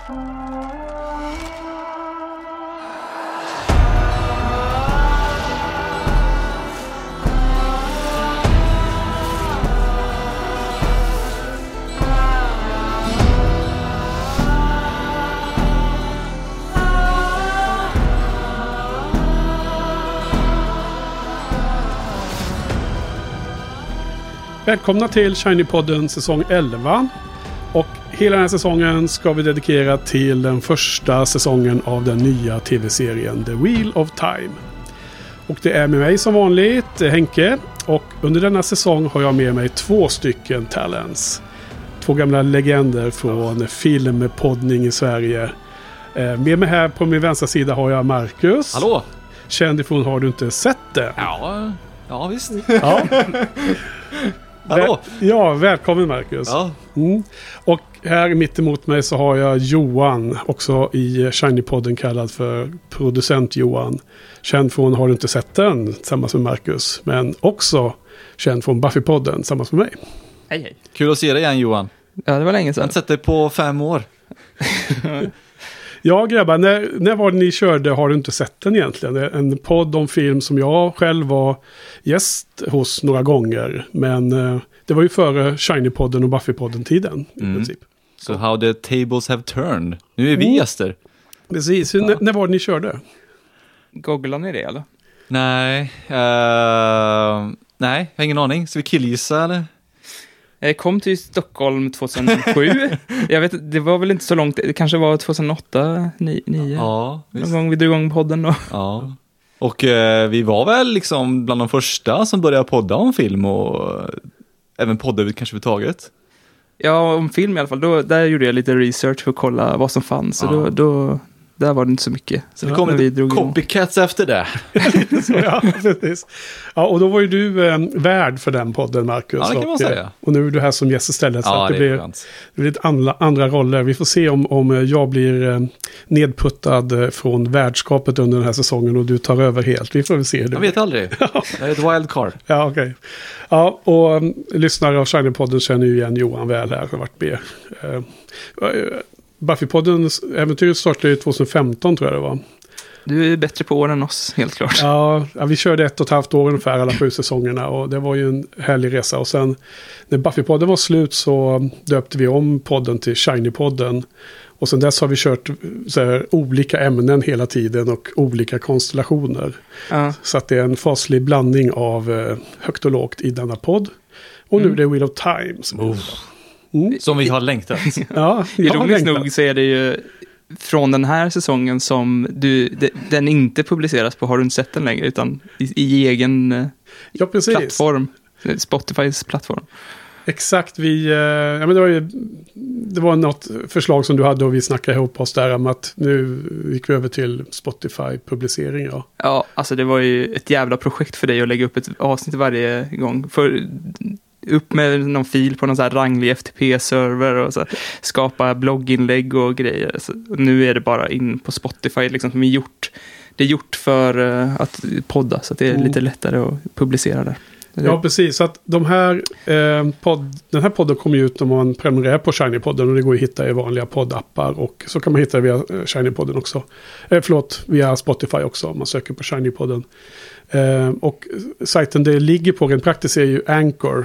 Välkomna till Shiny-podden säsong 11. Och hela den här säsongen ska vi dedikera till den första säsongen av den nya tv-serien The Wheel of Time. Och det är med mig som vanligt, Henke. Och under denna säsong har jag med mig 2 stycken talents. 2 gamla legender från filmpoddning i Sverige. Med mig här på min vänstra sida har jag Marcus. Hallå! Känd ifrån Har du inte sett det? Ja visst. Ja. Hallå! Ja, välkommen Marcus. Ja. Mm. Och här mitt emot mig så har jag Johan, också i Shiny-podden kallad för producent Johan. Känd från Har du inte sett den, tillsammans med Marcus. Men också känd från Buffy-podden, tillsammans med mig. Hej hej. Kul att se dig igen, Johan. Ja, det var länge Jag har sedan. inte sett dig på 5 år. Ja grabbar, när var det ni körde Har du inte sett den egentligen? Det är en podd om film som jag själv var gäst hos några gånger. Men det var ju före Shiny-podden och Buffy-podden-tiden i princip. So how the tables have turned. Nu är vi gäster. Precis, när var det ni körde? Googlar ni det eller? Nej, jag har ingen aning. Ska vi killgissa eller? Jag kom till Stockholm 2007. Jag vet, det var väl inte så långt. Det kanske var 2008, 2009. Ja, Någon gång vi drog igång podden då. Ja. Och vi var väl liksom bland de första som började podda om film och även podda kanske överhuvudtaget. Ja, om film i alla fall. Där gjorde jag lite research för att kolla vad som fanns. Så då där var det inte så mycket. Så det kom lite copycats efter det. Så, ja, precis. Ja, och då var ju du värd för den podden, Marcus. Ja, det kan man säga. Och nu är du här som gäst istället. Så ja, att det blir lite andra roller. Vi får se om jag blir nedputtad från värdskapet under den här säsongen och du tar över helt. Vi får väl se. Jag vet aldrig. Det är ett wildcard. Ja, okej. Ja, och lyssnare av Shiny-podden känner ju igen Johan väl här. Har varit med. Buffy-poddens äventyr startade ju 2015 tror jag det var. Du är bättre på år än oss, helt klart. Ja, vi körde 1,5 år ungefär alla 7 säsongerna och det var ju en härlig resa. Och sen när Buffy-podden var slut så döpte vi om podden till Shiny-podden. Och sen dess har vi kört så här, olika ämnen hela tiden och olika konstellationer. Så att det är en faslig blandning av högt och lågt i denna podd. Och nu är det Wheel of Time som vi har längtat. Ja, ironiskt nog så är det ju från den här säsongen som den inte publiceras på Har du inte sett den längre utan i egen plattform, Spotifys plattform. Exakt, men det var något förslag som du hade och vi snackade ihop oss där om att nu gick vi över till Spotify-publicering. Ja, alltså det var ju ett jävla projekt för dig att lägga upp ett avsnitt varje gång. Upp med någon fil på någon så här ranglig FTP-server och så skapa blogginlägg och grejer. Så nu är det bara in på Spotify liksom, som det är gjort för att podda så att det är lite lättare att publicera där. Ja, precis. Så att den här podden kommer ut om man prenumererar på Shiny-podden och det går att hitta i vanliga poddappar och så kan man hitta det via Shiny-podden också. Via Spotify också om man söker på Shiny-podden. Och sajten det ligger på rent praktiskt är ju Anchor.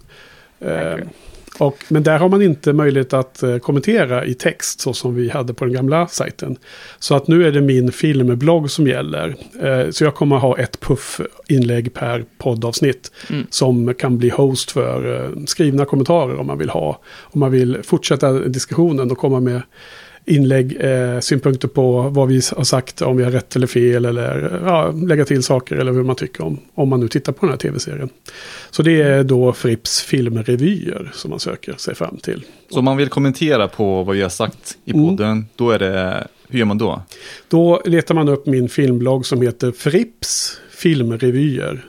Men där har man inte möjlighet att kommentera i text så som vi hade på den gamla sajten. Så att nu är det min filmblogg som gäller. Så jag kommer ha ett puff-inlägg per poddavsnitt som kan bli host för skrivna kommentarer om man vill ha. Om man vill fortsätta diskussionen och komma med inlägg, synpunkter på vad vi har sagt, om vi har rätt eller fel eller lägga till saker eller hur man tycker om man nu tittar på den här tv-serien. Så det är då Fripps filmrevyer som man söker sig fram till. Så om man vill kommentera på vad vi har sagt i podden, då är det, hur gör man då? Då letar man upp min filmblogg som heter Fripps filmrevyer.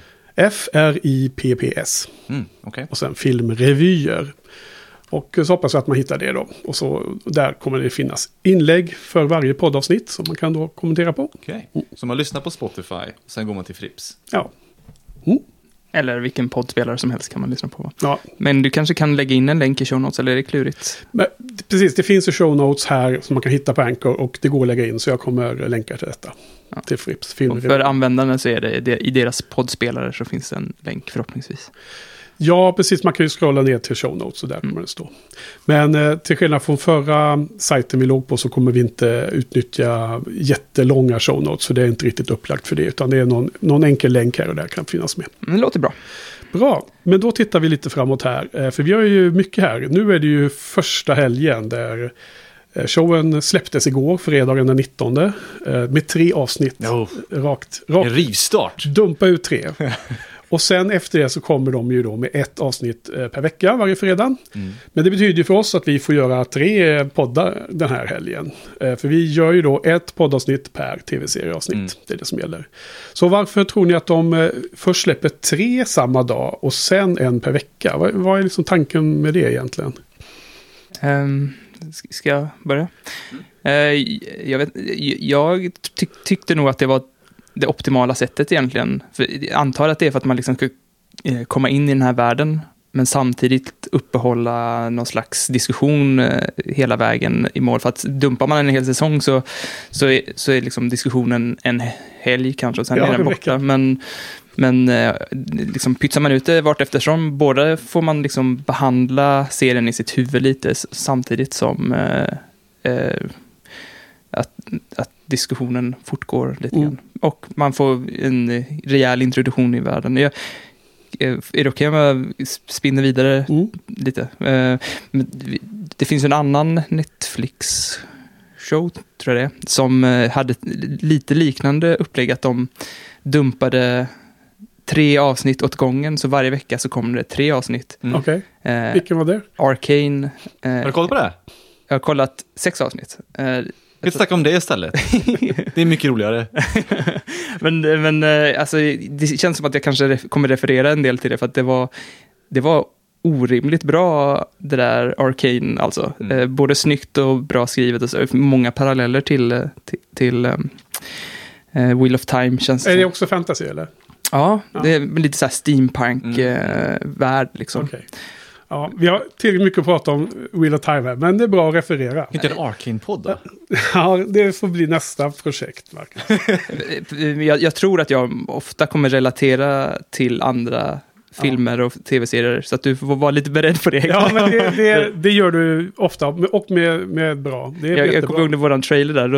FRIPPS. Okay. Och sen filmrevyer. Och så hoppas jag att man hittar det då. Och så där kommer det finnas inlägg för varje poddavsnitt som man kan då kommentera på. Okej. Så man lyssnar på Spotify och sen går man till Fripps. Ja. Eller vilken poddspelare som helst kan man lyssna på. Ja. Men du kanske kan lägga in en länk i show notes, eller är det klurigt? Men, precis, det finns ju show notes här som man kan hitta på Anchor och det går att lägga in, så jag kommer länka till detta. Ja. Till Frips film. Och för användarna så är det i deras poddspelare så finns det en länk förhoppningsvis. Ja, precis. Man kan ju scrolla ner till show notes och där kommer det stå. Men till skillnad från förra sajten vi låg på så kommer vi inte utnyttja jättelånga show notes, för det är inte riktigt upplagt för det, utan det är någon enkel länk här och där kan finnas med. Det låter bra. Bra, men då tittar vi lite framåt här, för vi har ju mycket här. Nu är det ju första helgen där showen släpptes igår, fredagen den 19, med 3 avsnitt rakt. En rivstart. Dumpa ut 3. Och sen efter det så kommer de ju då med 1 avsnitt per vecka varje fredag. Men det betyder ju för oss att vi får göra 3 poddar den här helgen. För vi gör ju då 1 poddavsnitt per tv-serieavsnitt. Det är det som gäller. Så varför tror ni att de först släpper 3 samma dag och sen 1 per vecka? Vad är liksom tanken med det egentligen? Ska jag börja? Jag tyckte nog att det var det optimala sättet egentligen. För jag antar att det är för att man liksom ska komma in i den här världen, men samtidigt uppehålla någon slags diskussion hela vägen i mål. För att dumpar man en hel säsong så är liksom diskussionen en helg kanske, och sen är den borta. Men liksom pytsar man ut det vart eftersom, båda får man liksom behandla serien i sitt huvud lite samtidigt som att diskussionen fortgår lite grann. Och man får en rejäl introduktion i världen. Är det okej om jag spinner vidare lite? Det finns en annan Netflix-show, tror jag det är, som hade lite liknande upplägg, att de dumpade 3 avsnitt åt gången, så varje vecka så kommer det 3 avsnitt. Okej. Vilken var det? Arcane. Har du kollat på det? Jag har kollat 6 avsnitt. Vi snackar om det istället. Det är mycket roligare. men alltså, det känns som att jag kanske kommer referera en del till det, för att det var orimligt bra, det där Arcane alltså. Både snyggt och bra skrivet, och så, många paralleller till Wheel of Time känns det. Är det också fantasy eller? Ja, det är lite så här steampunk-värld liksom. Okay. Ja, vi har tillräckligt mycket att prata om Wheel of Time här, men det är bra att referera. Inte en Arcane-podd då? Ja, det får bli nästa projekt, Marcus. jag tror att jag ofta kommer relatera till andra filmer och tv-serier, så att du får vara lite beredd på det. Ja, men det gör du ofta, och med bra. Det är jag kommer ihåg våran trailer där,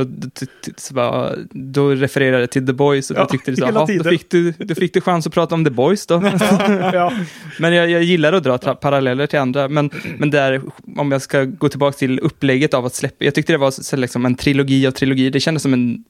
då refererade jag till The Boys, och då tyckte du då fick du chans att prata om The Boys då. Ja. Men jag gillar att dra paralleller till andra, men där, om jag ska gå tillbaka till upplägget av att släppa, jag tyckte det var så liksom en trilogi av trilogier. Det kändes som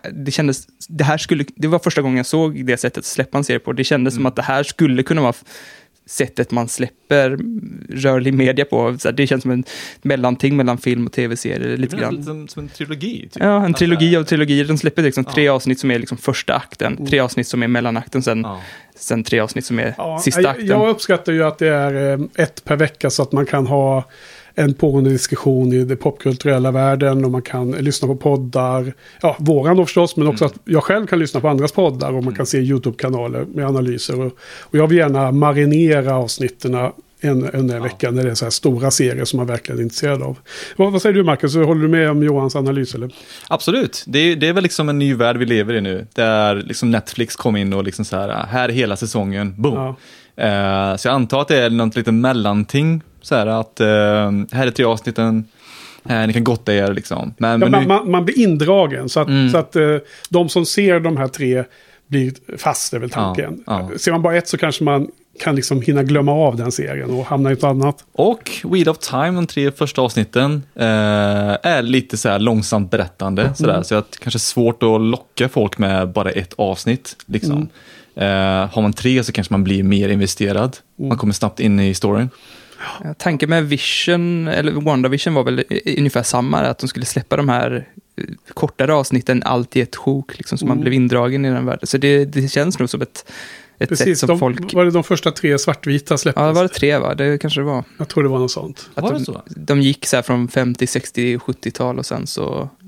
det var första gången jag såg det sättet att släppa en serie på. Det kändes som att det här skulle kunna vara sättet man släpper rörlig media på. Så det känns som en mellanting mellan film och tv-serier lite grann. Som en trilogi. Typ. Ja, en trilogi av trilogier. Den släpper liksom 3 avsnitt som är liksom första akten, 3 avsnitt som är mellanakten, sen 3 avsnitt som är sista akten. Jag uppskattar ju att det är 1 per vecka, så att man kan ha en pågående diskussion i den popkulturella världen, och man kan lyssna på poddar. Ja, våran då förstås, men också att jag själv kan lyssna på andras poddar, och man kan se YouTube-kanaler med analyser. Och jag vill gärna marinera avsnitten en vecka när det är så här stora serier som man verkligen är intresserad av. Vad säger du, Marcus? Håller du med om Johans analys, eller? Absolut. Det är väl liksom en ny värld vi lever i nu, där liksom Netflix kom in och liksom så här är hela säsongen, boom. Ja. Så jag antar att det är något lite mellanting, så här att här är 3 avsnitten, ni kan gotta er liksom. Man blir indragen, så att de som ser de här 3 blir fast, är väl tanken. Ser man bara 1 så kanske man kan liksom hinna glömma av den serien och hamna i ett annat. Och Wheel of Time, de 3 första avsnitten, är lite så här långsamt berättande. Så att det kanske är svårt att locka folk med bara 1 avsnitt. Liksom. Har man 3 så kanske man blir mer investerad. Man kommer snabbt in i storyn. Tanken med Vision, eller WandaVision, var väl ungefär samma, att de skulle släppa de här kortare avsnitten allt i ett sjok, liksom, så man blev indragen i den världen. Så det känns nog som ett sätt som folk... Var det de första 3 svartvita släpptes? Ja, det var det 3, va? Det kanske det var. Jag tror det var något sånt. Att de gick så här från 50, 60, 70-tal, och sen så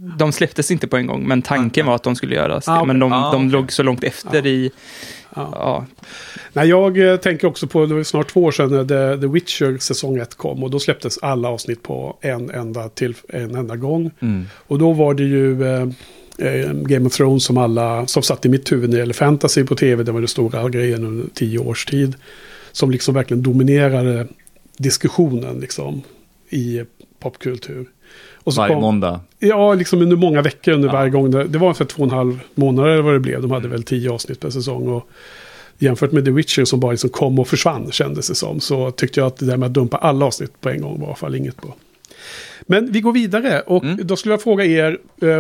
de släpptes inte på en gång, men tanken var att de skulle göras. Men de låg så långt efter i... Ja. Nej, jag tänker också på, det var snart 2 år sedan när The Witcher säsong 1 kom och då släpptes alla avsnitt på en enda gång. Och då var det ju Game of Thrones som satt i mitt huvud när det gäller fantasy på tv. Det var den stora grejen under 10 års tid som liksom verkligen dominerade diskussionen liksom i popkultur. Och så varje måndag. Ja, liksom under många veckor under varje gång. Det var för 2,5 månader eller vad det blev. De hade väl 10 avsnitt per säsong. Och jämfört med The Witcher som bara liksom kom och försvann kändes det som. Så tyckte jag att det där med att dumpa alla avsnitt på en gång var i alla fall inget bra. Men vi går vidare och då skulle jag fråga er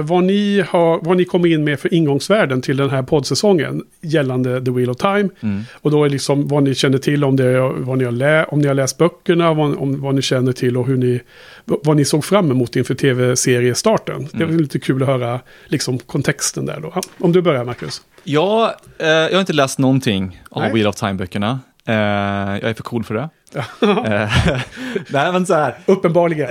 vad ni kommer in med för ingångsvärden till den här poddsäsongen gällande The Wheel of Time. Och då är liksom vad ni känner till om ni har läst böckerna, vad ni känner till och vad ni såg fram emot inför tv-seriestarten. Det är lite kul att höra liksom kontexten där då. Om du börjar, Marcus. Ja, jag har inte läst någonting av Wheel of Time-böckerna. Jag är för cool för det. Nej, men så här. Uppenbarligen.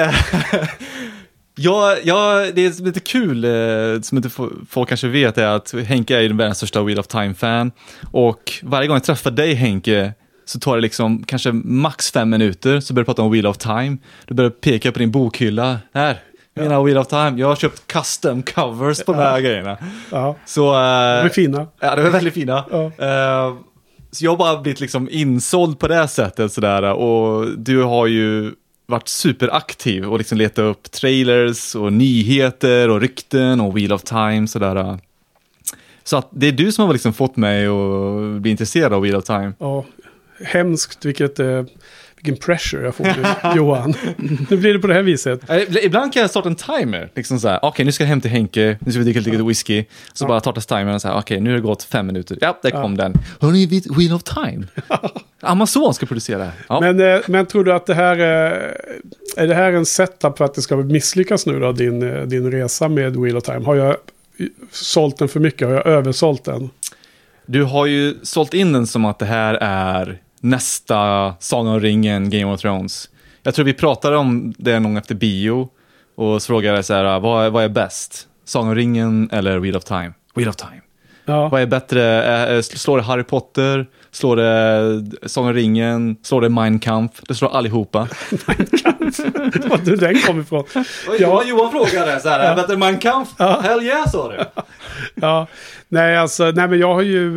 Ja, det är lite kul som inte folk kanske vet är att Henke är den största Wheel of Time-fan. Och varje gång jag träffar dig, Henke, så tar det liksom kanske max 5 minuter så börjar du prata om Wheel of Time. Du börjar peka på din bokhylla. Här, mina Wheel of Time. Jag har köpt custom covers på de här grejerna. Ja. Så, de är fina. Ja, de är väldigt fina. Ja. Så jag har bara blivit liksom insåld på det sättet sådär. Och du har ju varit superaktiv och liksom letat upp trailers och nyheter och rykten och Wheel of Time sådär. Så att det är du som har liksom fått mig att bli intresserad av Wheel of Time. Ja, hemskt vilken pressure jag får nu, Johan. Nu blir det på det här viset. Ibland kan jag starta en timer. Liksom så här, okej, nu ska jag hem till Henke. Nu ska vi dricka lite whisky. Så bara startas timern och så här, okej, nu har det gått 5 minuter. Ja, där kom den. Hörrni, Wheel of Time. Amazon ska producera det här. Ja. Men tror du att det här är det här en setup för att det ska misslyckas nu då, din resa med Wheel of Time? Har jag sålt den för mycket? Har jag översålt den? Du har ju sålt in den som att det här är nästa Sagan om ringen, Game of Thrones. Jag tror vi pratade om det någon efter bio och frågade så här, vad är bäst? Sagan om ringen eller Wheel of Time? Wheel of Time. Ja. Vad är bättre? Slår det Harry Potter? Slår det Sagan om ringen? Slår det Mein Kampf? Det slår allihopa. Mein Kampf? Vad du den kom ifrån? Johan frågade så här, bättre Mein Kampf? Hell yeah, sa du. Ja, nej men jag har ju...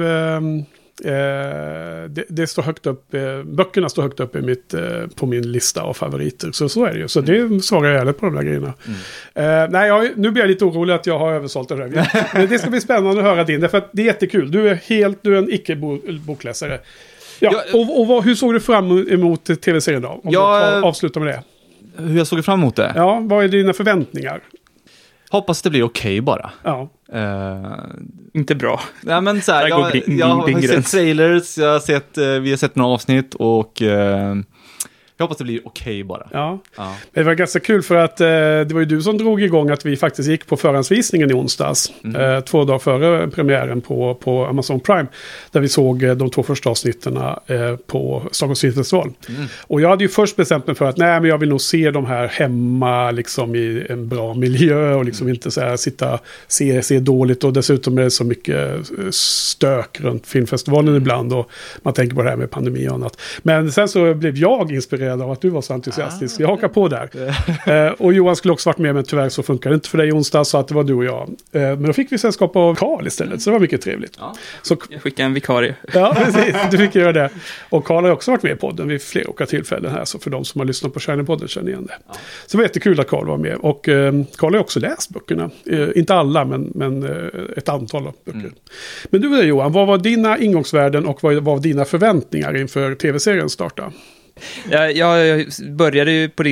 det står högt upp, böckerna står högt upp på min lista av favoriter, så är det ju, så det svarar jag ärligt på de där grejerna. Nej, nu blir jag lite orolig att jag har översålt det där. Men det ska bli spännande att höra din, därför att det är jättekul, du är en icke-bokläsare. Hur såg du fram emot tv-serien då? Om du avslutar med det. Hur jag såg fram emot det? Ja, vad är dina förväntningar? Hoppas det blir okej bara. Ja. Inte bra. Ja, men så här, jag har sett trailers, vi har sett några avsnitt och jag hoppas det blir okej bara. Ja. Det var ganska kul för att det var ju du som drog igång att vi faktiskt gick på förhandsvisningen i onsdags. 2 dagar före premiären på Amazon Prime. Där vi såg de 2 första avsnitten på Stockholms Filmfestival. Och jag hade ju först bestämt mig för att men jag vill nog se de här hemma liksom i en bra miljö och liksom inte så här se dåligt, och dessutom är det så mycket stök runt filmfestivalen ibland och man tänker på det här med pandemi och annat. Men sen så blev jag inspirerad av att du var så entusiastisk. Jag hakar på där. Och Johan skulle också varit med, men tyvärr så funkar det inte för dig i onsdag, så att det var du och jag. Men då fick vi sällskap av Carl istället, så det var mycket trevligt. Ja, så, jag skickade en vikarie. Ja, precis. Du fick göra det. Och Carl har också varit med i podden vid flera olika tillfällen här, så för de som har lyssnat på Shiny-podden känner igen det. Ja. Så det var jättekul att Carl var med. Och Carl har också läst böckerna. Inte alla, men ett antal av böcker. Men du och Johan, vad var dina ingångsvärden och vad var dina förväntningar inför tv-serien starta? Jag började ju på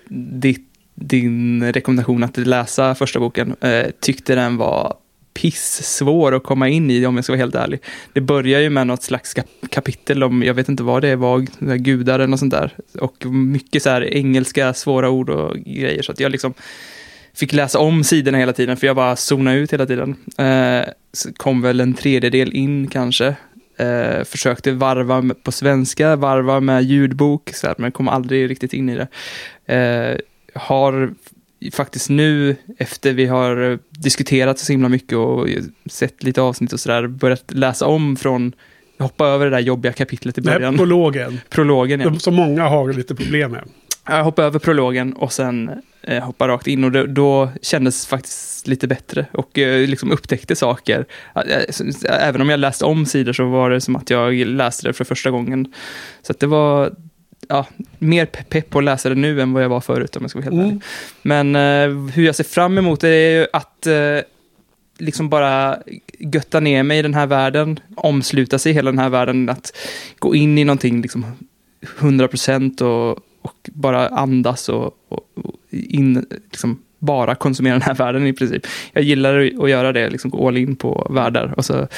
din rekommendation att läsa första boken. Tyckte den var svår att komma in i, om jag ska vara helt ärlig. Det börjar ju med något slags kapitel om, jag vet inte vad det var, gudar eller något sånt där. Och mycket så här engelska svåra ord och grejer, så att jag liksom fick läsa om sidorna hela tiden, för jag bara zonade ut hela tiden. Så kom väl en 1/3 in kanske. Försökte varva på svenska, varva med ljudbok så här, men kom aldrig riktigt in i det. faktiskt nu efter vi har diskuterat så himla mycket och sett lite avsnitt och sådär börjat läsa om från hoppa över det där jobbiga kapitlet i början. Prologen, ja. Som många har lite problem med. Jag hoppade över prologen och sen hoppade rakt in och då kändes faktiskt lite bättre och liksom upptäckte saker. Även om jag läste om sidor så var det som att jag läste det för första gången. Så att det var mer pepp på att läsa det nu än vad jag var förut om jag ska vara helt ärlig. Men hur jag ser fram emot det är ju att liksom bara götta ner mig i den här världen, omsluta sig i hela den här världen, att gå in i någonting liksom 100% och bara andas och liksom bara konsumera den här världen i princip. Jag gillar att göra det, liksom gå all in på världar och så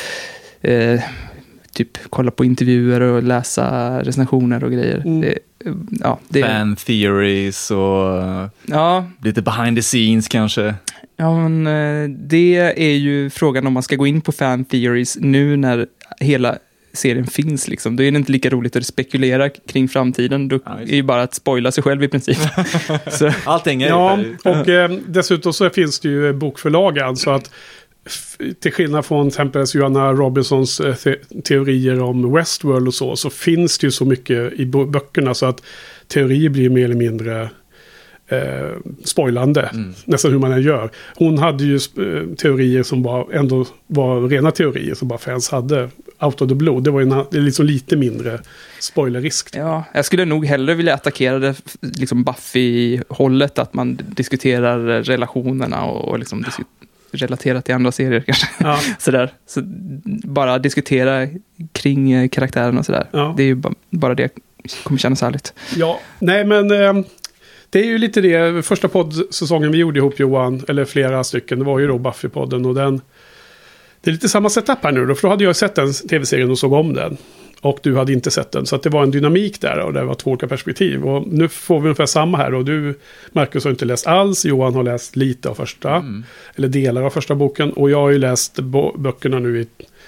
typ kolla på intervjuer och läsa recensioner och grejer. Fan theories och lite behind the scenes kanske. Ja, men det är ju frågan om man ska gå in på fan theories nu när hela serien finns liksom. Då är det inte lika roligt att spekulera kring framtiden. Då är det ju bara att spoila sig själv i princip. Så. Allting är och dessutom så finns det ju bokförlagen så att till skillnad från till exempel Joanna Robinsons teorier om Westworld och så finns det ju så mycket i böckerna så att teorier blir mer eller mindre spoilande, nästan hur man än gör. Hon hade ju teorier som ändå var rena teorier som bara fans hade out of the blue. Det var ju liksom lite mindre spoilerrisk. Ja, jag skulle nog hellre vilja attackera det liksom Buffy-hållet, att man diskuterar relationerna och liksom relaterat till andra serier kanske. Ja. Sådär. Så bara diskutera kring karaktären och sådär. Ja. Det är ju bara det kommer kännas härligt. Ja, nej men det är ju lite det. Första poddsäsongen vi gjorde ihop, Johan, eller flera stycken, det var ju då Buffy-podden och det är lite samma setup här nu då, för då hade jag sett den tv-serien och såg om den. Och du hade inte sett den. Så att det var en dynamik där och det var två olika perspektiv. Och nu får vi ungefär samma här. Och du, Marcus, har inte läst alls. Johan har läst lite av första. Eller delar av första boken. Och jag har ju läst böckerna nu i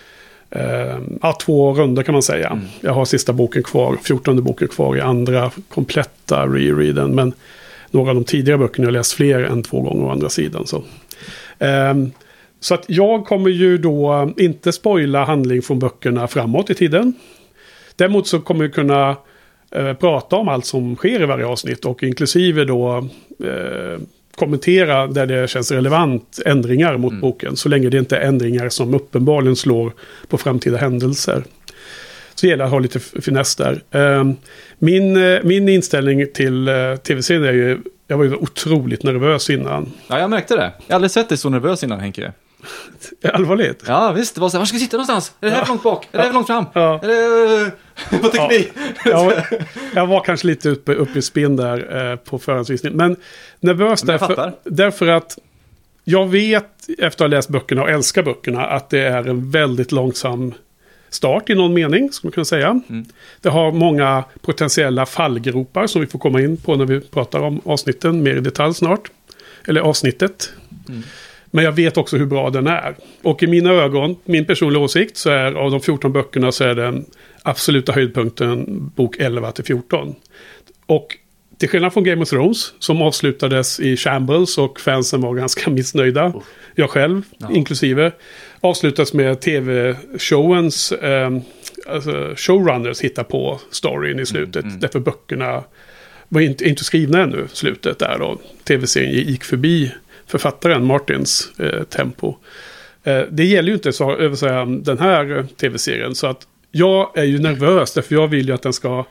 2 runder kan man säga. Jag har sista boken kvar, 14:e boken kvar i andra kompletta rereaden. Men några av de tidigare böckerna har jag läst fler än 2 gånger å andra sidan. Så att jag kommer ju då inte spoila handling från böckerna framåt i tiden. Däremot så kommer vi kunna prata om allt som sker i varje avsnitt och inklusive då kommentera där det känns relevant ändringar mot boken. Så länge det inte är ändringar som uppenbarligen slår på framtida händelser. Så gäller att ha lite finess där. Min inställning till tv-serien är ju, jag var ju otroligt nervös innan. Ja, jag märkte det. Jag har aldrig sett dig så nervös innan, Henke. Allvarligt? Ja, visst. Det var så här, var ska vi sitta någonstans? Är det här för långt bak? Är det här för långt fram? Ja. Är det på teknik? Ja. Jag var kanske lite uppe i spinn där på förhandsvisning. Men nervös därför att jag vet efter att ha läst böckerna och älskar böckerna att det är en väldigt långsam start i någon mening, skulle man kunna säga. Det har många potentiella fallgropar som vi får komma in på när vi pratar om avsnitten mer i detalj snart. Eller avsnittet. Men jag vet också hur bra den är. Och i mina ögon, min personliga åsikt, så är av de 14 böckerna så är den absoluta höjdpunkten bok 11-14. Och till skillnad från Game of Thrones, som avslutades i shambles och fansen var ganska missnöjda, jag själv inklusive, avslutas med tv-showens showrunners hittar på storyn i slutet. Därför böckerna var inte skrivna ännu, slutet där då. Tv-serien gick förbi författaren Martins tempo. Det gäller ju inte så översäga den här tv-serien, så att jag är ju nervös därför jag vill ju att den ska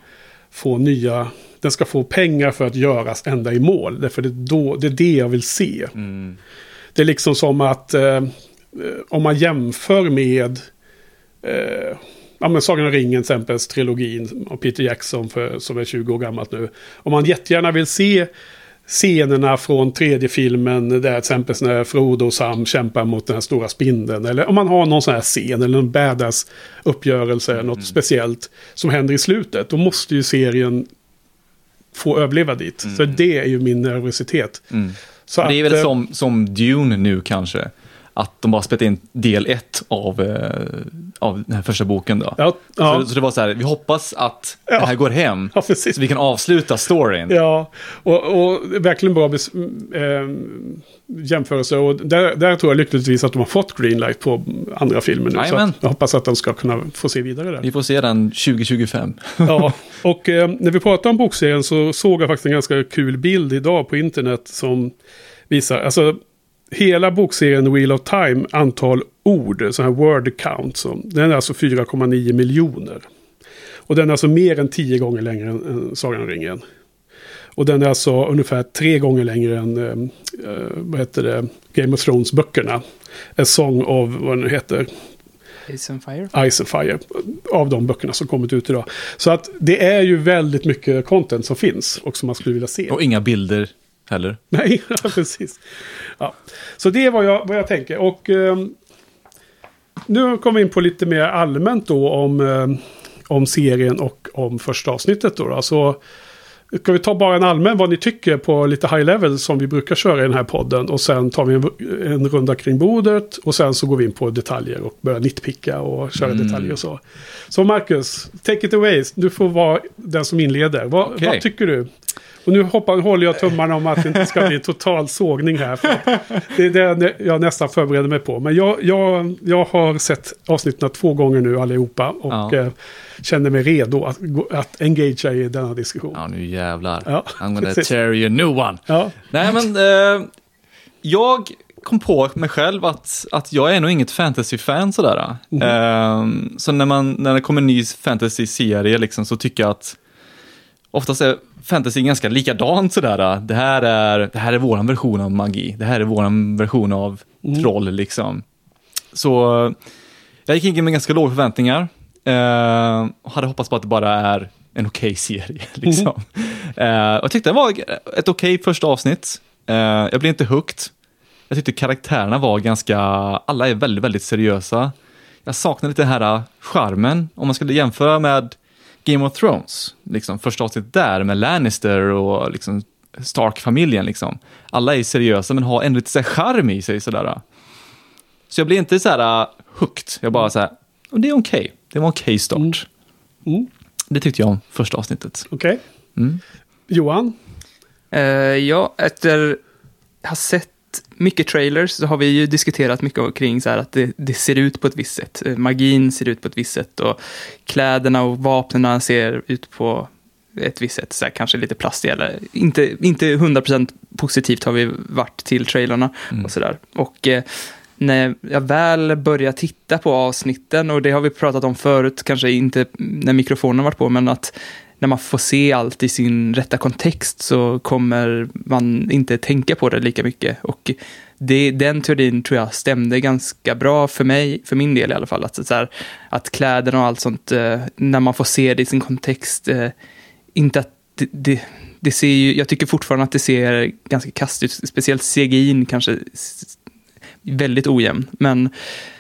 få pengar för att göras ända i mål. Därför det är det jag vill se. Det är liksom som att om man jämför med Sagan om ringen, till exempel trilogin av Peter Jackson som är 20 år gammalt nu. Om man jättegärna vill se scenerna från 3:e filmen där till exempel när Frodo och Sam kämpar mot den här stora spindeln, eller om man har någon sån här scen eller en badass uppgörelse, något speciellt som händer i slutet, då måste ju serien få överleva dit. Så det är ju min nervositet. Så det är väl som Dune nu kanske, att de bara spelat in del 1 av den här första boken då. Ja. Så det var så här, vi hoppas att det här går hem. Ja, precis. Så vi kan avsluta storyn. Ja, och verkligen bra jämförelse. Och där tror jag lyckligtvis att de har fått greenlight på andra filmer nu. Så jag hoppas att de ska kunna få se vidare där. Vi får se den 2025. Ja, och när vi pratar om bokserien så såg jag faktiskt en ganska kul bild idag på internet som visar, alltså hela bokserien Wheel of Time, antal ord, så här word count, den är alltså 4,9 miljoner. Och den är alltså mer än 10 gånger längre än Sagan om ringen. Och den är alltså ungefär 3 gånger längre än Game of Thrones-böckerna. A Song of, vad den heter... Ice and Fire. Av de böckerna som kommit ut idag. Så att det är ju väldigt mycket content som finns och som man skulle vilja se. Och inga bilder heller. Nej, precis. Ja. Så det är vad jag tänker. Och nu kommer vi in på lite mer allmänt då om serien och om första avsnittet då. Alltså, ska vi ta bara en allmän vad ni tycker på lite high level som vi brukar köra i den här podden. Och sen tar vi en runda kring bordet. Och sen så går vi in på detaljer och börjar nitpicka och köra detaljer och så. Så Marcus, take it away. Du får vara den som inleder. Vad tycker du? Och nu håller jag tummarna om att det inte ska bli total sågning här. För det är det jag nästan förbereder mig på. Men jag har sett avsnitten 2 gånger nu allihopa. Och känner mig redo att engagea i denna diskussion. Ja, nu jävlar. Ja, I'm gonna tear you a new one. Ja. Nej, men jag kom på mig själv att jag är nog inget fantasy-fan sådär. Så när det kommer en ny fantasy-serie liksom, så tycker jag att oftast är fantasy ganska likadant sådär. Det här är våran version av magi. Det här är våran version av troll liksom. Så jag gick in med ganska låga förväntningar. Och hade hoppats på att det bara är en okej serie liksom. Och jag tyckte det var ett okej första avsnitt. Jag blev inte hooked. Jag tyckte karaktärerna var alla är väldigt, väldigt seriösa. Jag saknar lite den här charmen. Om man skulle jämföra med Game of Thrones, liksom första avsnitt där med Lannister och liksom Stark-familjen liksom. Alla är seriösa men har ändå lite så här charm i sig sådär. Så jag blev inte så här hooked. Jag bara så här, och det är okej. Det var en okej start. Det tyckte jag om första avsnittet. Okej. Johan? Ja, efter att ha sett mycket trailers så har vi ju diskuterat mycket kring så här att det ser ut på ett visst sätt. Magin ser ut på ett visst sätt och kläderna och vapnen ser ut på ett visst sätt. Så här, kanske lite plastiga eller inte 100% positivt har vi varit till trailerna och sådär. Och när jag väl börjar titta på avsnitten, och det har vi pratat om förut, kanske inte när mikrofonen varit på, men att när man får se allt i sin rätta kontext så kommer man inte tänka på det lika mycket. Och den teorin tror jag stämde ganska bra för mig, för min del i alla fall. Att kläderna och allt sånt, när man får se det i sin kontext, inte att det ser ju, jag tycker fortfarande att det ser ganska kast ut, speciellt CGI kanske väldigt ojämn, men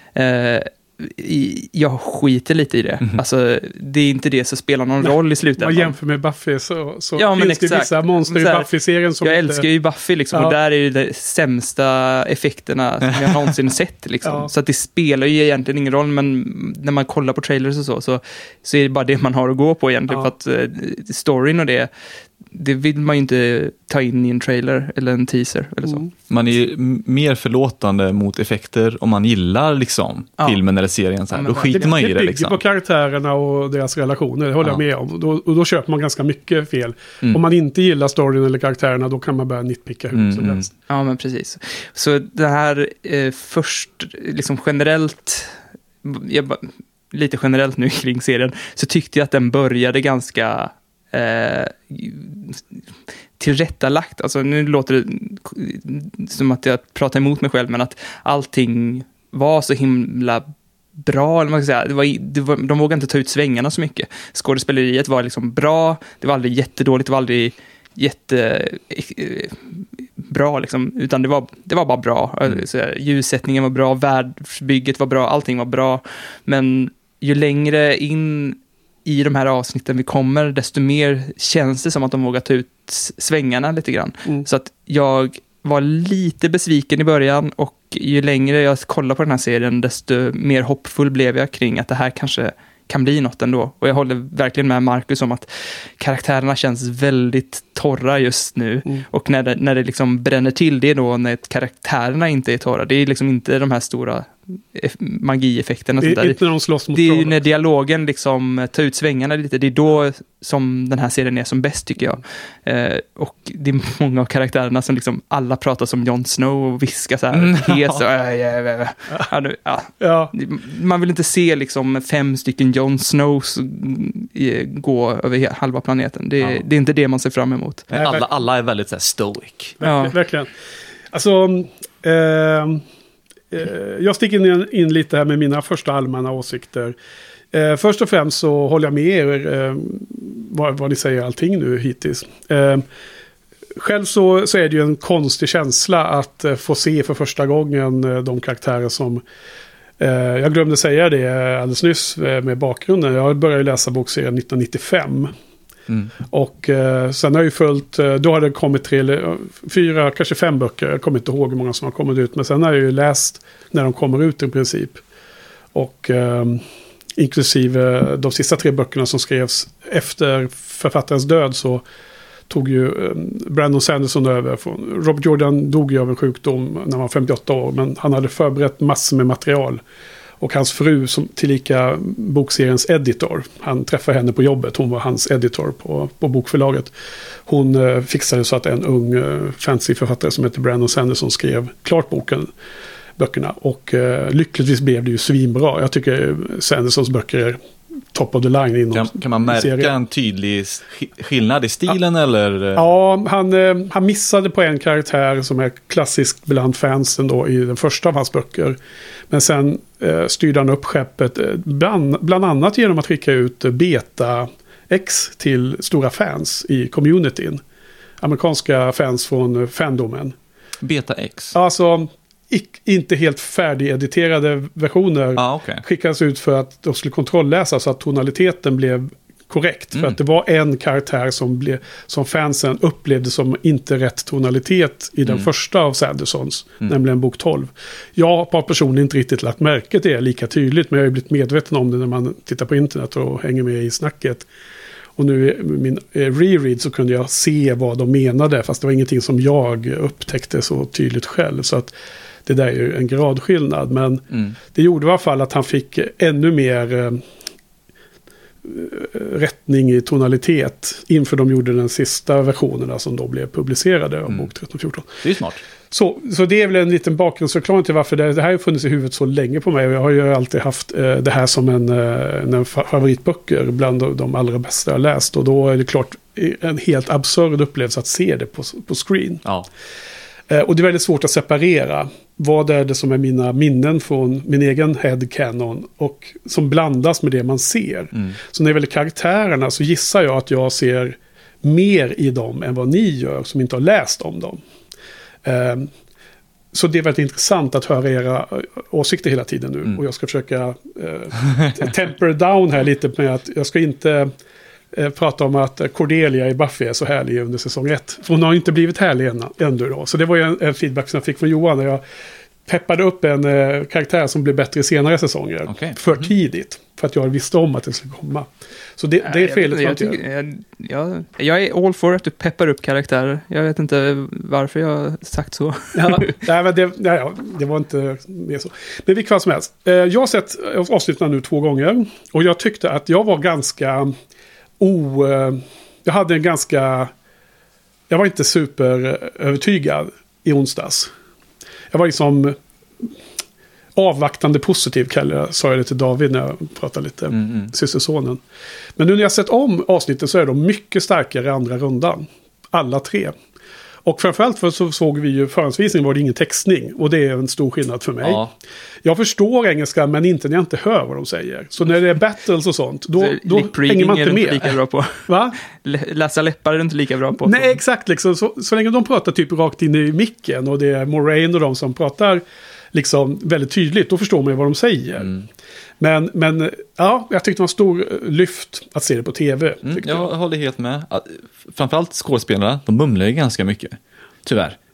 jag skiter lite i det. Alltså, det är inte det som spelar någon roll i slutändan. Man jämför med Buffy så ja, finns det vissa monster i Buffy-serien som jag älskar ju Buffy liksom, och där är ju de sämsta effekterna som jag någonsin sett liksom. Så att det spelar ju egentligen ingen roll, men när man kollar på trailers och så är det bara det man har att gå på egentligen, för att storyn och det vill man ju inte ta in i en trailer eller en teaser eller så. Man är ju mer förlåtande mot effekter om man gillar liksom filmen eller serien så här. Då skiter man i det liksom. Det bygger på karaktärerna och deras relationer, det håller jag med om. Då köper man ganska mycket fel. Om man inte gillar storyn eller karaktärerna, då kan man börja nitpicka hur som helst. Ja, men precis. Så det här först liksom generellt, lite generellt nu kring serien, så tyckte jag att den började ganska tillrättalagt. Alltså nu låter det som att jag pratar emot mig själv, men att allting var så himla bra, eller man ska säga. De vågade inte ta ut svängarna så mycket. Skådespeleriet var liksom bra, det var aldrig jättedåligt, det var aldrig jättebra liksom, utan det var bara bra. Så ljussättningen var bra, världsbygget var bra, allting var bra, men ju längre in i de här avsnitten vi kommer, desto mer känns det som att de vågar ta ut svängarna lite grann. Så att jag var lite besviken i början, och ju längre jag kollar på den här serien desto mer hoppfull blev jag kring att det här kanske kan bli något ändå. Och jag håller verkligen med Marcus om att karaktärerna känns väldigt torra just nu. Och när det liksom bränner till, det då när karaktärerna inte är torra. Det är liksom inte de här stora magieffekterna. Det är inte när de slåss mot det är ju när dialogen liksom tar ut svängarna lite. Det är då som den här serien är som bäst, tycker jag. Och det är många av karaktärerna som liksom alla pratar som Jon Snow och viskar så här. Man vill inte se liksom 5 stycken Jon Snows gå över halva planeten. Det är inte det man ser fram emot. Alla är väldigt så här stoic. Verkligen. Alltså jag sticker in lite här med mina första allmänna åsikter. Först och främst så håller jag med er vad ni säger allting nu hittills. Själv så är det ju en konstig känsla att få se för första gången de karaktärer som jag glömde säga det alldeles nyss med bakgrunden. Jag började läsa bokserien 1995. Och sen har jag ju följt, då har det kommit 3 eller 4, kanske 5 böcker. Jag kommer inte ihåg hur många som har kommit ut, men sen har jag ju läst när de kommer ut i princip. Och inklusive de sista 3 böckerna som skrevs efter författarens död, så tog ju Brandon Sanderson över. Robert Jordan dog ju av en sjukdom när han var 58 år, men han hade förberett massor med material. Och hans fru, som tillika bokseriens editor, han träffade henne på jobbet, hon var hans editor på bokförlaget. Hon fixade så att en ung fantasyförfattare som heter Brandon Sanderson skrev klart böckerna. Och lyckligtvis blev det ju svinbra. Jag tycker Sandersons böcker är top of the line inom kan man märka serien. En tydlig skillnad i stilen eller? Ja, han missade på en karaktär som är klassisk bland fansen då i den första av hans böcker. Men sen styrde han upp skeppet bland annat genom att skicka ut beta-X till stora fans i communityn. Amerikanska fans från fandomen. Beta-X? Alltså inte helt färdigediterade versioner skickades ut för att de skulle kontrollläsa så att tonaliteten blev korrekt. För att det var en karaktär som fansen upplevde som inte rätt tonalitet i den första av Sandersons, nämligen bok 12. Jag har personligen inte riktigt lagt märke till det lika tydligt, men jag har ju blivit medveten om det när man tittar på internet och hänger med i snacket. Och nu i min reread så kunde jag se vad de menade, fast det var ingenting som jag upptäckte så tydligt själv. Så att det där är ju en gradskillnad, men det gjorde i alla fall att han fick ännu mer rättning i tonalitet inför de gjorde den sista versionerna som då blev publicerade av bok 1314. Det är smart. Så det är väl en liten bakgrundsförklaring till varför det här har funnits i huvudet så länge på mig. Och jag har ju alltid haft det här som en favoritböcker bland de allra bästa jag läst. Och då är det klart en helt absurd upplevelse att se det på screen. Ja. Och det är väldigt svårt att separera. Vad är det som är mina minnen från min egen headcanon och som blandas med det man ser. Så när det gäller karaktärerna så gissar jag att jag ser mer i dem än vad ni gör som inte har läst om dem. Så det är väldigt intressant att höra era åsikter hela tiden nu. Och jag ska försöka temper down här lite med att jag ska inte prata om att Cordelia i Buffy är så härlig under säsong 1. För hon har inte blivit härlig ännu då. Så det var ju en feedback som jag fick från Johan när jag peppade upp en karaktär som blev bättre i senare säsonger. För tidigt. För att jag visste om att det skulle komma. Så det är felet. Jag är all for att du peppar upp karaktärer. Jag vet inte varför jag har sagt så. Det var inte mer så. Men vilket fall som helst. Jag har sett avsnitten nu 2 gånger. Och jag tyckte att jag var ganska... Jag var inte superövertygad i onsdags. Jag var liksom avvaktande positiv, sa jag det till David när jag pratade lite systersonen. Men nu när jag sett om avsnitten så är de mycket starkare i andra rundan. Alla 3. Och framförallt så såg vi ju förhandsvisning var det ingen textning. Och det är en stor skillnad för mig. Ja. Jag förstår engelska men inte när jag inte hör vad de säger. Så när det är battles och sånt, då hänger man inte med. Lika bra på. Va? Läsa läppar är du inte lika bra på. Nej, exakt. Liksom. Så länge de pratar typ rakt in i micken och det är Moraine och de som pratar liksom väldigt tydligt, då förstår man ju vad de säger. Men ja, jag tyckte det var en stor lyft att se det på tv. Jag håller helt med. Framförallt skådespelarna, de mumlar ju ganska mycket. Tyvärr.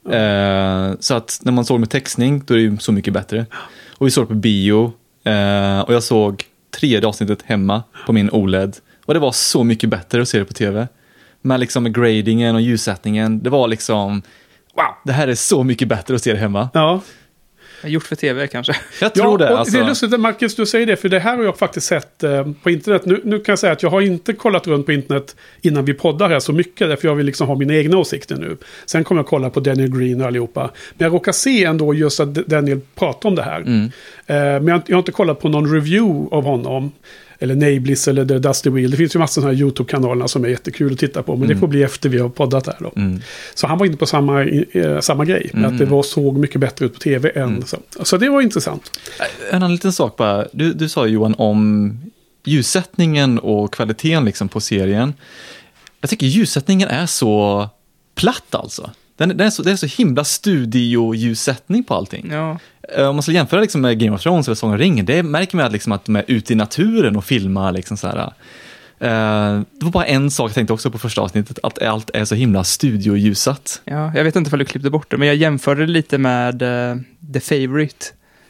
Så att när man såg med textning, då är det ju så mycket bättre. Och vi såg på bio. Och jag såg 3:e avsnittet hemma på min OLED. Och det var så mycket bättre att se det på tv. Med liksom med gradingen och ljussättningen. Det var liksom, wow, det här är så mycket bättre att se det hemma. Ja. Gjort för tv kanske. Jag tror det. Alltså. Det är lustigt att Marcus, du säger det, för det här har jag faktiskt sett på internet. Nu kan jag säga att jag har inte kollat runt på internet innan vi poddar här så mycket, därför jag vill liksom ha mina egna åsikter nu. Sen kommer jag kolla på Daniel Green och allihopa. Men jag råkar se ändå just att Daniel pratar om det här. Men jag har inte kollat på någon review av honom. Eller Nabliss eller The Dusty Wheel. Det finns ju massor av här YouTube-kanalerna som är jättekul att titta på. Men det får bli efter vi har poddat här då. Så han var inte på samma grej. Att det såg mycket bättre ut på tv än så det var intressant. En annan liten sak bara. Du sa Johan om ljussättningen och kvaliteten liksom på serien. Jag tycker ljussättningen är så platt alltså. Det är så himla studio-ljussättning på allting. Ja. Om man ska jämföra liksom med Game of Thrones eller Sagan om ringen, det märker man liksom att de är ute i naturen och filmar liksom så här. Det var bara en sak jag tänkte också på första avsnittet, att allt är så himla studioljusat. Ja, jag vet inte om du klippte bort det, men jag jämförde lite med The Favourite.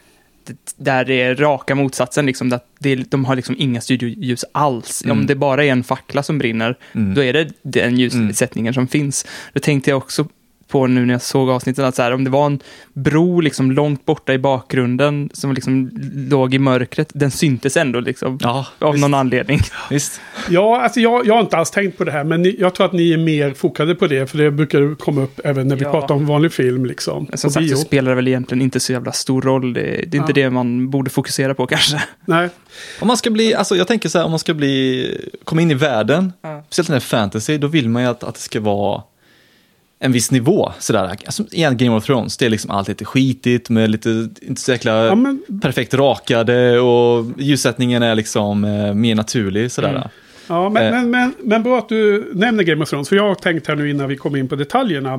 Där det är raka motsatsen, liksom, att de har liksom inga studioljus alls. Om det bara är en fackla som brinner, då är det den ljussättningen som finns. Då tänkte jag också på nu när jag såg avsnittet att så här, om det var en bro liksom långt borta i bakgrunden som liksom låg i mörkret, den syntes ändå liksom, av någon anledning. Visst. Ja, alltså jag har inte alls tänkt på det här, men jag tror att ni är mer fokade på det, för det brukar komma upp även när vi pratar om vanlig film liksom. Som sagt så spelar det väl egentligen inte så jävla stor roll. Det är inte det man borde fokusera på kanske. Nej. Om man ska bli, alltså jag tänker så här, om man ska komma in i världen, speciellt när det är fantasy, då vill man ju att det ska vara en viss nivå sådär. Alltså, igen, Game of Thrones, det är liksom allt lite skitigt med lite inte så jäkla perfekt rakade, och ljussättningen är liksom mer naturlig sådär. Ja, men bra att du nämner Game of Thrones, för jag har tänkt här nu innan vi kommer in på detaljerna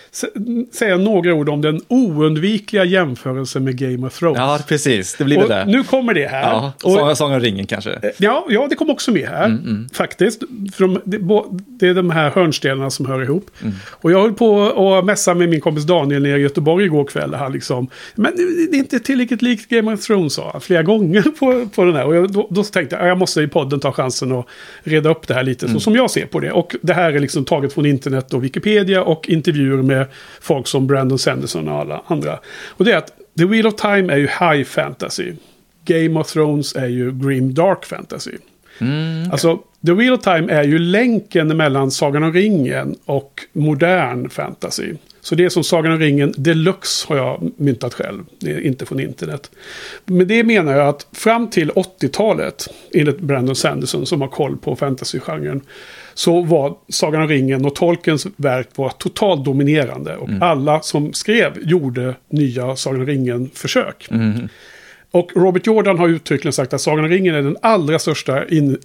säga några ord om den oundvikliga jämförelsen med Game of Thrones. Ja, precis. Det blir det. Nu kommer det här. Ja, och Sagan om ringen kanske. Ja, det kommer också med här. Faktiskt. För det är de här hörnstenarna som hör ihop. Och jag höll på att mässa med min kompis Daniel nere i Göteborg igår kväll. Han liksom, men det är inte tillräckligt likt Game of Thrones, sa han flera gånger på den här. Och då tänkte jag måste i podden ta chansen att reda upp det här lite, så som jag ser på det. Och det här är liksom taget från internet och Wikipedia och intervjuer med folk som Brandon Sanderson och alla andra. Och det är att The Wheel of Time är ju high fantasy. Game of Thrones är ju grim dark fantasy. Alltså, The Wheel of Time är ju länken mellan Sagan om ringen och modern fantasy. Så det är som Sagan om ringen deluxe har jag myntat själv. Det är inte från internet. Men det menar jag att fram till 80-talet, enligt Brandon Sanderson som har koll på fantasygenren, så var Sagan om ringen och Tolkiens verk var totalt dominerande. Och alla som skrev gjorde nya Sagan om ringen-försök. Och Robert Jordan har uttryckligen sagt att Sagan om ringen är den allra största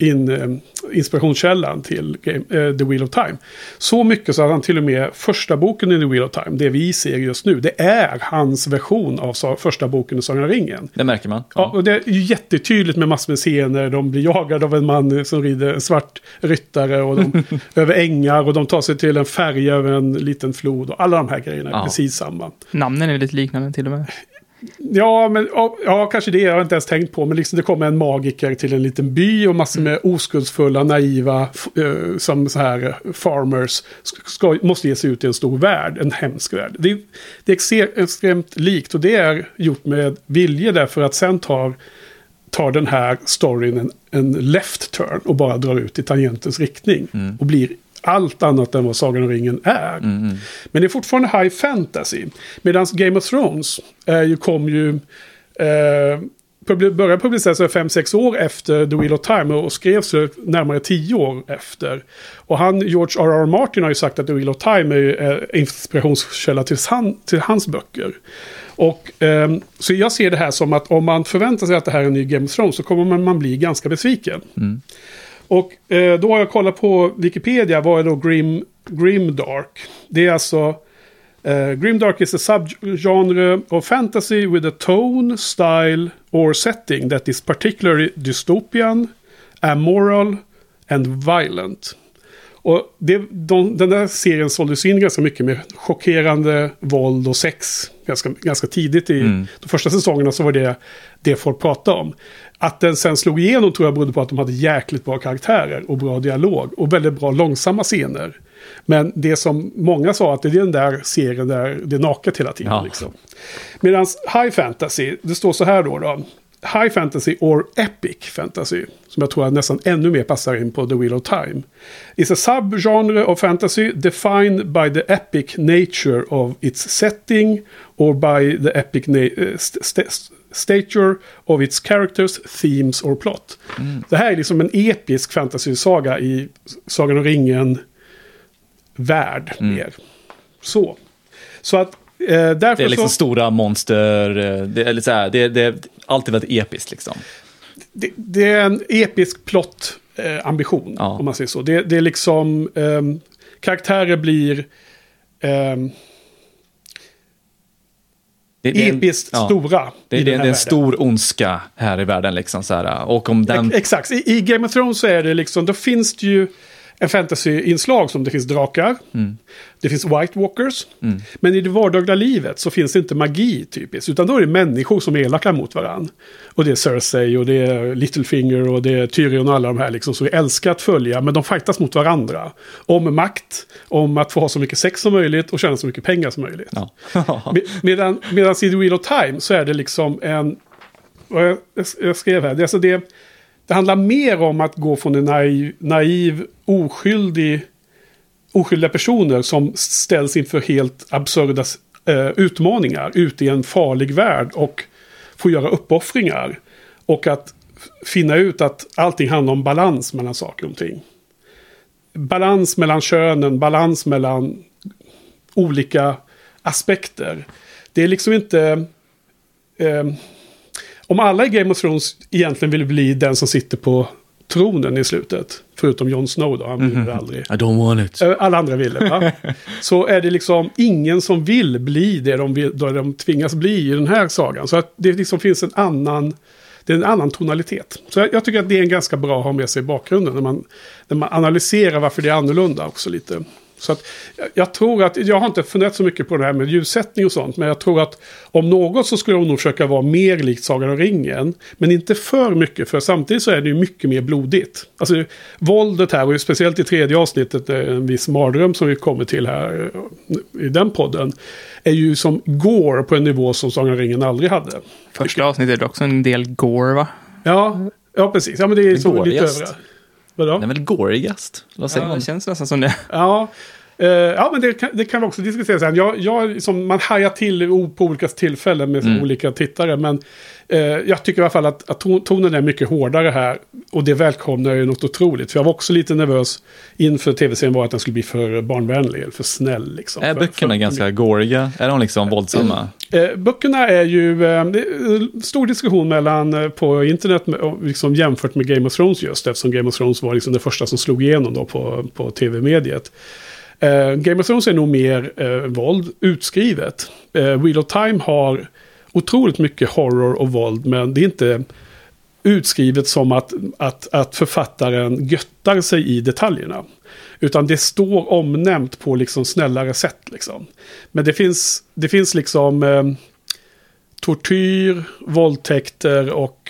inspirationskällan till The Wheel of Time. Så mycket så att han till och med första boken i The Wheel of Time, det vi ser just nu, det är hans version av första boken i Sagan om ringen. Det märker man. Ja, och det är ju jättetydligt med massor med scener. De blir jagade av en man som rider en svart ryttare och de över ängar, och de tar sig till en färja över en liten flod, och alla de här grejerna är precis samma. Namnen är lite liknande till och med. Ja, kanske det har jag inte ens tänkt på. Men liksom det kommer en magiker till en liten by och massor med oskuldsfulla, naiva som så här farmers måste ge sig ut i en stor värld, en hemsk värld. Det är extremt likt, och det är gjort med vilje därför att sen tar den här storyn en left turn och bara drar ut i tangentens riktning och blir allt annat än vad Sagan om ringen är. Men det är fortfarande high fantasy. Medan Game of Thrones började publiceras 5-6 år efter The Wheel of Time och skrevs närmare 10 år efter. Och George R.R. Martin har ju sagt att The Wheel of Time är inspirationskälla till hans böcker. Och så jag ser det här som att om man förväntar sig att det här är en ny Game of Thrones, så kommer man bli ganska besviken. Och då har jag kollat på Wikipedia, vad är då grimdark? Det är alltså grimdark is a subgenre of fantasy with a tone, style or setting that is particularly dystopian, amoral and violent. Och den där serien såldes in ganska mycket med chockerande våld och sex ganska tidigt i de första säsongerna, så var det folk pratade om. Att den sen slog igenom tror jag berodde på att de hade jäkligt bra karaktärer och bra dialog och väldigt bra långsamma scener. Men det som många sa att det är den där serien där det är naket hela tiden. Ja. Liksom. Medan High Fantasy, det står så här då. High Fantasy or Epic Fantasy, som jag tror att nästan ännu mer passar in på The Wheel of Time, is a subgenre of fantasy defined by the epic nature of its setting or by the epic stature of its characters, themes or plot. Det här är liksom en episk fantasy-saga i Sagan om ringen-värld mer. Så att därför det är liksom stora monster, det är lite så här, det är alltid väldigt episkt liksom. Det är en episk plott ambition, om man säger så. Det är liksom karaktärer blir episkt stora. Det är en stor ondska här i världen liksom så här, och om den exakt i Game of Thrones så är det liksom, då finns det ju en fantasy-inslag som det finns drakar. Det finns White Walkers. Men i det vardagliga livet så finns det inte magi typiskt. Utan då är det människor som är elaka mot varandra. Och det är Cersei och det är Littlefinger och det är Tyrion och alla de här liksom. Så vi älskar att följa, men de fightas mot varandra. Om makt, om att få ha så mycket sex som möjligt och tjäna så mycket pengar som möjligt. Ja. Medan i The Wheel of Time så är det liksom en... Jag skrev här, det handlar mer om att gå från en naiv oskyldiga personer som ställs inför helt absurda utmaningar ute i en farlig värld och får göra uppoffringar. Och att finna ut att allting handlar om balans mellan saker och ting. Balans mellan könen, balans mellan olika aspekter. Det är liksom inte... om alla i Game of Thrones egentligen vill bli den som sitter på tronen i slutet, förutom Jon Snow då, han vill aldrig. I don't want it. Alla andra ville, va? Så är det liksom ingen som vill bli det de tvingas bli i den här sagan. Så att det liksom finns en annan tonalitet. Så jag tycker att det är en ganska bra att ha med sig i bakgrunden när man analyserar varför det är annorlunda också lite. Så att jag tror att, jag har inte funderat så mycket på det här med ljussättning och sånt, men jag tror att om något så skulle de nog försöka vara mer likt Sagan om ringen, men inte för mycket, för samtidigt så är det ju mycket mer blodigt. Alltså våldet här, och speciellt i 3:e avsnittet, en viss mardröm som vi kommer till här i den podden, är ju som gore på en nivå som Sagan om ringen aldrig hade. Första avsnittet är det också en del gore, va? Ja precis. Ja, men det är så lite överallt. Vadå? Det är väl gorigast? Det känns nästan som det. Ja, men det kan vi också diskutera sen. Man hajar till på olika tillfällen med olika tittare, men jag tycker i alla fall att tonen är mycket hårdare här, och det välkomnar ju något otroligt. För jag var också lite nervös inför tv-serien var att den skulle bli för barnvänlig eller för snäll. Liksom. Är böckerna ganska goriga? Är de liksom våldsamma? Böckerna är ju stor diskussion på internet liksom jämfört med Game of Thrones, just eftersom Game of Thrones var liksom det första som slog igenom då på tv-mediet. Game of Thrones är nog mer våld utskrivet. Wheel of Time har otroligt mycket horror och våld, men det är inte utskrivet som att författaren göttar sig i detaljerna. Utan det står omnämnt på liksom snällare sätt. Liksom. Men det finns liksom tortyr, våldtäkter och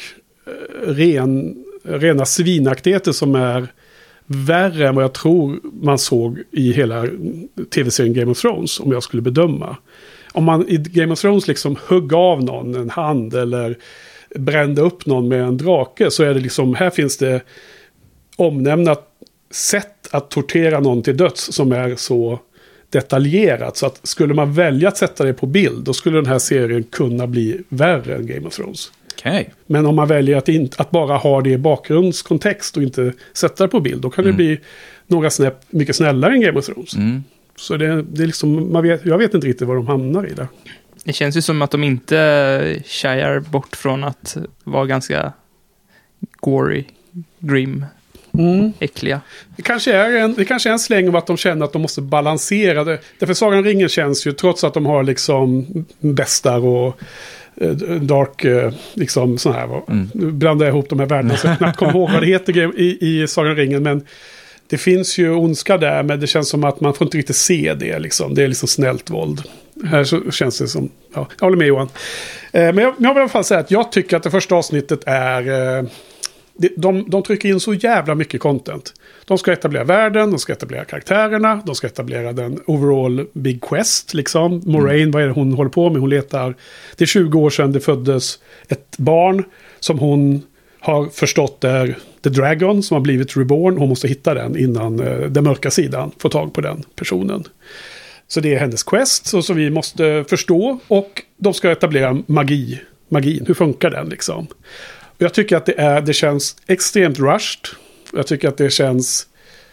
rena svinaktigheter som är värre än vad jag tror man såg i hela tv-serien Game of Thrones, om jag skulle bedöma. Om man i Game of Thrones liksom hugga av någon en hand eller brände upp någon med en drake, så är det liksom, här finns det omnämnat sätt att tortera någon till döds som är så detaljerat, så att skulle man välja att sätta det på bild, då skulle den här serien kunna bli värre än Game of Thrones. Okay. Men om man väljer att bara ha det i bakgrundskontext och inte sätta det på bild, då kan det bli några snäpp mycket snällare än Game of Thrones. Så det är liksom, jag vet inte riktigt vad de hamnar i där. Det känns ju som att de inte tjejar bort från att vara ganska gory, grim, äckliga. Det kanske är en släng av att de känner att de måste balansera det. Därför Sagan om ringen känns ju, trots att de har liksom bästar och dark, liksom sån här. Nu blandar jag ihop de här världarna så jag knappt kommer ihåg vad det heter i Sagan om ringen, men det finns ju ondska där, men det känns som att man får inte riktigt se det liksom. Det är liksom snällt våld. Här så känns det som, ja, jag håller med Johan. Men jag vill i alla fall säga att jag tycker att det första avsnittet är... De trycker in så jävla mycket content. De ska etablera världen, de ska etablera karaktärerna, de ska etablera den overall big quest liksom. Moraine, vad är det hon håller på med? Hon letar... Det är 20 år sedan det föddes ett barn som hon har förstått är The Dragon som har blivit reborn. Hon måste hitta den innan den mörka sidan får tag på den personen. Så det är hennes quest så vi måste förstå, och de ska etablera magin. Hur funkar den liksom? Och jag tycker att det känns extremt rushed. Jag tycker att det känns...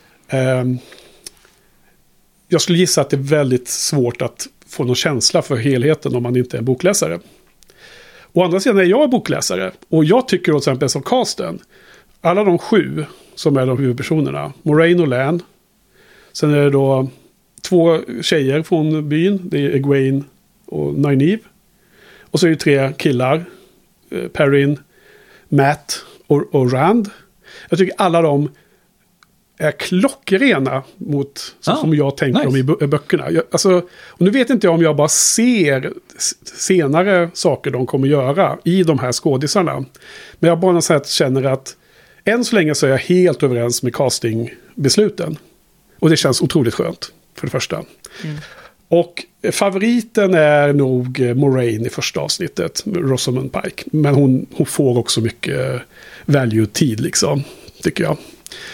jag skulle gissa att det är väldigt svårt att få någon känsla för helheten om man inte är en bokläsare. Å andra sidan är jag bokläsare, och jag tycker till exempel som casten, alla de 7 som är de huvudpersonerna, Moraine och Lan, sen är det då 2 tjejer från byn, det är Egwene och Nynaeve, och så är det 3 killar, Perrin, Matt och Rand. Jag tycker alla de är klockrena mot som jag tänker om i böckerna. Och nu vet inte jag om jag bara ser senare saker de kommer göra i de här skådisarna. Men jag bara något sätt känner att än så länge så är jag helt överens med castingbesluten. Och det känns otroligt skönt, för det första. Mm. Och favoriten är nog Moraine i första avsnittet, Rosamund Pike. Men hon får också mycket value-tid liksom, tycker jag.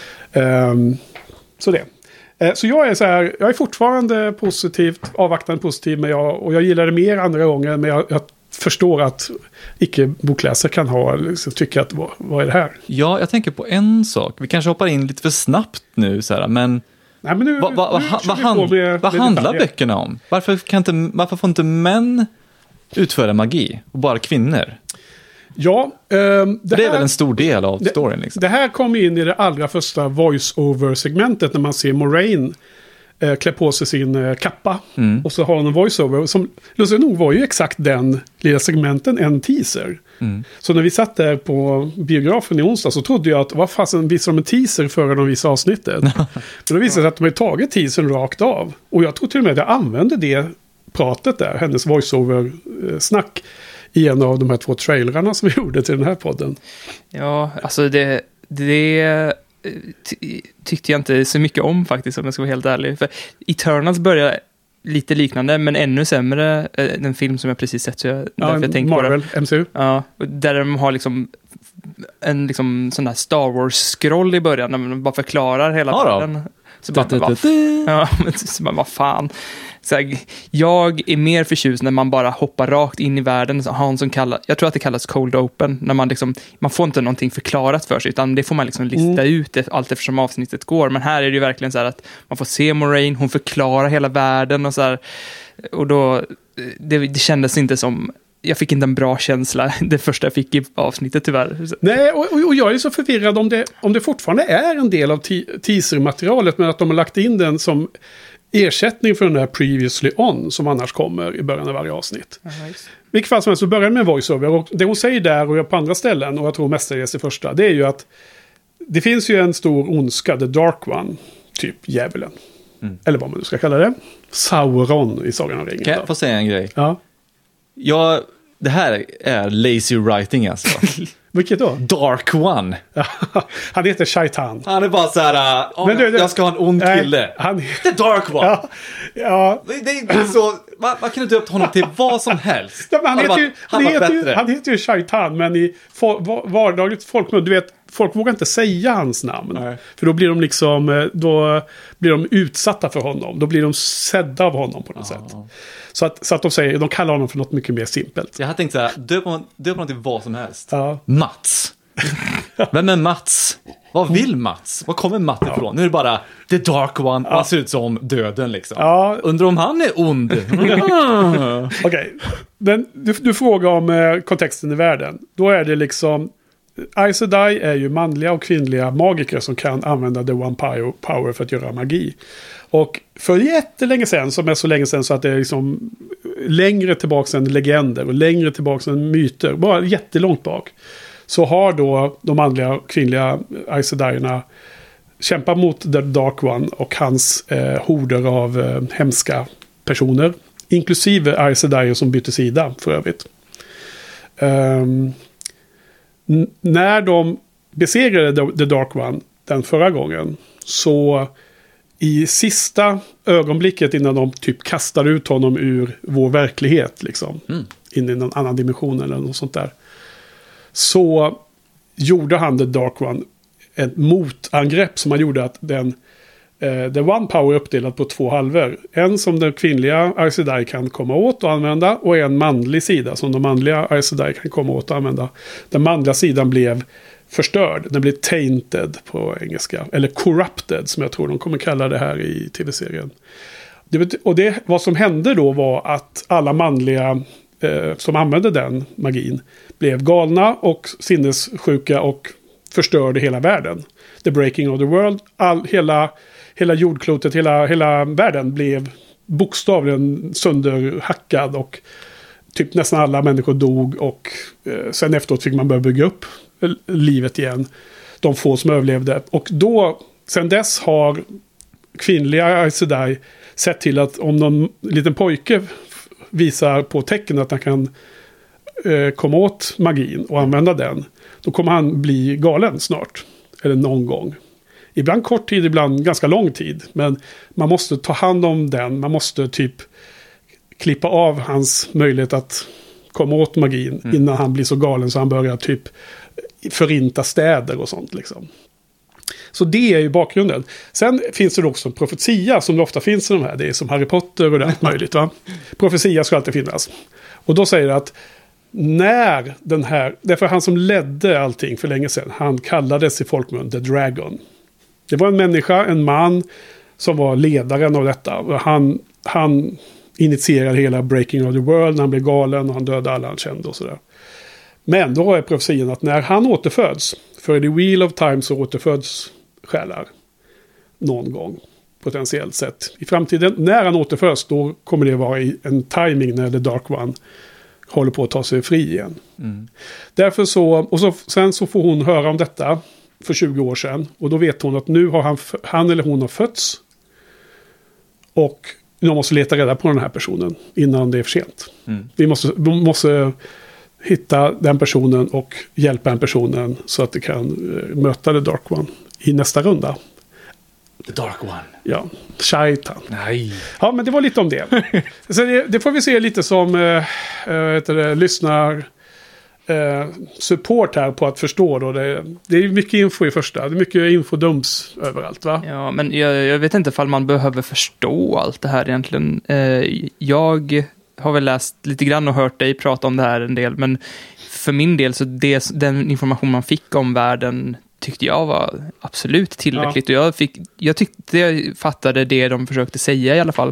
Så det. Så jag är så här, jag är fortfarande positivt, avvaktande positiv, men jag gillar det mer andra gånger, men jag förstår att icke-bokläsare kan tycka att vad är det här? Ja, jag tänker på en sak. Vi kanske hoppar in lite för snabbt nu, så här, men... Nej, men nu, vad handlar böckerna om? Varför får inte män utföra magi och bara kvinnor? Ja, det är väl en stor del av storyn. Liksom. Det här kom in i det allra första voice-over-segmentet när man ser Moraine klä på sig sin kappa. Mm. Och så har hon en voice-over som lustigt nog var ju exakt den lilla segmenten en teaser. Mm. Så när vi satt där på biografen i onsdag så trodde jag att vad fasen visade de en teaser före de visade avsnittet. Men då visade det sig att de hade tagit teasern rakt av. Och jag tror till och med att jag använde det pratet där, hennes voice-over-snack, i en av de här 2 trailerarna som vi gjorde till den här podden. Ja, alltså det tyckte jag inte så mycket om faktiskt, om jag ska vara helt ärlig. För Eternals börjar lite liknande, men ännu sämre. Den film som jag precis sett, så jag tänkte Marvel, på MCU. Ja, där de har liksom en liksom sån där Star Wars-scroll i början, när man bara förklarar hela världen. Så bara, vad fan. Så här, jag är mer förtjust när man bara hoppar rakt in i världen. Jag tror att det kallas cold open, när man får inte någonting förklarat för sig, utan det får man liksom lista ut allt eftersom avsnittet går. Men här är det ju verkligen så här att man får se Moraine, hon förklarar hela världen och så här, och då det kändes inte som, jag fick inte en bra känsla det första jag fick i avsnittet, tyvärr. Nej, och jag är så förvirrad om det fortfarande är en del av teaser-materialet, men att de har lagt in den som ersättning för den där Previously On som annars kommer i början av varje avsnitt. Nice. Vilket fall som helst så börjar med voiceover, och det hon säger där och på andra ställen, och jag tror mestadels i första, det är ju att det finns ju en stor ondska, The Dark One, typ djävulen. Mm. Eller vad man nu ska kalla det. Sauron i Sagan om ringen. Kan jag få säga en grej? Ja. Det här är lazy writing alltså. Vilket då? Dark One. Han heter Shaitan. Han är bara så här, jag ska ha en ond kille. The Dark One. Ja. Det är inte så, man kan inte döpa honom till vad som helst. Ja, han heter ju Shaitan, men i vardagligt folkmun, du vet, folk vågar inte säga hans namn. Nej. För då blir de liksom, då blir de utsatta för honom. Då blir de sedda av honom på något sätt. Så att de kallar honom för något mycket mer simpelt. Jag hade tänkt så här, döp honom till vad som helst. Ja. Mats. Vem är Mats? Vad vill Mats? Var kommer Mats ifrån? Nu är det bara The Dark One. Han ser ut som döden liksom. Ja. Undrar om han är ond. Okej. Du frågar om kontexten i världen. Då är det liksom, Aes Sedai är ju manliga och kvinnliga magiker som kan använda The One Power för att göra magi. Och för jättelänge sedan, som är så länge sedan så att det är liksom längre tillbaka än legender och längre tillbaka än myter, bara jättelångt bak, så har då de manliga och kvinnliga Aes Sedaierna kämpar mot The Dark One och hans horder av hemska personer. Inklusive Aes Sedai som bytte sida för övrigt. När de besegrade The Dark One den förra gången, så i sista ögonblicket innan de typ kastar ut honom ur vår verklighet liksom, in i någon annan dimension eller något sånt där, så gjorde han The Dark One ett motangrepp som han gjorde att The One Power är uppdelad på 2 halvor. En som den kvinnliga Aes Sedai kan komma åt och använda, och en manlig sida som de manliga Aes Sedai kan komma åt och använda. Den manliga sidan blev förstörd. Den blev tainted på engelska. Eller corrupted som jag tror de kommer kalla det här i tv-serien. Vad som hände då var att alla manliga som använde den magin blev galna och sinnessjuka och förstörde hela världen. The Breaking of the World. Hela jordklotet, hela världen blev bokstavligen sönderhackad och typ nästan alla människor dog, och sen efteråt fick man börja bygga upp livet igen. De få som överlevde. Och då, sen dess har kvinnliga Aes Sedai sett till att om någon liten pojke visar på tecken att han kan komma åt magin och använda den, då kommer han bli galen snart. Eller någon gång. Ibland kort tid, ibland ganska lång tid. Men man måste ta hand om den. Man måste typ klippa av hans möjlighet att komma åt magin innan han blir så galen så han börjar typ förinta städer och sånt liksom. Så det är ju bakgrunden. Sen finns det också en profetia som det ofta finns i de här. Det är som Harry Potter och det allt möjligt, va? Profetia ska alltid finnas. Och då säger det att när den här, därför han som ledde allting för länge sedan, han kallades i folkmun The Dragon. Det var en människa, en man som var ledaren av detta. Och han initierade hela Breaking of the World när han blev galen och han dödade alla han kände och sådär. Men då är profetian att när han återföds, för The Wheel of Time så återföds själar någon gång potentiellt sett i framtiden. När han återföds då kommer det vara i en timing när The Dark One håller på att ta sig fri igen. Därför sen så får hon höra om detta för 20 år sedan. Och då vet hon att nu har han eller hon har fötts. Och nu måste leta reda på den här personen innan det är för sent. Vi måste hitta den personen och hjälpa den personen så att det kan möta The Dark One i nästa runda. The Dark One. Ja, Shaitan. Nej. Ja, men det var lite om det. Så det får vi se lite som lyssnar support här på att förstå då. Det är mycket info i första. Det är mycket infodums överallt, va? Ja, men jag vet inte ifall man behöver förstå allt det här egentligen. Jag har väl läst lite grann och hört dig prata om det här en del, men för min del så den information man fick om världen tyckte jag var absolut tillräckligt. Ja. Och jag tyckte jag fattade det de försökte säga i alla fall.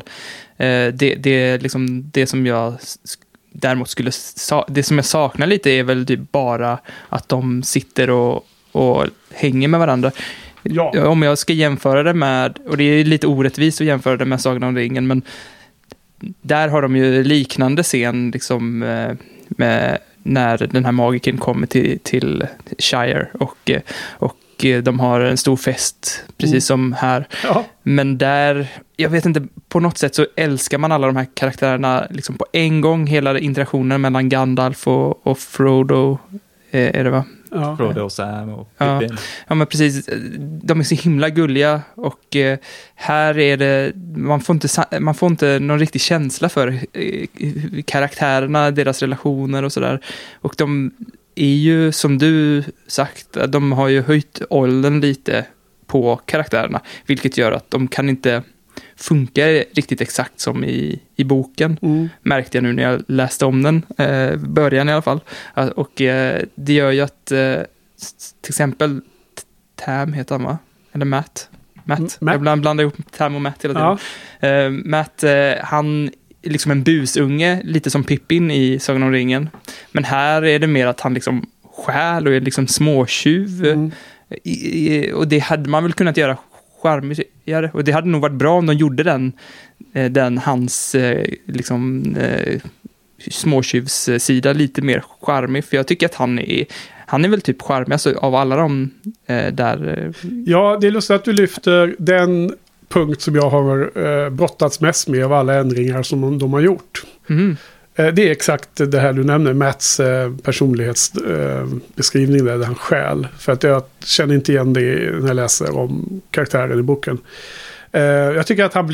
Det som jag däremot det som jag saknar lite är väl typ bara att de sitter och hänger med varandra. Ja. Om jag ska jämföra det med, och det är lite orättvist att jämföra det med Sagan om ringen, men där har de ju liknande scen liksom med när den här magiken kommer till Shire och de har en stor fest precis som här. Ja. Men där, jag vet inte, på något sätt så älskar man alla de här karaktärerna liksom på en gång, hela interaktionen mellan Gandalf och Frodo, är det va? Ja. Frodo och Sam och Pippin. Ja, men precis. De är så himla gulliga och här är det, man får inte någon riktig känsla för karaktärerna, deras relationer och sådär. Och de är ju, som du sagt, de har ju höjt åldern lite på karaktärerna, vilket gör att de kan inte funka riktigt exakt som i boken. Märkte jag nu när jag läste om den, början i alla fall. Och det gör ju att till exempel Tam heter han, va? Eller Matt. Jag blandar ihop Tam och Matt hela tiden. Ja. Matt, han är liksom en busunge, lite som Pippin i Sagan om ringen. Men här är det mer att han liksom stjäl och är liksom småtjuv. Och det hade man väl kunnat göra charmigare. Och det hade nog varit bra om de gjorde den hans småtjuvssida lite mer charmig. För jag tycker att han är väl typ charmigast av alla de där. Ja, det är lustigt att du lyfter den punkt som jag har brottats mest med av alla ändringar som de har gjort. Mm. Det är exakt det här du nämner, Matts personlighetsbeskrivning där han stjäl. För att jag känner inte igen det när jag läser om karaktären i boken. Jag tycker att han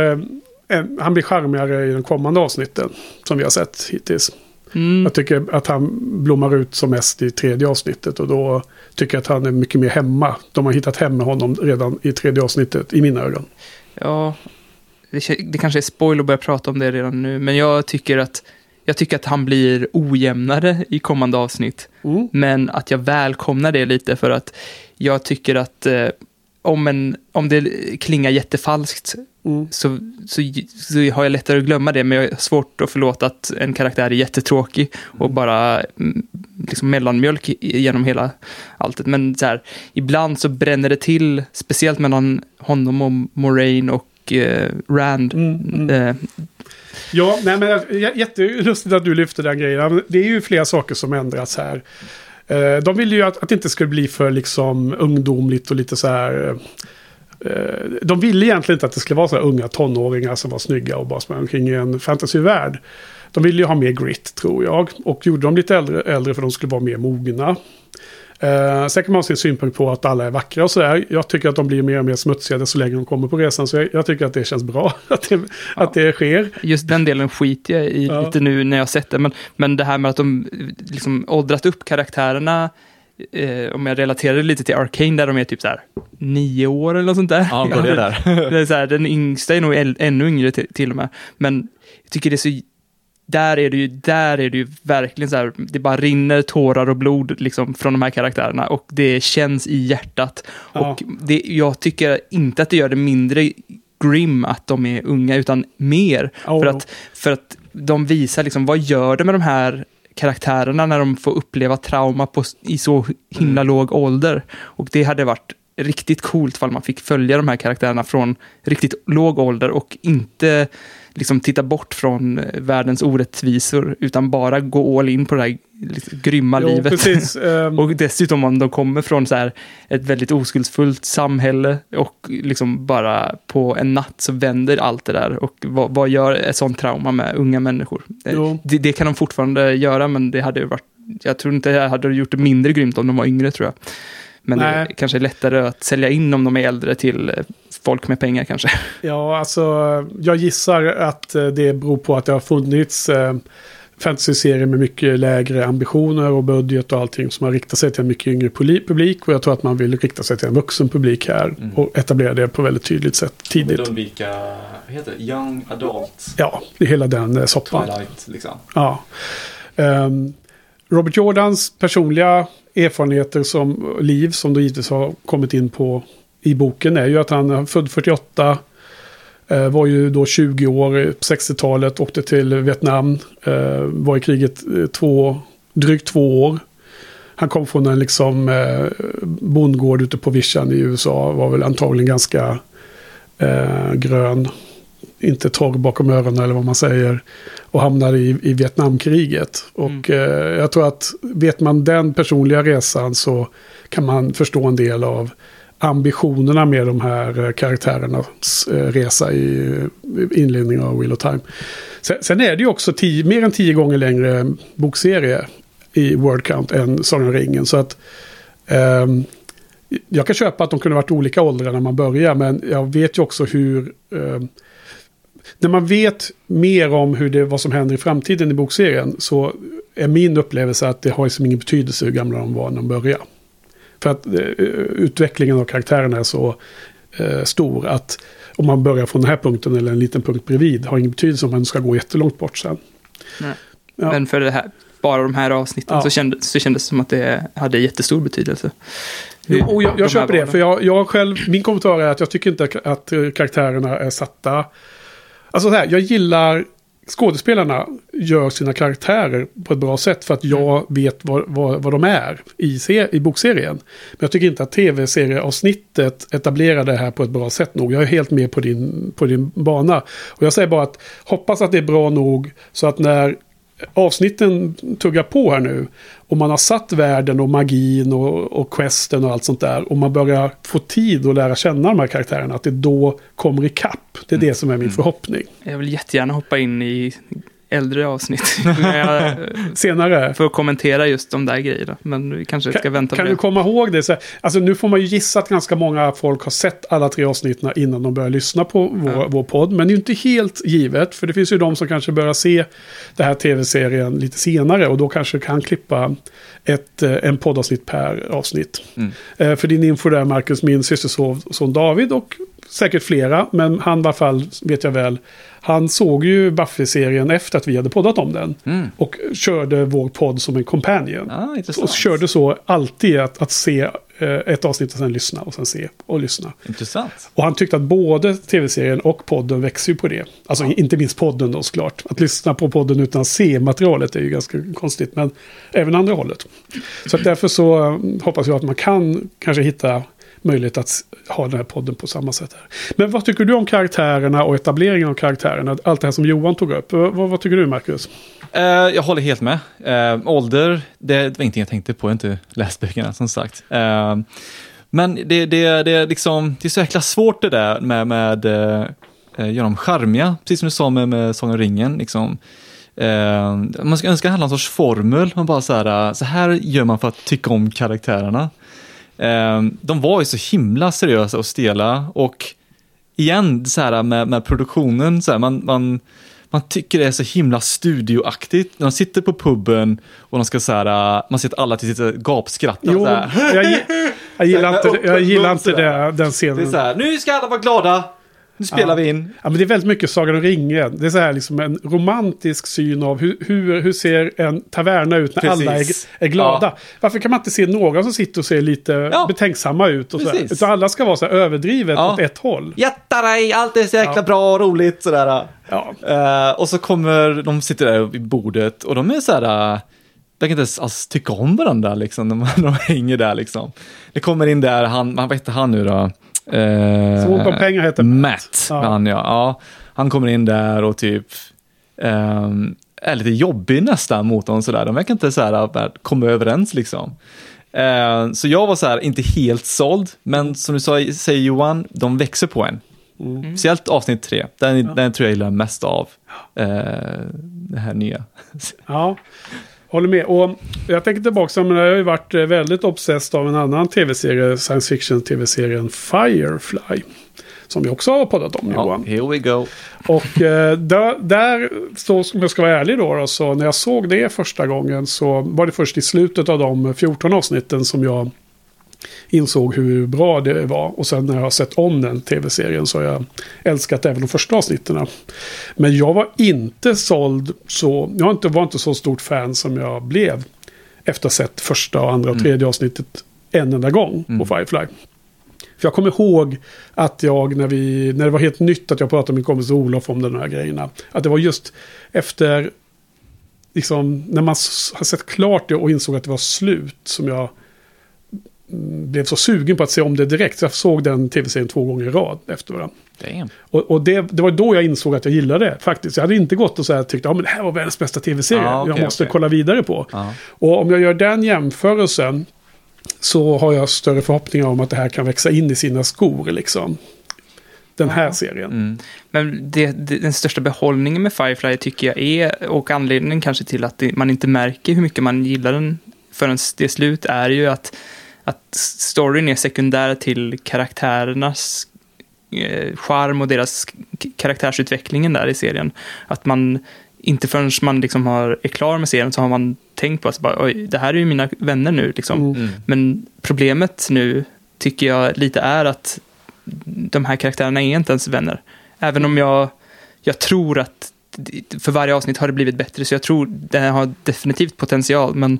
blir charmigare i den kommande avsnitten som vi har sett hittills. Mm. Jag tycker att han blommar ut som mest i 3:e avsnittet och då tycker jag att han är mycket mer hemma. De har hittat hem med honom redan i 3:e avsnittet i mina ögon. Ja, det kanske är spoil att börja prata om det redan nu, men jag tycker att han blir ojämnare i kommande avsnitt. Mm. Men att jag välkomnar det lite för att jag tycker att om det klingar jättefalskt så har jag lättare att glömma det, men jag har svårt att förlåta att en karaktär är jättetråkig och bara liksom mellanmjölk genom hela alltet. Men så här, ibland så bränner det till, speciellt mellan honom och Moraine och Rand. Ja, nej, men jättelustigt att du lyfter den grejen. Det är ju flera saker som ändras här. De ville ju att det inte skulle bli för liksom ungdomligt och lite så här. De ville egentligen inte att det skulle vara så här unga tonåringar som var snygga och bara sprang omkring i en fantasyvärld. De ville ju ha mer grit, tror jag. Och gjorde de lite äldre för de skulle vara mer mogna. Sen kan man ha sin synpunkt på att alla är vackra och sådär. Jag tycker att de blir mer och mer smutsiga så länge de kommer på resan. Så jag tycker att det känns bra att det sker. Just den delen skiter jag i lite nu när jag sett det. Men det här med att de liksom åldrat upp karaktärerna, om jag relaterar det lite till Arcane där de är typ så här 9 år eller något sånt där. Ja, det där. Det är så här, den yngsta är nog ännu yngre till och med. Men jag tycker det är så... Där är det ju verkligen så här, det bara rinner tårar och blod liksom från de här karaktärerna och det känns i hjärtat. Ja. Och jag tycker inte att det gör det mindre grim att de är unga utan mer. För att de visar liksom, vad gör det med de här karaktärerna när de får uppleva trauma i så himla låg ålder. Och det hade varit riktigt coolt ifall man fick följa de här karaktärerna från riktigt låg ålder och inte liksom titta bort från världens orättvisor utan bara gå all in på det här liksom grymma livet. Precis, och dessutom om de kommer från så här ett väldigt oskuldsfullt samhälle och liksom bara på en natt så vänder allt det där och vad gör ett sånt trauma med unga människor? Det kan de fortfarande göra, men det hade varit, jag tror inte jag hade gjort det mindre grymt om de var yngre, tror jag. Men det är kanske lättare att sälja in om de är äldre till folk med pengar kanske. Ja, alltså jag gissar att det beror på att det har funnits fantasy-serier med mycket lägre ambitioner och budget och allting som har riktat sig till en mycket yngre publik. Och jag tror att man vill rikta sig till en vuxen publik här och etablera det på väldigt tydligt sätt tidigt. Och undvika, vad heter det? Young adult. Ja, det är hela den soppan. Twilight, liksom. Ja. Robert Jordans personliga erfarenheter som liv som då givetvis har kommit in på i boken är ju att han är född 48, var ju då 20 år på 60-talet, åkte till Vietnam, var i kriget drygt 2 år. Han kom från en liksom bondgård ute på vischan i USA, var väl antagligen ganska grön, inte torr bakom öronen eller vad man säger, och hamnade i Vietnamkriget. Och jag tror att vet man den personliga resan så kan man förstå en del av ambitionerna med de här karaktärernas resa i inledningen av Wheel of Time. Sen är det ju också mer än 10 gånger längre bokserie i word count än Sagan om ringen, så att jag kan köpa att de kunde varit olika åldrar när man börjar, men jag vet ju också hur när man vet mer om vad som händer i framtiden i bokserien, så är min upplevelse att det har liksom ingen betydelse hur gamla de var när de började. För att utvecklingen av karaktärerna är så stor att om man börjar från den här punkten eller en liten punkt bredvid har ingen betydelse om man ska gå jättelångt bort sen. Nej. Ja. Men för det här, bara de här avsnitten så kändes det som att det hade jättestor betydelse. Och jag köper det, för jag själv, min kommentar är att jag tycker inte att karaktärerna är satta. Alltså så här, jag gillar skådespelarna gör sina karaktärer på ett bra sätt för att jag vet vad de är i bokserien. Men jag tycker inte att tv-serieavsnittet etablerar det här på ett bra sätt nog. Jag är helt med på din bana. Och jag säger bara att hoppas att det är bra nog så att när avsnitten tuggar på här nu och man har satt världen och magin och questen och allt sånt där och man börjar få tid att lära känna de här karaktärerna, att det då kommer ikapp. Det är det som är min förhoppning. Jag vill jättegärna hoppa in i äldre avsnitt senare för att kommentera just de där grejerna, men vi kanske ska vänta på det. Kan du komma ihåg det? Så här, alltså nu får man ju gissa att ganska många folk har sett alla 3 avsnitten innan de börjar lyssna på vår podd, men det är ju inte helt givet, för det finns ju de som kanske börjar se det här tv-serien lite senare och då kanske kan klippa en poddavsnitt per avsnitt. För din info där, Marcus, min systerson David och säkert flera, men han i alla fall, vet jag väl, han såg ju Buffy-serien efter att vi hade poddat om den. Och körde vår podd som en companion. Och körde så alltid att se ett avsnitt och sen lyssna och sen se och lyssna. Intressant. Och han tyckte att både tv-serien och podden växer ju på det. Alltså inte minst podden då såklart. Att lyssna på podden utan att se materialet är ju ganska konstigt, men även andra hållet. Så att därför så hoppas jag att man kan kanske hitta möjlighet att ha den här podden på samma sätt här. Men vad tycker du om karaktärerna och etableringen av karaktärerna? Allt det här som Johan tog upp. Vad tycker du, Marcus? Jag håller helt med. Ålder, det var ingenting jag tänkte på. Jag har inte läst böckerna, som sagt. Men det är liksom, det är så jäkla svårt det där med göra dem charmiga. Precis som du sa med Sång och ringen. Liksom. Man ska önska handla en sorts formel. Man bara så här gör man för att tycka om karaktärerna. De var ju så himla seriösa och stela, och igen så här med produktionen så här, man tycker det är så himla studioaktigt när de sitter på puben och de ska så här, man ser att alla till sitt gapskratta. Jo, jag gillar inte den scenen. Det är så här, nu ska alla vara glada. Nu spelar vi in. Ja, men det är väldigt mycket Sagan om ringen. Det är så här liksom en romantisk syn av hur ser en taverna ut när alla är glada. Ja. Varför kan man inte se några som sitter och ser lite betänksamma ut? Och så här. Utan alla ska vara så här överdrivet åt ett håll. Jättarej, allt är så jäkla bra och roligt. Sådär. Ja. Och så kommer de sitter där vid bordet och de är så här... Jag kan inte alls tycka om varandra liksom, när de hänger där liksom. Det kommer in där, vad heter han nu då? Så på pengar heter Matt. Han kommer in där och typ är lite jobbig nästan mot dem sådär. De verkar inte så här komma överens liksom. Så jag var så här inte helt såld, men som du säger Johan, de växer på en. Speciellt avsnitt 3. Den tror jag gillar mest av det här nya. Ja. Håller med. Och jag tänker tillbaka, men jag har ju varit väldigt obsessed av en annan tv-serie, science fiction tv-serien Firefly. Som vi också har poddat om, Johan. Here we go. Och där så, om jag ska vara ärlig då, så när jag såg det första gången så var det först i slutet av de 14 avsnitten som jag insåg hur bra det var. Och sen när jag har sett om den tv-serien så har jag älskat även de första avsnitten. Men jag var inte såld så... Jag var inte så stort fan som jag blev efter att ha sett första, andra och tredje avsnittet en enda gång på Firefly. För jag kommer ihåg att jag, när det var helt nytt att jag pratade med min kompis Olof om de här grejerna. Att det var just efter... Liksom, när man har sett klart det och insåg att det var slut som jag... blev så sugen på att se om det direkt. Så jag såg den tv-serien 2 gånger i rad efter varandra. Och det var då jag insåg att jag gillade det faktiskt. Jag hade inte gått och så här tyckt, men det här var världens bästa tv-serie. Jag måste kolla vidare på. Och om jag gör den jämförelsen så har jag större förhoppningar om att det här kan växa in i sina skor liksom. Den här serien. Men den största behållningen med Firefly tycker jag är, och anledningen kanske till att man inte märker hur mycket man gillar den förrän det är slut, är ju att storyn är sekundär till karaktärernas charm och deras karaktärsutvecklingen där i serien. Att man inte förrän man liksom är klar med serien så har man tänkt på att oj, det här är ju mina vänner nu liksom. Men problemet nu tycker jag lite är att de här karaktärerna är inte ens vänner. Även om jag tror att för varje avsnitt har det blivit bättre, så jag tror det har definitivt potential, men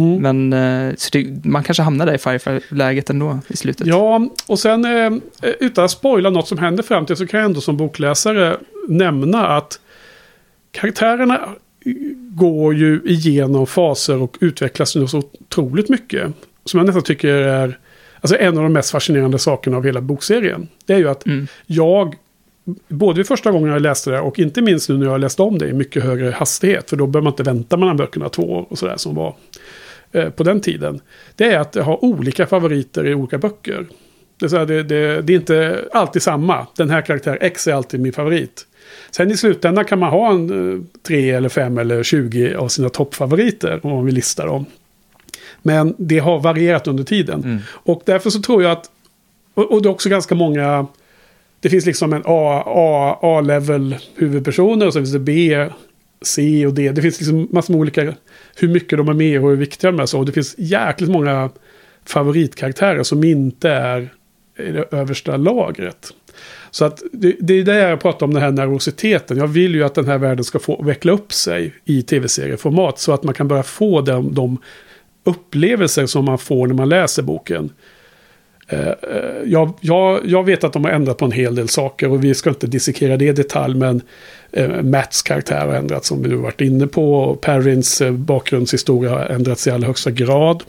så man kanske hamnar där i Firefly-läget ändå i slutet. Ja, och sen utan att spoila något som händer fram till, så kan jag ändå som bokläsare nämna att karaktärerna går ju igenom faser och utvecklas nu så otroligt mycket, som jag nästan tycker är alltså en av de mest fascinerande sakerna av hela bokserien. Det är ju att jag både vid första gången jag läste det och inte minst nu när jag läste om det i mycket högre hastighet, för då behöver man inte vänta mellan böckerna 2 år och sådär som var på den tiden. Det är att ha olika favoriter i olika böcker. Det är inte alltid samma. Den här karaktär X är alltid min favorit. Sen i slutändan kan man ha en 3 eller 5 eller 20 av sina toppfavoriter om man vill lista dem. Men det har varierat under tiden. Och därför så tror jag att, och det är också ganska många, det finns liksom en A-level huvudpersoner och så finns det B, C och D. Det finns liksom massor med olika, hur mycket de är med och hur viktiga de är. Och det finns jäkligt många favoritkaraktärer som inte är i det översta lagret. Så att det är där jag pratar om den här nervositeten. Jag vill ju att den här världen ska få veckla upp sig i tv-serieformat så att man kan börja få de upplevelser som man får när man läser boken. Jag vet att de har ändrat på en hel del saker och vi ska inte dissekera det i detalj, men Matts karaktär har ändrats som vi nu varit inne på, och Perrins bakgrundshistoria har ändrats i allra högsta grad.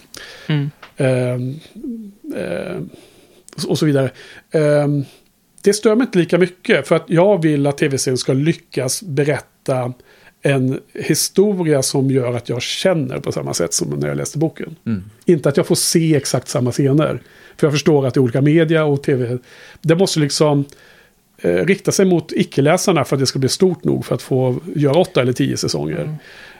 Och så vidare. Det stör mig inte lika mycket, för att jag vill att tv-serien ska lyckas berätta en historia som gör att jag känner på samma sätt som när jag läste boken. Inte att jag får se exakt samma scener. För jag förstår att det är olika media och tv. Det måste liksom rikta sig mot icke-läsarna för att det ska bli stort nog för att få göra 8 eller 10 säsonger.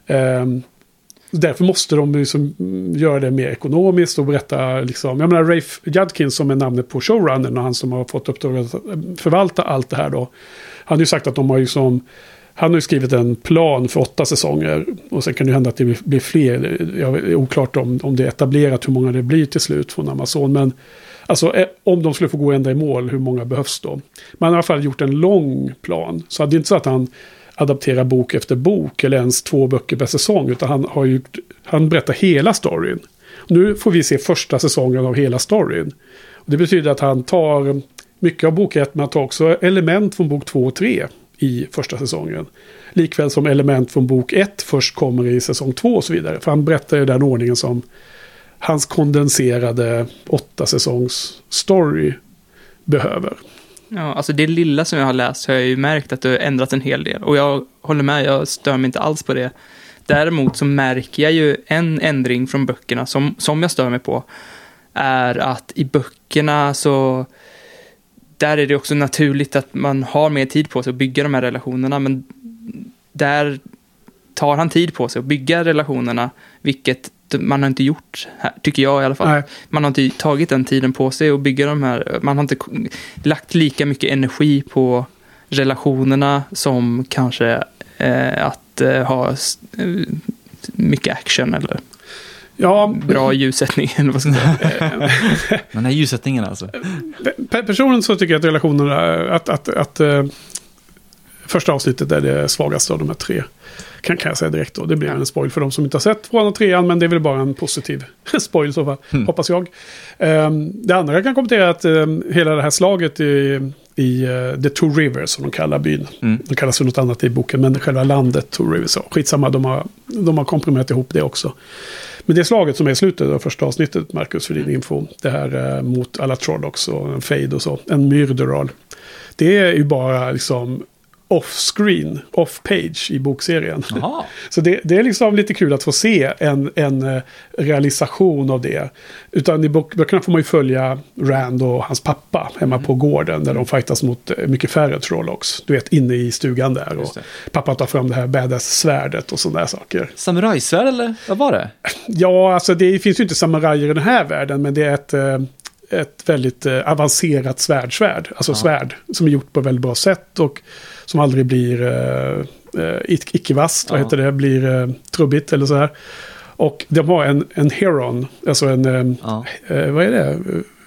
Därför måste de liksom göra det mer ekonomiskt och berätta liksom, jag menar Rafe Judkins som är namnet på showrunnern och han som har fått uppdrag att förvalta allt det här då. Han har ju sagt att de har liksom, han har ju skrivit en plan för 8 säsonger och sen kan det hända att det blir fler. Jag är oklart om det är etablerat hur många det blir till slut från Amazon, men alltså om de skulle få gå ända i mål, hur många behövs då? Man har i alla fall gjort en lång plan, så det är inte så att han adaptera bok efter bok eller ens 2 böcker per säsong, utan han berättar hela storyn. Nu får vi se första säsongen av hela storyn. Och det betyder att han tar mycket av bok 1, men han tar också element från bok 2 och 3 i första säsongen. Likväl som element från bok 1 först kommer i säsong 2 och så vidare. För han berättar i den ordningen som hans kondenserade 8 säsongs story behöver. Ja, alltså det lilla som jag har läst har jag ju märkt att det har ändrat en hel del. Och jag håller med, jag stör mig inte alls på det. Däremot så märker jag ju en ändring från böckerna som jag stör mig på. Är att i böckerna så där är det också naturligt att man har mer tid på sig att bygga de här relationerna. Men där tar han tid på sig att bygga relationerna, vilket man har inte gjort här, tycker jag i alla fall. Nej. Man har inte tagit den tiden på sig och bygga de här, man har inte lagt lika mycket energi på relationerna som kanske att ha mycket action eller bra ljussättning eller vad ska jag säga. Den här ljussättningen alltså. Personen så tycker jag att relationerna att första avsnittet är det svagaste av de här 3. Kan jag säga direkt då. Det blir en spoil för de som inte har sett 2 och 3, men det är väl bara en positiv spoil så fall, hoppas jag. Det andra jag kan kommentera är att hela det här slaget i The Two Rivers som de kallar byn. De kallas för något annat i boken, men själva landet Two Rivers. Skitsamma, de har komprimerat ihop det också. Men det slaget som är i slutet av första avsnittet, Marcus, för din info, det här mot alla Trollocs och en Fade och så, en Myrderal. Det är ju bara liksom off-screen, off-page i bokserien. Så det är liksom lite kul att få se en realisation av det. Utan i böckerna får man ju följa Rand och hans pappa hemma på gården där de fightas mot mycket färre Trollocs. Du vet, inne i stugan där. Och pappa tar fram det här badass-svärdet och sådana där saker. Samurajsvärd eller? Vad var det? Ja, alltså det finns ju inte samurajer i den här världen, men det är ett väldigt avancerat svärd. Alltså svärd som är gjort på ett väldigt bra sätt och som aldrig blir icke-vast, vad heter det, blir trubbigt eller så här. Och de har en heron, alltså vad är det?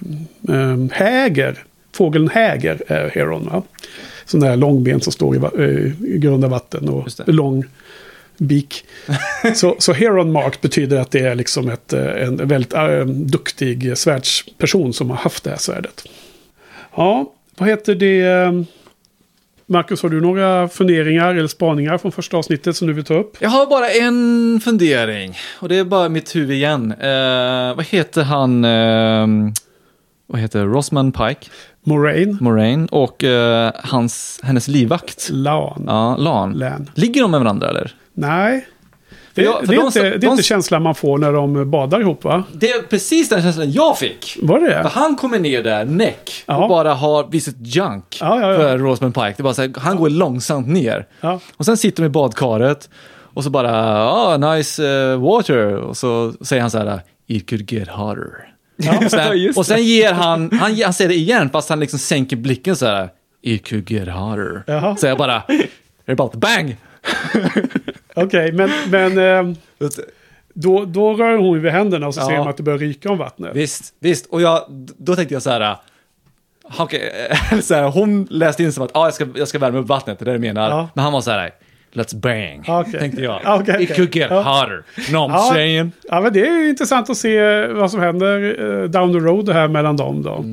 Häger. Fågeln häger är heron, va? Sån där långben som står i grunda vatten och lång bik. så Heron Mark betyder att det är liksom en väldigt duktig svärdsperson som har haft det här svärdet. Ja, vad heter det? Marcus, har du några funderingar eller spaningar från första avsnittet som du vill ta upp? Jag har bara en fundering. Och det är bara mitt huvud igen. Vad heter han? Vad heter Rosamund Pike? Moraine och hennes livvakt. Lan. Ja, Lan. Ligger de med varandra eller? Nej. Det är inte känslan man får när de badar ihop, va? Det är precis den känslan jag fick. Var det? För han kommer ner där, och bara har visat junk för Rosamund Pike. Det är bara så här, han går långsamt ner. Ja. Och sen sitter de i badkaret och så bara, nice water. Och så säger han så här, it could get hotter. Ja. Och sen ger han säger det igen fast han liksom sänker blicken så här, it could get hotter. Så jag bara, you're about to bang! Okej, men då rör hon vid händerna och så ser man att det börjar ryka om vattnet. Visst. Och då tänkte jag så här, hon läste in som att jag ska värma upp vattnet, det är det jag menar. Ja. Men han var så här, let's bang, tänkte jag. Okay. It could get hotter. No, I'm saying. Ja, men det är ju intressant att se vad som händer down the road här mellan dem då.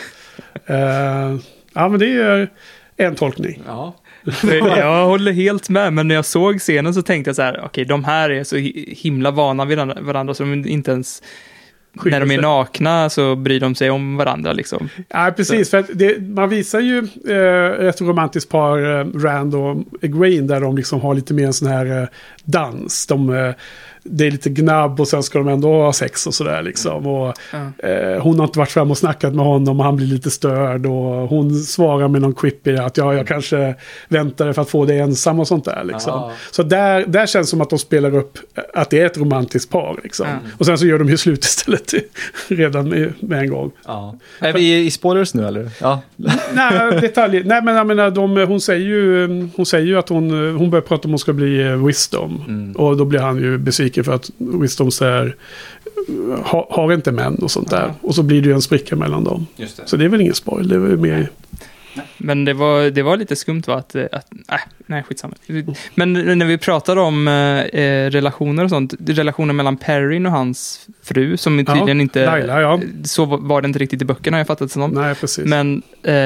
Men det är en tolkning. Ja. Jag håller helt med, men när jag såg scenen så tänkte jag så här, okej, de här är så himla vana vid varandra så de inte ens när de är nakna så bryr de sig om varandra liksom. Ja, precis, för att man visar ju ett romantiskt par, Rand och Egwene, där de liksom har lite mer en sån här dans. Det är lite gnabb och sen ska de ändå ha sex och sådär liksom. Och hon har inte varit fram och snackat med honom och han blir lite störd och hon svarar med någon quippy att jag kanske väntade för att få det ensam och sånt där liksom. Så där känns det som att de spelar upp att det är ett romantiskt par liksom. Och sen så gör de ju slut istället redan med en gång. Är vi i spoilers nu eller? Ja. Nej, detaljer. Nej, men jag menar, hon säger ju att hon börjar prata om att hon ska bli Wisdom. Och då blir han ju besviken för att Wisdom säger har inte män och sånt där. Och så blir det ju en spricka mellan dem. Just det. Så det är väl ingen spoil, det är väl mer... Men det var lite skumt va? Nej, skitsamma. Men när vi pratar om relationer och sånt, relationen mellan Perrin och hans fru, som tydligen inte... Laila, så var det inte riktigt i böckerna, jag fattat det som. Nej, precis. Men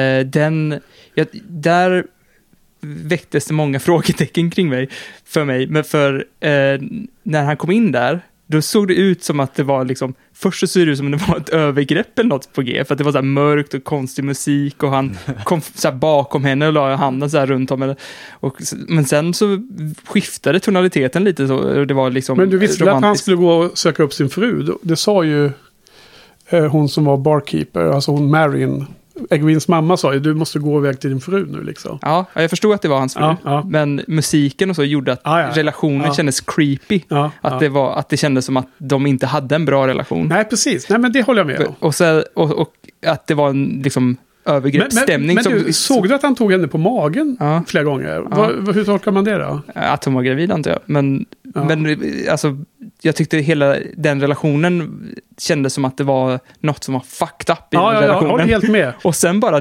där väcktes det många frågetecken kring mig. Men när han kom in där, då såg det ut som att det var liksom, först så såg det ut som att det var ett övergrepp eller något på G, för att det var så här mörkt och konstig musik och han kom så här bakom henne och la handen så här runt om henne. Men sen så skiftade tonaliteten lite så, och det var liksom. Men du visste att han skulle gå och söka upp sin fru, det sa ju hon som var barkeeper, alltså hon Marion. Egwenes mamma sa ju, du måste gå iväg till din fru nu liksom. Ja, jag förstod att det var hans fru. Men musiken och så gjorde att relationen kändes creepy. Att det kändes som att de inte hade en bra relation. Nej, precis. Nej, men det håller jag med om. Och att det var en liksom övergreppsstämning. Men såg du att han tog henne på magen flera gånger? Hur tolkar man det då? Att hon var gravid, antar jag. Men alltså, jag tyckte hela den relationen kändes som att det var något som var fucked up i relationen. Ja, jag håller helt med. Och sen bara,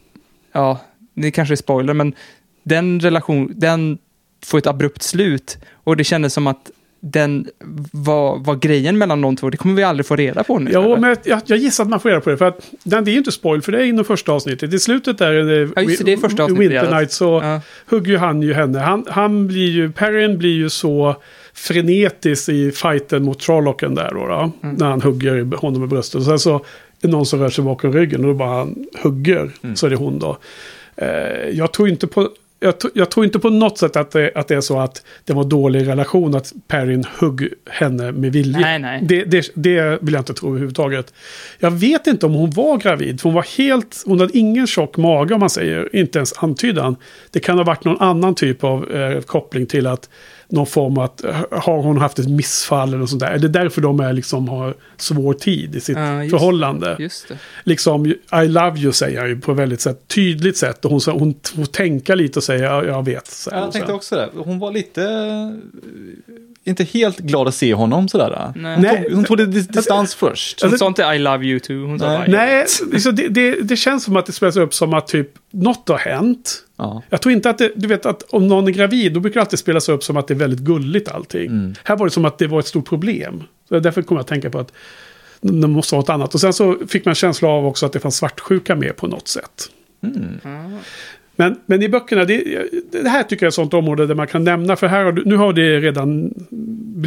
det kanske är spoiler, men den får ett abrupt slut. Och det kändes som att den var grejen mellan de två. Det kommer vi aldrig få reda på nu. Ja, men jag gissar att man får reda på det. För att det är ju inte spoil, för det är inom första avsnittet. I slutet där, det är första avsnittet, Winter Night, så hugger ju han ju henne. Perrin blir ju så frenetisk i fighten mot Trollocken där då. När han hugger honom i bröstet. Och sen så är det någon som rör sig bakom ryggen och då bara han hugger. Så är det hon då. Jag tror inte på något sätt att det är så att det var dålig relation att Perrin hugg henne med vilja. Nej. Det vill jag inte tro överhuvudtaget. Jag vet inte om hon var gravid. För hon hade ingen tjock mage, om man säger. Inte ens antydan. Det kan ha varit någon annan typ av koppling till att någon form att har hon haft ett missfall eller sånt där. Är det därför de har svår tid i sitt förhållande? Just det. Liksom, I love you säger han ju på ett väldigt tydligt sätt. Och hon får tänka lite och säga, jag vet. Jag tänkte också det. Hon var lite inte helt glad att se honom sådär. Nej. Hon tog det distans först. Hon sa inte I love you too. Hon sa nej, så det känns som att det spelas upp som att typ något har hänt. Ja. Jag tror inte att du vet att om någon är gravid, då brukar det alltid spelas upp som att det är väldigt gulligt allting. Här var det som att det var ett stort problem. Så därför kommer jag att tänka på att det måste vara något annat. Och sen så fick man känsla av också att det fanns svartsjuka med på något sätt. Men i böckerna, det här tycker jag är ett sånt område där man kan nämna, för nu har det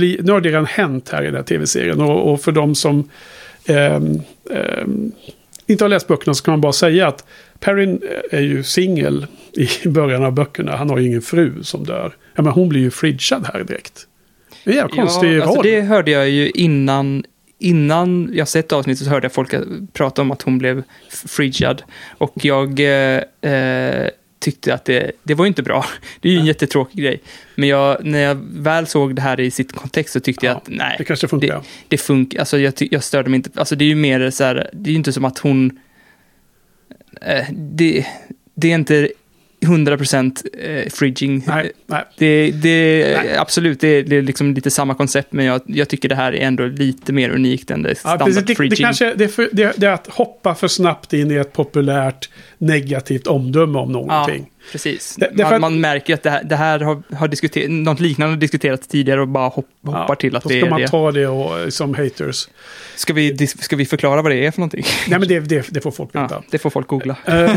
redan hänt här i den här tv-serien. Och för de som inte har läst böckerna så kan man bara säga att Perrin är ju singel i början av böckerna. Han har ju ingen fru som dör. Ja, men hon blir ju fridgad här direkt. Det är en jävla konstig roll. Alltså det hörde jag ju innan jag sett avsnittet, så hörde jag folk prata om att hon blev fridgad. Och jag tyckte att det var inte bra. Det är ju en jättetråkig grej. Men när jag väl såg det här i sitt kontext så tyckte jag att nej. Det kanske funkar. Det funkar. Alltså jag störde mig inte. Alltså det är ju mer så här, det är ju inte som att hon det är inte 100% fridging. Nej. Nej. Absolut, det är liksom lite samma koncept, men jag tycker det här är ändå lite mer unikt än det standard fridging. Det är att hoppa för snabbt in i ett populärt negativt omdöme om någonting. Ja, precis. Man märker att det här har diskuterats, något liknande har diskuterats tidigare och bara hoppar till att det är det. Då ska man ta det som haters. Ska vi förklara vad det är för någonting? Nej, men det får folk veta. Ja, det får folk googla.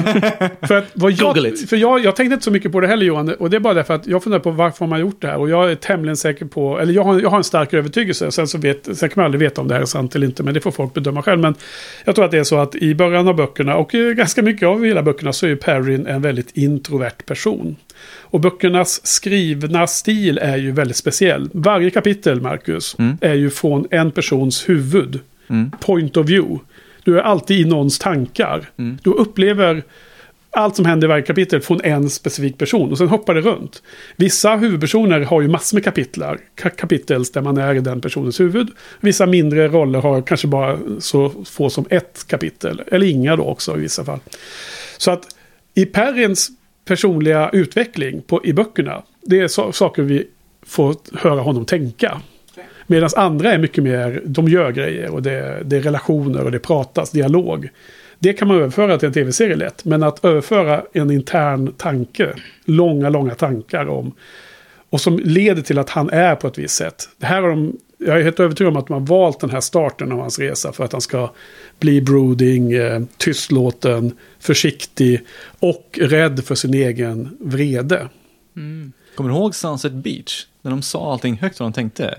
För jag tänkte inte så mycket på det heller, Johan. Och det är bara därför att jag funderar på varför man har gjort det här. Och jag är tämligen säker på, eller jag har en stark övertygelse. Sen kan man aldrig veta om det här är sant eller inte. Men det får folk bedöma själv. Men jag tror att det är så att i början av böckerna, och ganska mycket av hela böckerna, så är Perrin en väldigt introvert person. Och böckernas skrivna stil är ju väldigt speciell. Varje kapitel, Marcus, är ju från en persons huvud. Point of view. Du är alltid i någons tankar. Du upplever allt som händer i varje kapitel från en specifik person. Och sen hoppar det runt. Vissa huvudpersoner har ju massor med kapitel där man är i den personens huvud. Vissa mindre roller har kanske bara så få som ett kapitel. Eller inga då också i vissa fall. Så att i Perrins personliga utveckling i böckerna, det är saker vi får höra honom tänka. Medan andra är mycket mer, de gör grejer och det är relationer och det pratas, dialog. Det kan man överföra till en tv-serie lätt. Men att överföra en intern tanke, långa tankar om, och som leder till att han är på ett visst sätt. Det här jag är helt övertygad om att man har valt den här starten av hans resa för att han ska bli brooding, tystlåten, försiktig och rädd för sin egen vrede. Kommer du ihåg Sunset Beach? När de sa allting högt vad de tänkte.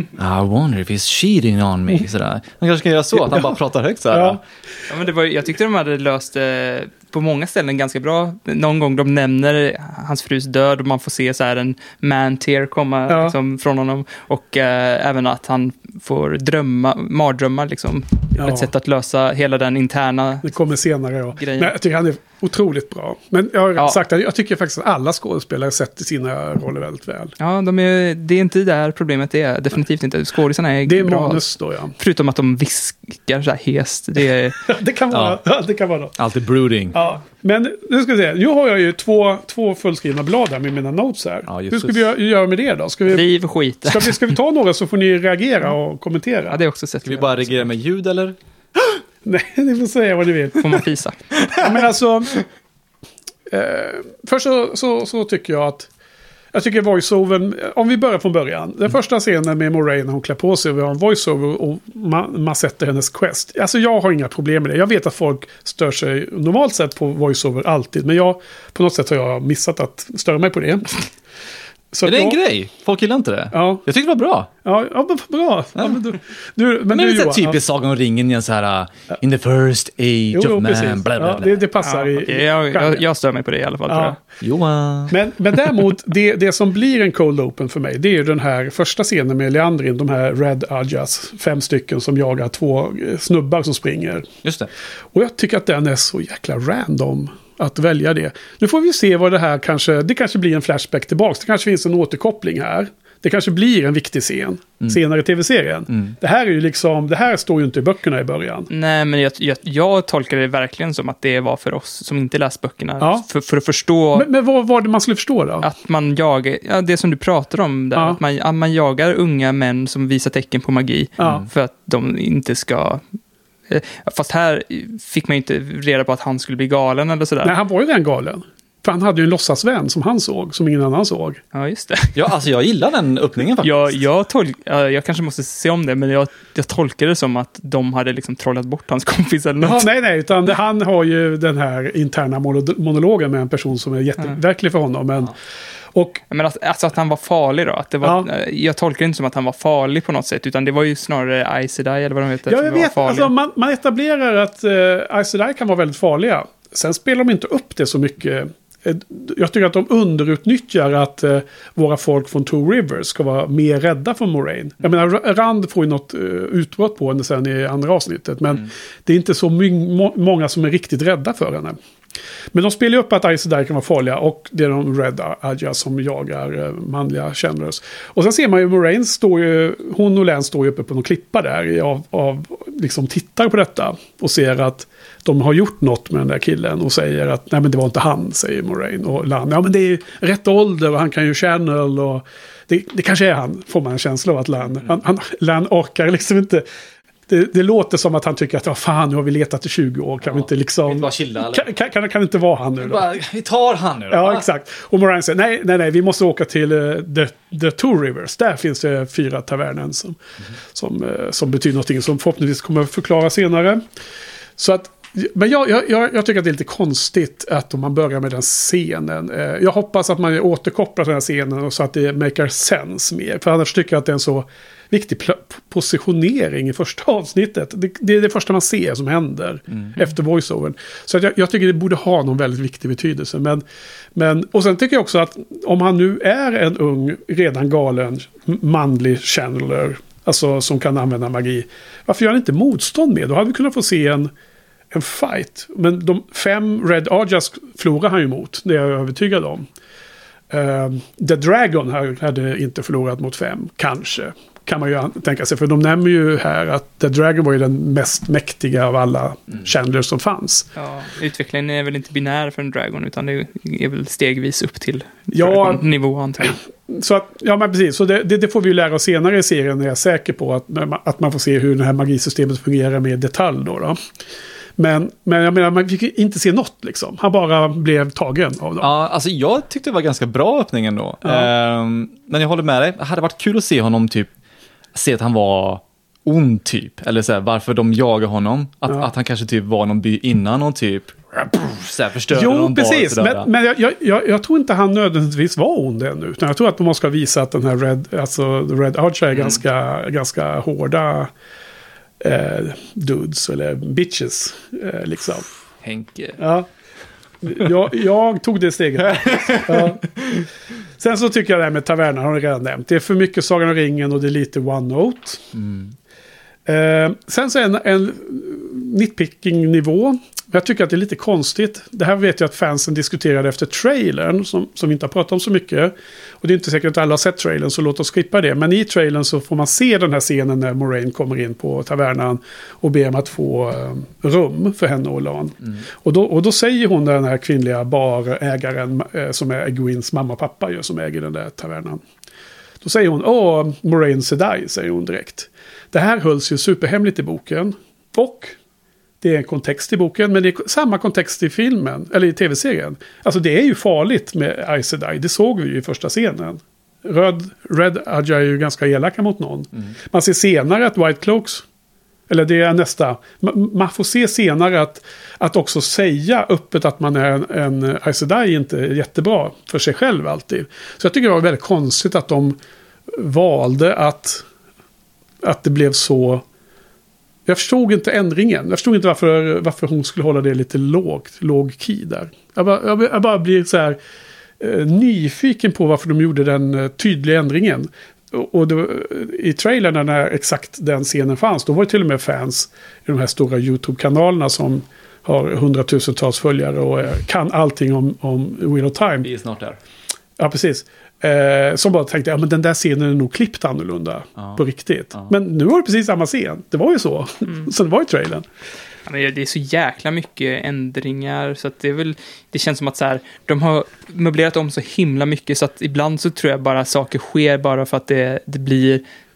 I wonder if he's cheating on me. Sådär. Man kanske kan göra så att han bara pratar högt sådär. Ja, men jag tyckte de hade löst på många ställen ganska bra. Någon gång de nämner hans frus död och man får se så här en man-tear komma liksom, från honom. Och även att han får mardrömmar liksom. Ett sätt att lösa hela den interna. Det kommer senare, grejen. Men jag tycker han är otroligt bra. Men jag har sagt att jag tycker faktiskt att alla skådespelare sätter sina roller väldigt väl. Ja, det är inte där problemet är. Definitivt inte. Skådisarna är det är bra. Manus då, ja. Förutom att de viskar så här hest. Det kan vara. Ja. Det kan vara något. Alltid brooding. Ja. Men nu ska vi se. Nu har jag ju två fullskrivna blad här med mina notes här. Ja, hur ska vi göra med det då? Riv skit. Ska vi ta några så får ni reagera och kommentera? Ja, det är också sett. Ska vi bara reagera med ljud eller? Nej, ni får säga vad ni vill. Får man fisa? Ja, men alltså... först så tycker jag att... Jag tycker voiceovern... Om vi börjar från början. Den första scenen med Moiraine när hon klär på sig och vi har en voiceover och man sätter hennes quest. Alltså jag har inga problem med det. Jag vet att folk stör sig normalt sett på voiceover alltid. Men på något sätt har jag missat att störa mig på det. Så är det en grej? Folk gillar inte det? Ja. Jag tycker det var bra. Ja men bra. Ja. Men det är så typiskt Sagan om ringen igen så här in the first age of man. Bla, bla, bla. Det passar i... Jag stör mig på det i alla fall. Ja. Johan. Men däremot, det som blir en cold open för mig, det är ju den här första scenen med Leandrin, de här Red Ajas, 5 stycken som jagar 2 snubbar som springer. Just det. Och jag tycker att den är så jäkla random att välja det. Nu får vi se vad det här kanske blir en flashback tillbaks. Det kanske finns en återkoppling här. Det kanske blir en viktig scen senare i tv-serien. Det här är ju liksom, det här står ju inte i böckerna i början. Nej, men jag tolkar det verkligen som att det var för oss som inte läst böckerna. Ja. För att förstå... Men vad var det man skulle förstå då? Att man jagar, det som du pratar om där, att man jagar unga män som visar tecken på magi för att de inte ska... Fast här fick man ju inte reda på att han skulle bli galen eller sådär. Nej, han var ju den galen. För han hade ju en låtsasvän som han såg, som ingen annan såg. Ja, just det. Ja, alltså jag gillar den öppningen faktiskt. Jag kanske måste se om det, men jag tolkar det som att de hade liksom trollat bort hans kompis eller något. Ja, nej, utan han har ju den här interna monologen med en person som är jätteverklig för honom. Men, men alltså att han var farlig då? Att det var, jag tolkar det inte som att han var farlig på något sätt, utan det var ju snarare Aes Sedai eller vad de heter. Ja, jag vet. Alltså, man etablerar att Aes Sedai kan vara väldigt farliga. Sen spelar de inte upp det så mycket. Jag tycker att de underutnyttjar att våra folk från Two Rivers ska vara mer rädda för Moraine. Jag menar, Rand får ju något utbrott på henne sen i andra avsnittet. Men det är inte så många som är riktigt rädda för henne. Men de spelar ju upp att Aes Sedai kan vara farliga. Och det är de Red Ajah som jagar manliga Chandlers. Och sen ser man ju Moraine hon och Lan står ju uppe på någon klippa där. Liksom tittar på detta. Och ser att de har gjort något med den där killen. Och säger att nej, men det var inte han, säger Moraine. Och Lan, ja men det är ju rätt ålder och han kan ju channel. Och det kanske är han, får man en känsla av att Lan orkar liksom inte. Det låter som att han tycker att fan, nu har vi letat i 20 år. Kan vi inte liksom... Bara chilla, eller? Kan inte vara han nu då? Vi tar han nu då. Ja, exakt. Och Moraine säger, nej, vi måste åka till the Two Rivers. Där finns det 4 tavernen som betyder någonting som förhoppningsvis kommer att förklara senare. Så att, men jag tycker att det är lite konstigt att om man börjar med den scenen. Jag hoppas att man återkopplar till den här scenen så att det makar sense mer. För annars tycker jag att det är en så viktig positionering i första avsnittet. Det är det första man ser som händer efter voiceovern. Så att jag tycker det borde ha någon väldigt viktig betydelse. Men, och sen tycker jag också att om han nu är en ung, redan galen, manlig channeler, alltså som kan använda magi, varför gör han inte motstånd med? Då hade vi kunnat få se en fight. Men de 5 Red Ajahs förlorar han ju emot. Det är jag övertygad om. The Dragon hade inte förlorat mot 5. Kanske. Kan man ju tänka sig. För de nämner ju här att The Dragon var ju den mest mäktiga av alla Chandlers som fanns. Ja, utvecklingen är väl inte binär för en Dragon, utan det är väl stegvis upp till nivå, antar jag. Så att, ja men precis, så det får vi ju lära oss senare i serien, är jag säker på att man får se hur det här magisystemet fungerar med detalj då. Men jag menar, man fick inte se något liksom. Han bara blev tagen av dem. Ja, alltså jag tyckte det var ganska bra öppning ändå. Ja. Men jag håller med dig. Det hade varit kul att se honom se att han var ond typ. Eller så här, varför de jagar honom. Att han kanske typ var någon by innan och typ så här, förstörde någon. Jo, precis. Men jag tror inte han nödvändigtvis var ond ännu. Utan jag tror att man ska visa att den här Red Ajah är ganska hårda dudes eller bitches liksom. Henke. Ja. Jag tog det steget. Ja. Sen så tycker jag det här med tavernan har jag redan nämnt. Det är för mycket Sagan om ringen och det är lite OneNote. Sen så är en nitpicking-nivå. Jag tycker att det är lite konstigt. Det här vet jag att fansen diskuterade efter trailern som vi inte har pratat om så mycket. Och det är inte säkert att alla har sett trailern, så låt oss skippa det. Men i trailern så får man se den här scenen när Moraine kommer in på tavernan och ber om att få rum för henne och Lan. Och då säger hon, den här kvinnliga barägaren som är Egwenes mamma och pappa som äger den där tavernan. Då säger hon, Moraine Sedai, säger hon direkt. Det här hölls ju superhemligt i boken. Och det är en kontext i boken, men det är samma kontext i filmen, eller i tv-serien. Alltså det är ju farligt med Aes Sedai, det såg vi ju i första scenen. Red Ajah är ju ganska elaka mot någon. Man ser senare att White Cloaks, eller det är nästa, man får se senare att också säga öppet att man är en Aes Sedai inte är jättebra för sig själv alltid. Så jag tycker det var väldigt konstigt att de valde att det blev så. Jag förstod inte ändringen. Jag förstod inte varför hon skulle hålla det lite låg key där. Jag bara blir så här nyfiken på varför de gjorde den tydliga ändringen. Och i trailern när exakt den scenen fanns, då var det till och med fans i de här stora YouTube-kanalerna som har 100,000-tals följare och kan allting om Wheel of Time. Vi är snart där. Ja, precis. Som bara tänkte, men den där scenen är nog klippt annorlunda på riktigt. Men nu var det precis samma scen. Det var ju så. Så det var i trailern. Ja, men det är så jäkla mycket ändringar så att det känns som att så här, de har möblerat om så himla mycket så att ibland så tror jag bara saker sker bara för att det blir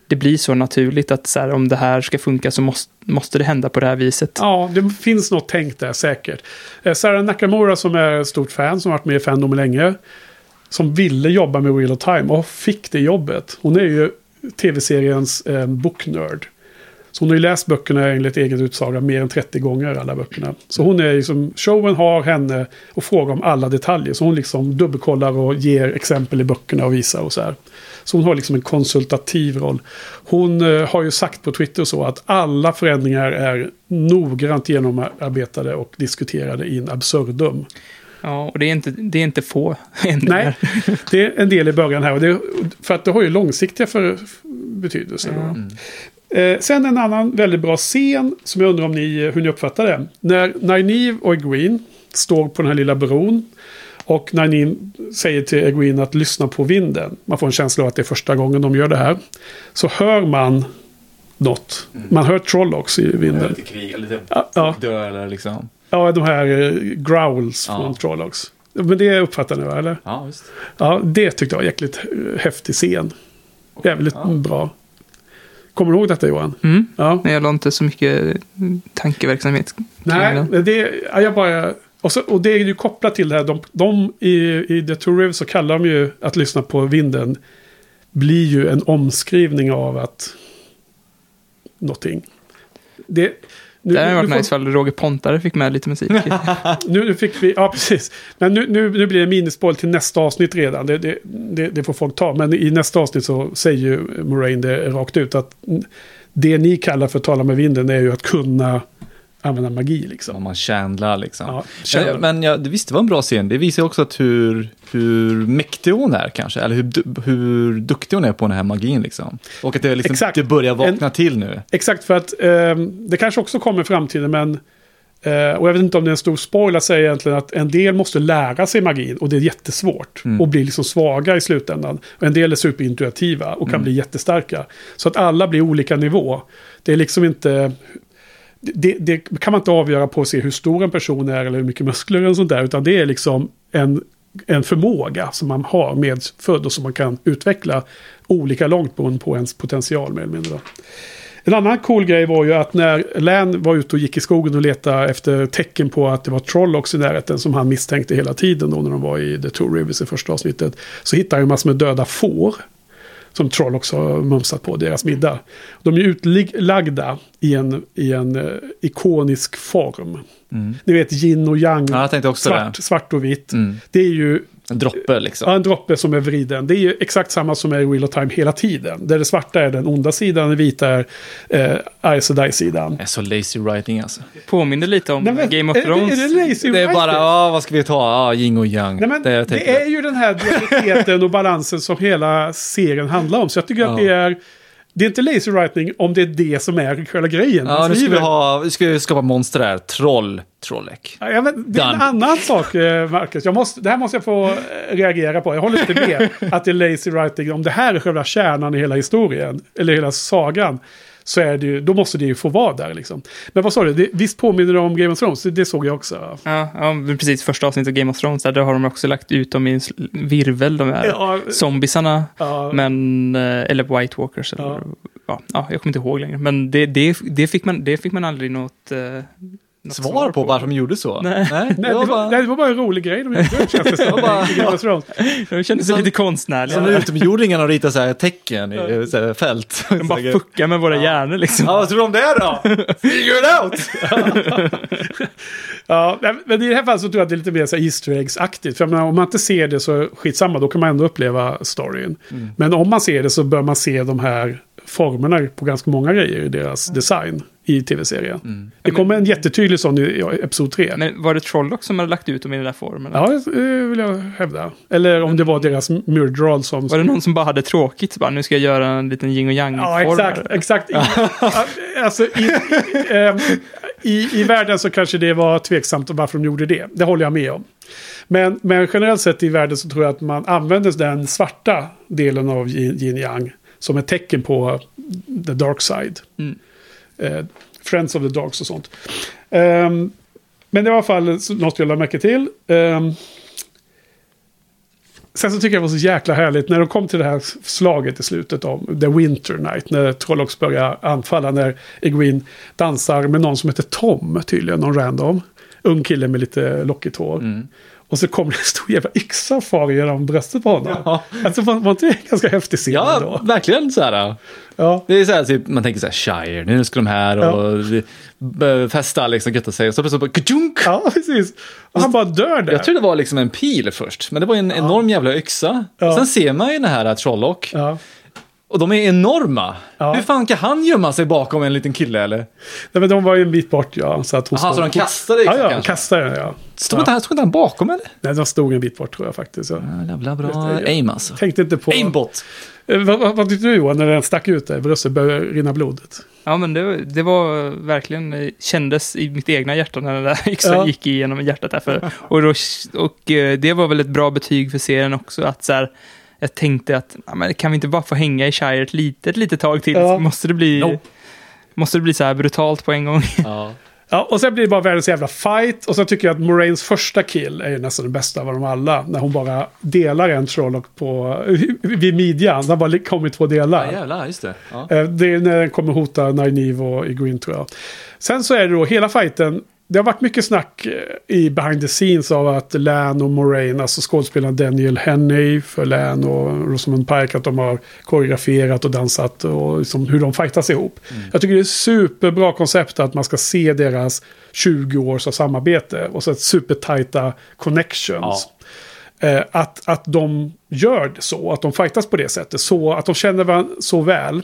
det blir så naturligt att så här, om det här ska funka så måste det hända på det här viset. Ja, det finns något tänkt där säkert. Sarah Nakamura som är ett stort fan, som har varit med i Fandom länge, som ville jobba med Wheel of Time och fick det jobbet. Hon är ju tv-seriens boknörd. Så hon har ju läst böckerna enligt egen utsaga mer än 30 gånger, alla böckerna. Så hon är liksom, showen har henne och frågar om alla detaljer. Så hon liksom dubbelkollar och ger exempel i böckerna och visar och så här. Så hon har liksom en konsultativ roll. Hon har ju sagt på Twitter så att alla förändringar är noggrant genomarbetade och diskuterade in absurdum. Ja, och det är inte få ändringar. Nej, det är en del i början här. Och för att det har ju långsiktiga betydelser. Ja. Sen en annan väldigt bra scen som jag undrar om hur ni uppfattar det. När Nynaeve och Egwene står på den här lilla bron. Och Nynaeve säger till Egwene att lyssna på vinden. Man får en känsla av att det är första gången de gör det här. Så hör man något. Man hör Trollocs i vinden. Lite krig, lite ja. Eller liksom. Ja, de här growls från Trollocs. Men det uppfattar ni, va? Eller? Ja, visst. Ja, det tyckte jag var jäkligt häftig scen. Jävligt bra. Kommer du ihåg detta, Johan? Mm. Ja. Men jag la inte så mycket tankeverksamhet. Nej, och det är ju kopplat till det här. De i The Two Rivers så kallar de ju att lyssna på vinden blir ju en omskrivning av att någonting. Det hade varit nice ifall Roger Pontare fick med lite musik. nu fick vi, ja precis. Men nu blir det minispoil till nästa avsnitt redan. Det får folk ta. Men i nästa avsnitt så säger ju Moraine det rakt ut att det ni kallar för att tala med vinden är ju att kunna använda magi liksom. Om man kändlar liksom. Ja, men det visste var en bra scen. Det visar också att hur mäktig hon är kanske. Eller hur duktig hon är på den här magin liksom. Och att det, liksom, det börjar vakna till nu. Exakt, för att det kanske också kommer i framtiden, men och jag vet inte om det är en stor spoiler att säga egentligen att en del måste lära sig magin och det är jättesvårt och blir liksom svaga i slutändan. Och en del är superintuitiva och kan bli jättestarka. Så att alla blir olika nivå. Det är liksom inte... Det kan man inte avgöra på att se hur stor en person är eller hur mycket muskler och sånt där, utan det är liksom en förmåga som man har medfödd och som man kan utveckla olika långt på ens potential mer eller mindre. En annan cool grej var ju att när Lan var ute och gick i skogen och letade efter tecken på att det var Trollocs i närheten som han misstänkte hela tiden då när de var i The Two Rivers i första avsnittet, så hittade han massor med döda får som Trollocs har mumsat på deras middag. De är utlagda i en ikonisk form. Ni vet, yin och yang, svart och vitt. Det är ju en droppe liksom. Ja, en droppe som är vriden. Det är ju exakt samma som är i Wheel of Time hela tiden. Där det svarta är den onda sidan, det vita är Aes Sedai-sidan. Det är så lazy writing alltså. Påminner lite om Game of Thrones. Är det lazy det är bara, vad ska vi ta? Yin och yang. Nej, men det är ju den här dualiteten och balansen som hela serien handlar om. Så jag tycker att det är inte lazy writing om det är det som är själva grejen. Ja, nu ska vi skapa monster där. Trollek. Ja, det är en annan sak, Marcus. Det här måste jag få reagera på. Jag håller inte med att det är lazy writing. Om det här är själva kärnan i hela historien, eller hela sagan, så är det ju, då måste det ju få vara där liksom. Men vad sa du? Visst påminner det om Game of Thrones? Det såg jag också. Ja, precis. Första avsnittet av Game of Thrones, där har de också lagt ut dem i en virvel, de här zombisarna. Ja. Men, eller White Walkers. Eller, jag kommer inte ihåg längre. Men det fick man aldrig något svar på varför de gjorde så. Nej, det var bara en rolig grej de gjorde. Det kändes lite konstnärligt. Som utomjordingarna har ritat så här tecken i så här fält. De bara fuckar med våra hjärnor liksom. Ja, vad tror du om det då? Figure it out! Ja, men i det här fallet så tror jag att det är lite mer så här Easter eggs-aktigt. För om man inte ser det så skitsamma, då kan man ändå uppleva storyn. Men om man ser det så bör man se de här formerna på ganska många grejer i deras design i tv-serien. Det kommer en jättetydlig sån i episod 3. Men var det Trollocs som hade lagt ut dem i den där formen? Ja, det vill jag hävda. Eller om det var deras Myrdral som... Var det någon som bara hade tråkigt? Så bara, nu ska jag göra en liten yin och yang-form. Ja, exakt. Alltså, i världen så kanske det var tveksamt varför de gjorde det. Det håller jag med om. Men generellt sett i världen så tror jag att man använder den svarta delen av yin yang som ett tecken på the dark side. Friends of the Dogs och sånt. Men det var i alla fall något jag lade märke till. Sen så tycker jag det var så jäkla härligt när de kom till det här slaget i slutet av The Winter Night. När Trollocs börjar anfalla. När Egwene dansar med någon som heter Tom tydligen. Någon random. Ung kille med lite lockigt hår. Och så kommer det en stor jävla yxa far genom bröstet på honom. Ja. Alltså var inte det ganska häftig scen då? Verkligen så här. Ja. Det är så här, typ, man tänker så här, Shire, nu ska de här och festa liksom, götta sig. Och så plötsligt bara, kajunk! Ja, precis. Och han bara dör där. Jag tror det var liksom en pil först, men det var en enorm jävla yxa. Ja. Sen ser man ju den här Trolloc. Ja. Och de är enorma. Ja. Hur fan kan han gömma sig bakom en liten kille, eller? Nej, men de var ju en bit bort, ja. Så att hon så de kastade liksom, ja, de kastade, ja. Stod inte han bakom, eller? Nej, de stod en bit bort, tror jag faktiskt. Ja. Jävla bra aim, alltså. Tänkte inte på... Aimbot! Vad tyckte du, Johan, när den stack ut där? Bröstet började rinna blodet. Ja, men det var verkligen, kändes i mitt egna hjärta när den där yxan gick igenom hjärtat därför. Och det var väl ett bra betyg för serien också, att så här, jag tänkte att men kan vi inte bara få hänga i Shire ett litet tag till? Ja. Måste det bli så här brutalt på en gång? Ja. Ja, och sen blir det bara världens jävla fight. Och så tycker jag att Moraines första kill är nästan den bästa av dem alla. När hon bara delar en Trolloc vid midjan. Det har bara kommit 2 delar. Ja, jävlar, just det. Ja. Det är när den kommer hota Nynaeve och Egwene, tror jag. Sen så är det då hela fighten. Det har varit mycket snack i behind the scenes av att Lan och Moraine, alltså skådespelaren Daniel Henney för Lan och Rosamund Pike, att de har koreograferat och dansat och liksom hur de fightas ihop. Jag tycker det är ett superbra koncept att man ska se deras 20 års av samarbete och så ett supertajta connections. Ja. Att de gör det så, att de fightas på det sättet, så att de känner varandra så väl.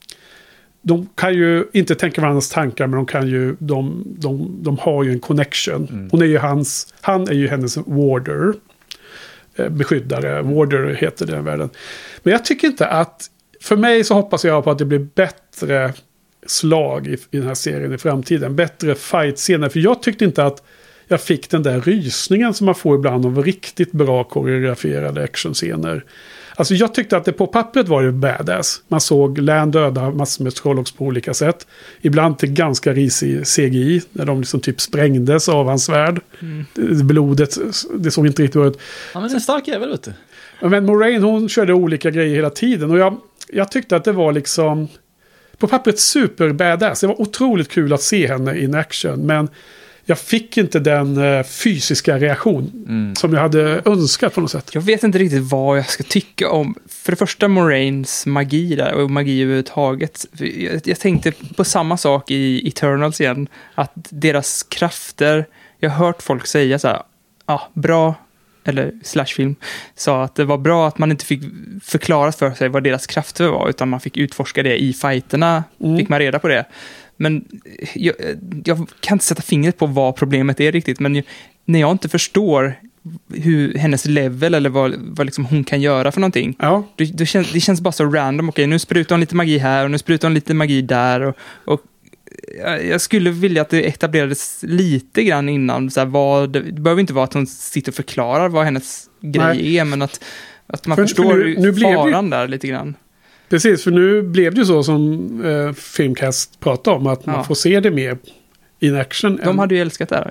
De kan ju inte tänka varandras tankar, men de kan ju de har ju en connection. Hon är ju han är ju hennes warder, beskyddare, warder heter det i världen. Men jag tycker inte att, för mig så hoppas jag på att det blir bättre slag i den här serien i framtiden, bättre fight-scener, för jag tyckte inte att jag fick den där rysningen som man får ibland av riktigt bra koreograferade actionscener. Alltså jag tyckte att det på pappret var ju badass. Man såg Lan döda massor med Trollocs på olika sätt. Ibland till ganska risig CGI. När de liksom typ sprängdes av hans svärd. Blodet, det såg inte riktigt ut. Ja, men det är en stark jävel, vet du. Men Moraine, hon körde olika grejer hela tiden. Och jag tyckte att det var liksom på pappret super badass. Det var otroligt kul att se henne in action. Men jag fick inte den fysiska reaktion som jag hade önskat på något sätt. Jag vet inte riktigt vad jag ska tycka om. För det första Moraines magi där, och magi överhuvudtaget. Jag tänkte på samma sak i Eternals igen. Att deras krafter, jag har hört folk säga så här, bra, eller slashfilm, sa att det var bra att man inte fick förklarat för sig vad deras krafter var, utan man fick utforska det i fighterna, fick man reda på det. Men jag kan inte sätta fingret på vad problemet är riktigt. Men när jag inte förstår hur hennes level eller vad liksom hon kan göra för någonting. Ja. Det känns bara så random. Okej, nu sprutar hon lite magi här och nu sprutar hon lite magi där. Och jag skulle vilja att det etablerades lite grann innan. Så här, det behöver inte vara att hon sitter och förklarar vad hennes grej är. Men att man förstår nu faran där lite grann. Precis, för nu blev det ju så som Filmcast pratade om, att man får se det mer in action. De hade ju älskat det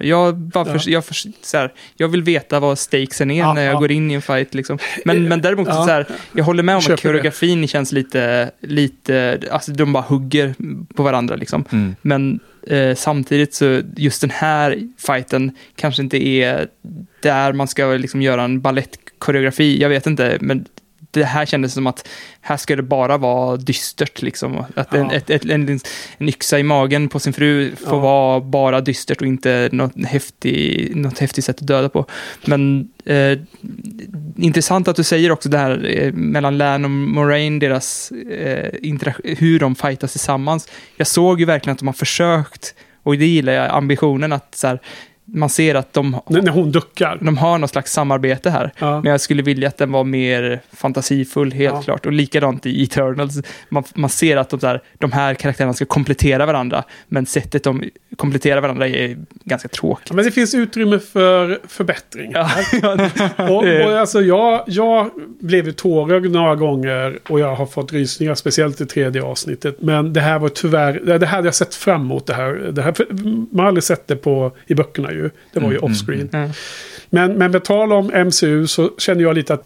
här. Jag vill veta vad stakesen är när jag går in i en fight. Liksom. Men däremot, så här, jag håller med om att koreografin känns lite alltså de bara hugger på varandra. Liksom. Men samtidigt så just den här fighten kanske inte är där man ska liksom göra en ballettkoreografi. Jag vet inte, men det här kändes som att här ska det bara vara dystert liksom. Att en yxa i magen på sin fru får vara bara dystert och inte något häftigt sätt att döda på. Men intressant att du säger också det här mellan Lan och Moraine, deras hur de fightas tillsammans. Jag såg ju verkligen att de har försökt, och det gillar jag, ambitionen att så här, man ser att när hon duckar. De har någon slags samarbete här. Ja. Men jag skulle vilja att den var mer fantasifull, helt klart. Och likadant i Eternals. Man ser att de här karaktärerna ska komplettera varandra. Men sättet de kompletterar varandra är ganska tråkigt. Ja, men det finns utrymme för förbättring. Ja. och alltså jag blev ju tårögd några gånger. Och jag har fått rysningar, speciellt i 3:e avsnittet. Men det här var tyvärr, det här hade jag sett fram emot. Det här, man har aldrig sett det i böckerna ju. Det var ju offscreen. Men med tal om MCU så känner jag lite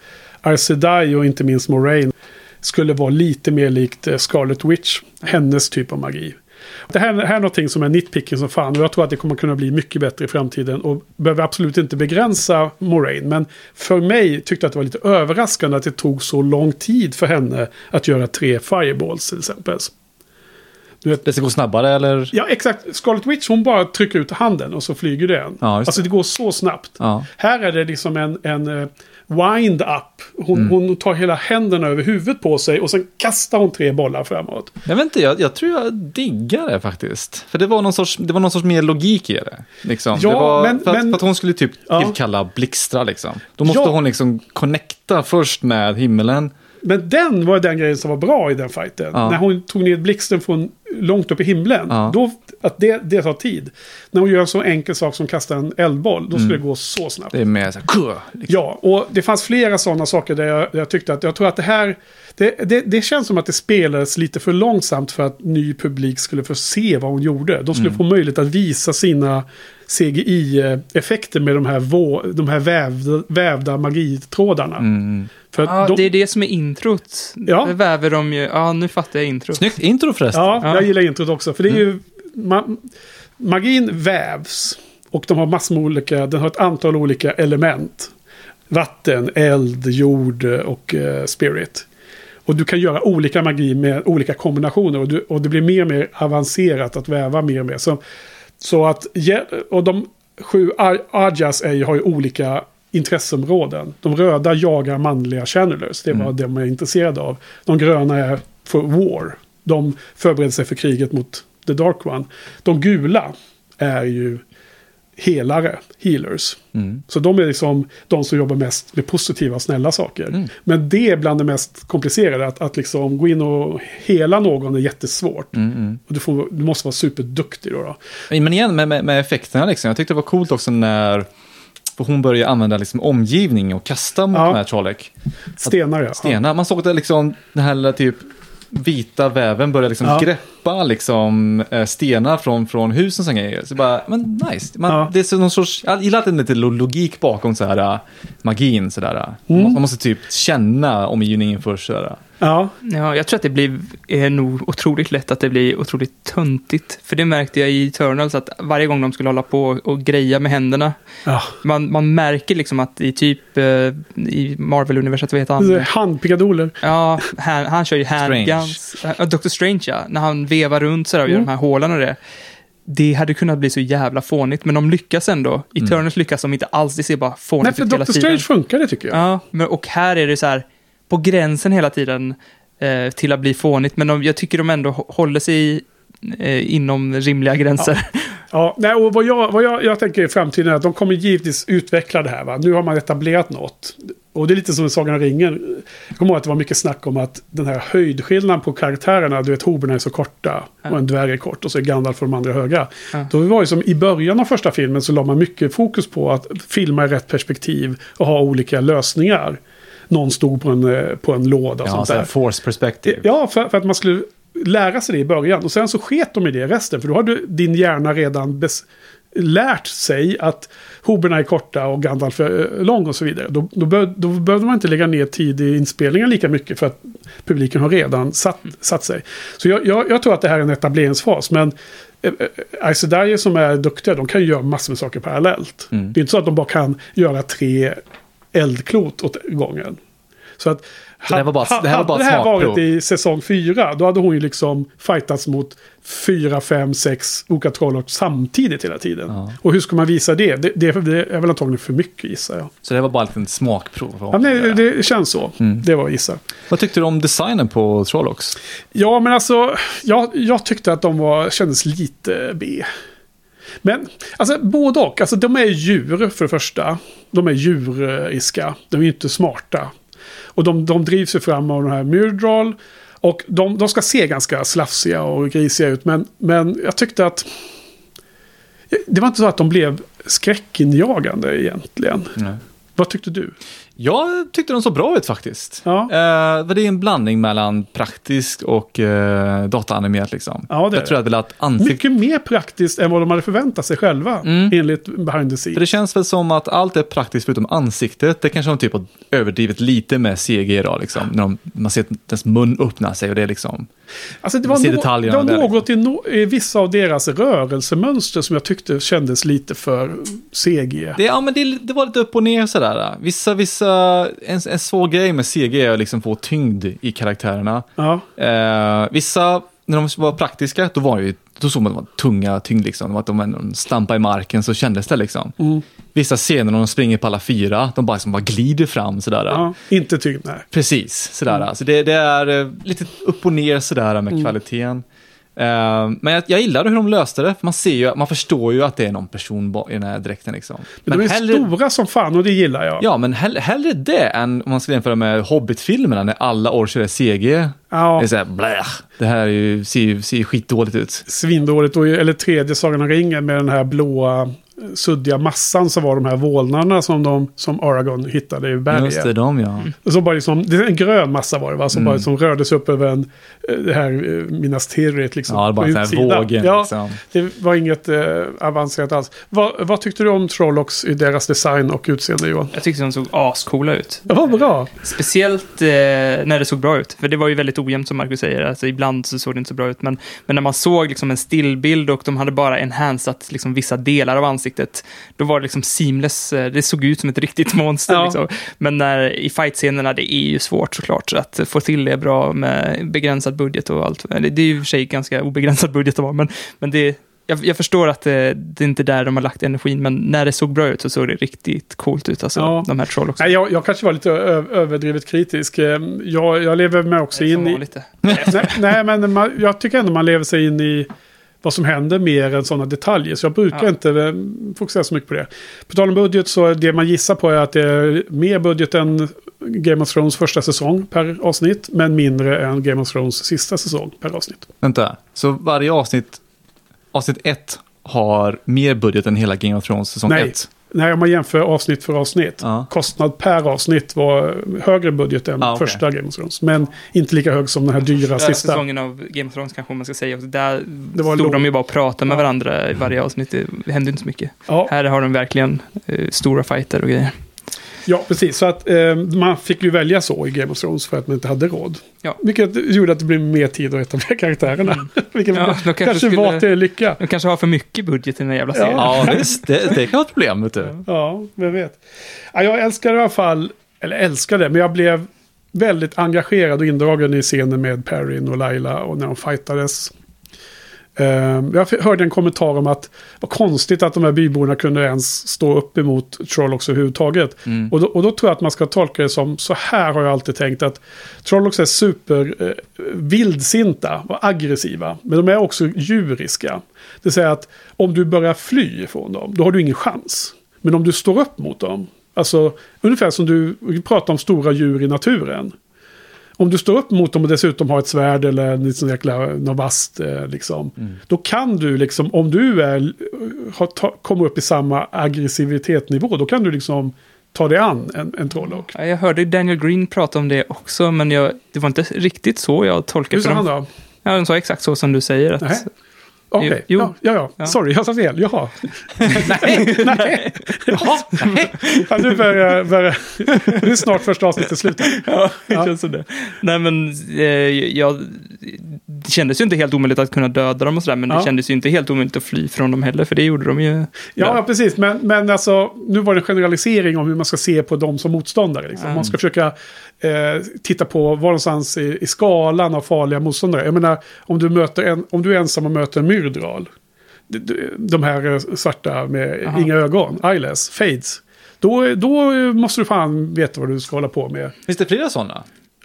Aes Sedai och inte minst Moraine skulle vara lite mer likt Scarlet Witch. Hennes typ av magi. Det här är någonting som är nitpicking som fan. Och jag tror att det kommer kunna bli mycket bättre i framtiden. Och behöver absolut inte begränsa Moraine. Men för mig tyckte jag att det var lite överraskande att det tog så lång tid för henne att göra 3 fireballs till exempel. Du vet, det ska gå snabbare eller? Ja, exakt. Scarlet Witch, hon bara trycker ut handen och så flyger den. Ja, alltså det går så snabbt. Ja. Här är det liksom en wind-up. Hon tar hela händerna över huvudet på sig och sen kastar hon 3 bollar framåt. Jag vet inte, jag tror jag diggar det faktiskt. För det var någon sorts mer logik i det. Liksom. Ja, det var men, för att hon skulle typ tillkalla blixtra liksom. Då måste hon liksom connecta först med himmelen. Men den var den grejen som var bra i den fighten. Ja. När hon tog ner blixten från långt upp i himlen. Ja. Då, att det tar tid. När hon gör en så enkel sak som kastar en eldboll. Då skulle det gå så snabbt. Det är mer så här, liksom. Ja, och det fanns flera sådana saker där jag tyckte att jag tror att det här... Det känns som att det spelades lite för långsamt för att ny publik skulle få se vad hon gjorde. De skulle få möjlighet att visa sina CGI-effekter med de här vävda magitrådarna. För att det är det som är introt. Ja. Det väver de ju. Ja, nu fattar jag introt. Snyggt intro förresten. Ja, jag gillar introt också. För det är ju... Magin vävs. Och de har massor med olika... Den har ett antal olika element. Vatten, eld, jord och spirit. Och du kan göra olika magi med olika kombinationer. Och det blir mer och mer avancerat att väva mer och mer. Så att... Och de 7 Ajas har ju olika intresseområden. De röda jagar manliga channelers. Det var det man är intresserad av. De gröna är för war. De förbereder sig för kriget mot The Dark One. De gula är ju healers. Så de är liksom de som jobbar mest med positiva och snälla saker. Men det är bland det mest komplicerade. Att liksom gå in och hela någon är jättesvårt. Och du måste vara superduktig då. Men igen med effekterna liksom. Jag tyckte det var coolt också när hon började använda liksom omgivning och kasta mot de här Trolloc. Stenar, Man såg att liksom den här typ vita väven började liksom greppa liksom stenar från husen som grejer. Så bara, men nice. Det är så någon sorts, jag gillar att det är lite logik bakom så här magin sådär. Man måste typ känna omgivningen först sådär. Ja, jag tror att det är nog otroligt lätt att det blir otroligt töntigt. För det märkte jag i Eternals att varje gång de skulle hålla på och greja med händerna. Man märker liksom att i typ i Marvel-universet, vad heter han? Handpickadoler. Ja, han kör ju handguns. Dr. Strange, ja. När han vevar runt sådär och gör de här hålen och det. Det hade kunnat bli så jävla fånigt. Men de lyckas ändå. Eternals lyckas de inte alls. Det ser bara fånigt ut hela tiden. Nej, för Dr. Strange funkar det tycker jag. Ja, och här är det så här på gränsen hela tiden till att bli fånigt. Men jag tycker de ändå håller sig inom rimliga gränser. Ja, nej, och vad jag tänker i framtiden är att de kommer givetvis utveckla det här. Va? Nu har man etablerat något. Och det är lite som i Sagan om ringen. Jag kommer ihåg att det var mycket snack om att den här höjdskillnaden på karaktärerna, du vet, hoberna är så korta och en dvärg är kort och så är Gandalf och de andra höga. Då var det som i början av första filmen så la man mycket fokus på att filma i rätt perspektiv och ha olika lösningar. Någon stod på en låda och sånt där. Force perspective. Ja, för att man skulle lära sig det i början. Och sen så sket de i det resten. För då har din hjärna redan lärt sig att hoberna är korta och Gandalf är lång och så vidare. Då behövde man inte lägga ner tid i inspelningen lika mycket för att publiken har redan satt sig. Så jag tror att det här är en etableringsfas. Men Aes Sedai som är duktiga, de kan ju göra massor med saker parallellt. Det är inte så att de bara kan göra 3 eldklot åt gången. Så att det här var det här varit i säsong 4, då hade hon ju liksom fightats mot 4, 5, 6 olika Trolloc samtidigt hela tiden. Och hur ska man visa det? Det är väl antagligen för mycket, gissar jag. Så det var bara en smakprov? Ja, nej, det känns så. Det var gissar. Vad tyckte du om designen på Trollocs? Ja, men alltså jag tyckte att de kändes lite B. Men, alltså både och. Alltså de är djur för det första. De är djuriska. De är ju inte smarta. Och de drivs ju fram av den här Myrdral. Och de ska se ganska slafsiga och grisiga ut. Men jag tyckte att det var inte så att de blev skräckinjagande egentligen. Nej. Vad tyckte du? Jag tyckte de så bra ut faktiskt. Ja. Det är en blandning mellan praktiskt och dataanimerat liksom. Ja, det jag tror att mycket mer praktiskt än vad de hade förväntat sig själva, enligt behind the scenes. För det känns väl som att allt är praktiskt förutom ansiktet. Det kanske de typ har överdrivet lite med CG då, liksom. När man ser dess mun öppna sig och det är liksom... Alltså det var något i vissa av deras rörelsemönster som jag tyckte kändes lite för CG. Men det var lite upp och ner sådär. En svår grej med CG är att liksom få tyngd i karaktärerna. Ja. Vissa, när de var praktiska, då såg man att de var tunga tyngd liksom. Att de stampade i marken så kändes det liksom. Vissa scener när de springer på alla fyra, de bara glider fram sådär. Ja, inte tyngd, nej. Precis, sådär. Alltså det är lite upp och ner sådär med kvaliteten. Men jag gillade hur de löste det. För man förstår ju att det är någon person i den här dräkten liksom. Men de är stora som fan och det gillar jag. Ja, men hellre det än om man ska jämföra med Hobbit-filmerna när alla orcher är CG. Ja. Det är såhär, blä. Det här ser skitdåligt ut. Svindåligt. Eller tredje Sagan om ringen med den här blåa suddiga massan så var de här vålnarna som Aragorn hittade i berget. Just det, ja. Så bara liksom, det är en grön massa var det va? Som bara som rörde sig upp över det här Minas Tirith liksom. Ja, det bara en vågen liksom. Det var inget avancerat alls. Vad tyckte du om Trollocs i deras design och utseende, Johan? Jag tyckte de såg ascoola ut. Det var bra. Speciellt när det såg bra ut. För det var ju väldigt ojämnt som Marcus säger. Alltså, ibland så såg det inte så bra ut. Men när man såg liksom en stillbild och de hade bara enhanced liksom vissa delar av ansiktet, då var det liksom seamless. Det såg ut som ett riktigt monster. Ja. Liksom. Men i fight-scenerna, det är ju svårt såklart att få till det bra med begränsad budget och allt. Det är ju i och för sig ganska obegränsad budget att vara, men det... Jag förstår att det är inte där de har lagt energin, men när det såg bra ut så såg det riktigt coolt ut. Alltså, de här Trollocs. Nej, jag kanske var lite överdrivet kritisk. Jag lever mig också in i... Nej, men jag tycker ändå man lever sig in i vad som händer mer än sådana detaljer. Så jag brukar inte fokusera så mycket på det. På tal om budget så det man gissar på är att det är mer budget än Game of Thrones första säsong per avsnitt, men mindre än Game of Thrones sista säsong per avsnitt. Vänta, så varje avsnitt 1 har mer budget än hela Game of Thrones säsong 1? Nej, om man jämför avsnitt för avsnitt. Kostnad per avsnitt var högre budget än första Game of Thrones. Men inte lika hög som den här dyra sista. Säsongen av Game of Thrones kanske man ska säga. Där stod de ju bara och pratade med varandra i varje avsnitt. Det hände inte så mycket. Ja. Här har de verkligen stora fighter och grejer. Ja, precis. Så att man fick ju välja så i Game of Thrones för att man inte hade råd. Ja. Vilket gjorde att det blev mer tid att etablera karaktärerna. Vilket kanske var till lycka. De kanske har för mycket budget i den här jävla serien. Ja, visst. Det kan vara ett problem, vet du. Ja, vem vet. Ja, jag älskar i alla fall, eller älskade, men jag blev väldigt engagerad och indragen i scenen med Perrin och Laila och när de fightades. Jag hörde en kommentar om att vad konstigt att de här byborna kunde ens stå upp emot Trollocs överhuvudtaget. Och då tror jag att man ska tolka det som så här har jag alltid tänkt att Trollocs är super vildsinta och aggressiva, men de är också djuriska. Det vill säga att om du börjar fly från dem, då har du ingen chans. Men om du står upp mot dem, alltså ungefär som du pratar om stora djur i naturen. Om du står upp mot dem och dessutom har ett svärd eller en sån jäkla novast liksom. Då kan du liksom, om du kommer upp i samma aggressivitetsnivå, då kan du liksom ta dig an en Trolloc. Ja, jag hörde Daniel Green prata om det också, men det var inte riktigt så jag tolkade. Hur sa han då? Ja, han sa exakt så som du säger. Att, okej, ja. Sorry, jag sa fel. Jaha. nej. Jaha, nej. Ja, nu börjar det är snart första avsnittet slut. Ja, det känns som det. Nej, men det kändes ju inte helt omöjligt att kunna döda dem och sådär, men det kändes ju inte helt omöjligt att fly från dem heller, för det gjorde de ju. Ja, precis. Men alltså, nu var det en generalisering om hur man ska se på dem som motståndare. Liksom. Man ska försöka titta på var någonstans i skalan av farliga motståndare. Jag menar, om du är ensam och möter en myrdral, de här svarta med inga ögon, eyeless, fades, då måste du fan veta vad du ska hålla på med. Finns det flera sådana?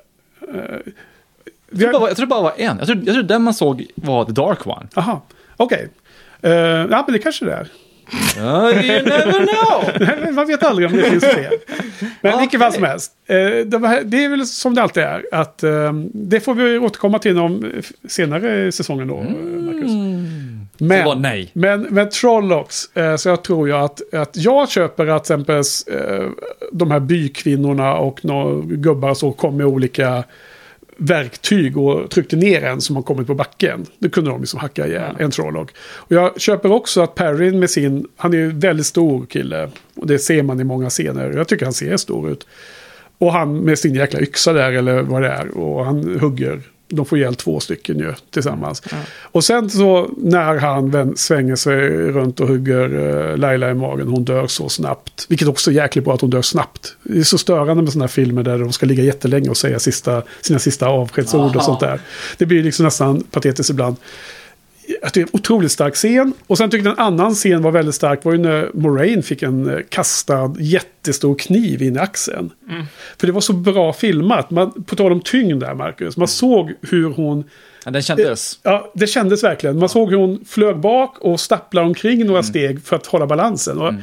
Jag tror det bara var en. Jag tror den man såg var The Dark One. Aha, okej. Ja, men det kanske det är. You never know. Man vet aldrig om det finns fler. Men vilket fall som helst. Det är väl som det alltid är. Att, det får vi återkomma till om senare säsongen då, Marcus. Men Trollocs, så jag tror ju att jag köper att till exempel de här bykvinnorna och gubbar så kom med olika verktyg och tryckte ner en som har kommit på backen. Det kunde de liksom hacka ihjäl, en Trolloc. Och jag köper också att Perrin med han är ju en väldigt stor kille. Och det ser man i många scener. Jag tycker han ser stor ut. Och han med sin jäkla yxa där eller vad det är. Och han hugger. De får ihjäl 2 stycken ju tillsammans. Och sen så när han svänger sig runt och hugger Laila i magen. Hon dör så snabbt. Vilket också är jäkligt bra att hon dör snabbt. Det är så störande med sådana här filmer där de ska ligga jättelänge och säga sina sista avskedsord och sånt där. Det blir liksom nästan patetiskt ibland. Det är en otroligt stark scen. Och sen tyckte jag en annan scen var väldigt stark. Var ju när Moiraine fick en kastad jättestor kniv in i axeln. För det var så bra filmat. På tal om tyngd där, Marcus. Man såg hur hon... Ja, den kändes. Ja, det kändes verkligen. Man såg hur hon flög bak och stapplade omkring några steg för att hålla balansen. Och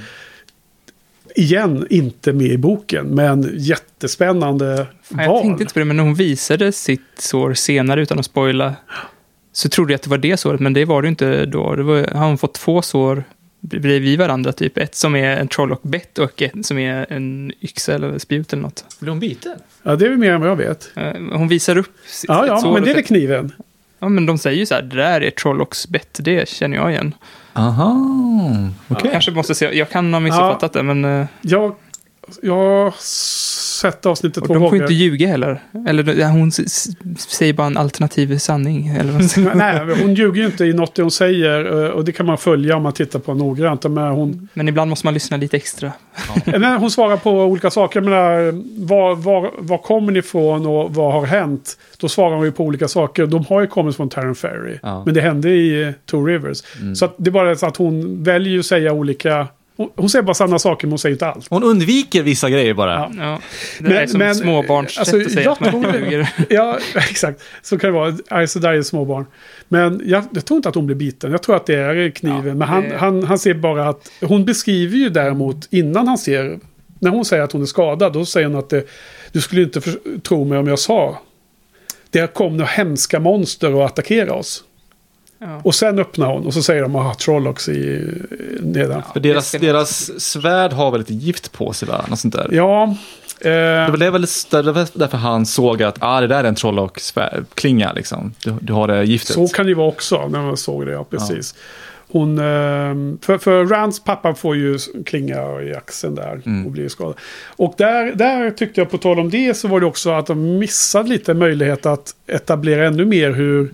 igen, inte med i boken. Men jättespännande val. Jag tänkte inte på det, men när hon visade sitt sår senare utan att spoila... Så trodde jag att det var det såret, men det var det inte då. Han har fått 2 sår bredvid varandra, typ. Ett som är en Trolloc-bett och ett som är en yxa eller spjut eller något. Blir hon biten? Ja, det är mer än vad jag vet. Hon visar upp sitt sår. Men det är väl kniven. Ja, men de säger ju så här, det där är Trollocs bett, det känner jag igen. Aha, okej. Jag kanske måste se, jag kan ha missuppfattat det, men... Jag har sett avsnittet 2 gånger. De får inte ljuga heller. Eller hon säger bara en alternativ sanning. Eller vad? Nej, hon ljuger ju inte i något det hon säger. Och det kan man följa om man tittar på noggrant. Men ibland måste man lyssna lite extra. När hon svarar på olika saker. Var kommer ni ifrån och vad har hänt? Då svarar hon ju på olika saker. De har ju kommit från Terran Ferry. Ja. Men det hände i Two Rivers. Så att det är bara så att hon väljer att säga olika... Hon säger bara samma saker, men hon säger inte allt. Hon undviker vissa grejer bara. Ja. Det är som småbarns sätt att säga att man ljuger. Ja, exakt. Så kan det vara. Aes Sedai är småbarn. Men jag tror inte att hon blir biten. Jag tror att det är kniven. Men han ser bara att... Hon beskriver ju däremot innan han ser... När hon säger att hon är skadad, då säger hon att du skulle inte tro mig om jag sa. Det kom några hemska monster och attackera oss. Ja. Och sen öppnar hon och så säger de Trollocs nedan. För deras svärd har väl lite gift på sig, va? Något sånt där. Ja. Det var väl därför han såg att det där är en Trollocs klinga liksom. Du har det giftet. Så kan det vara också när man såg det, ja, precis. Ja. Hon, för Rands pappa får ju klinga i axeln där och blir skadad. Och där tyckte jag, på tal om det, så var det också att de missade lite möjlighet att etablera ännu mer hur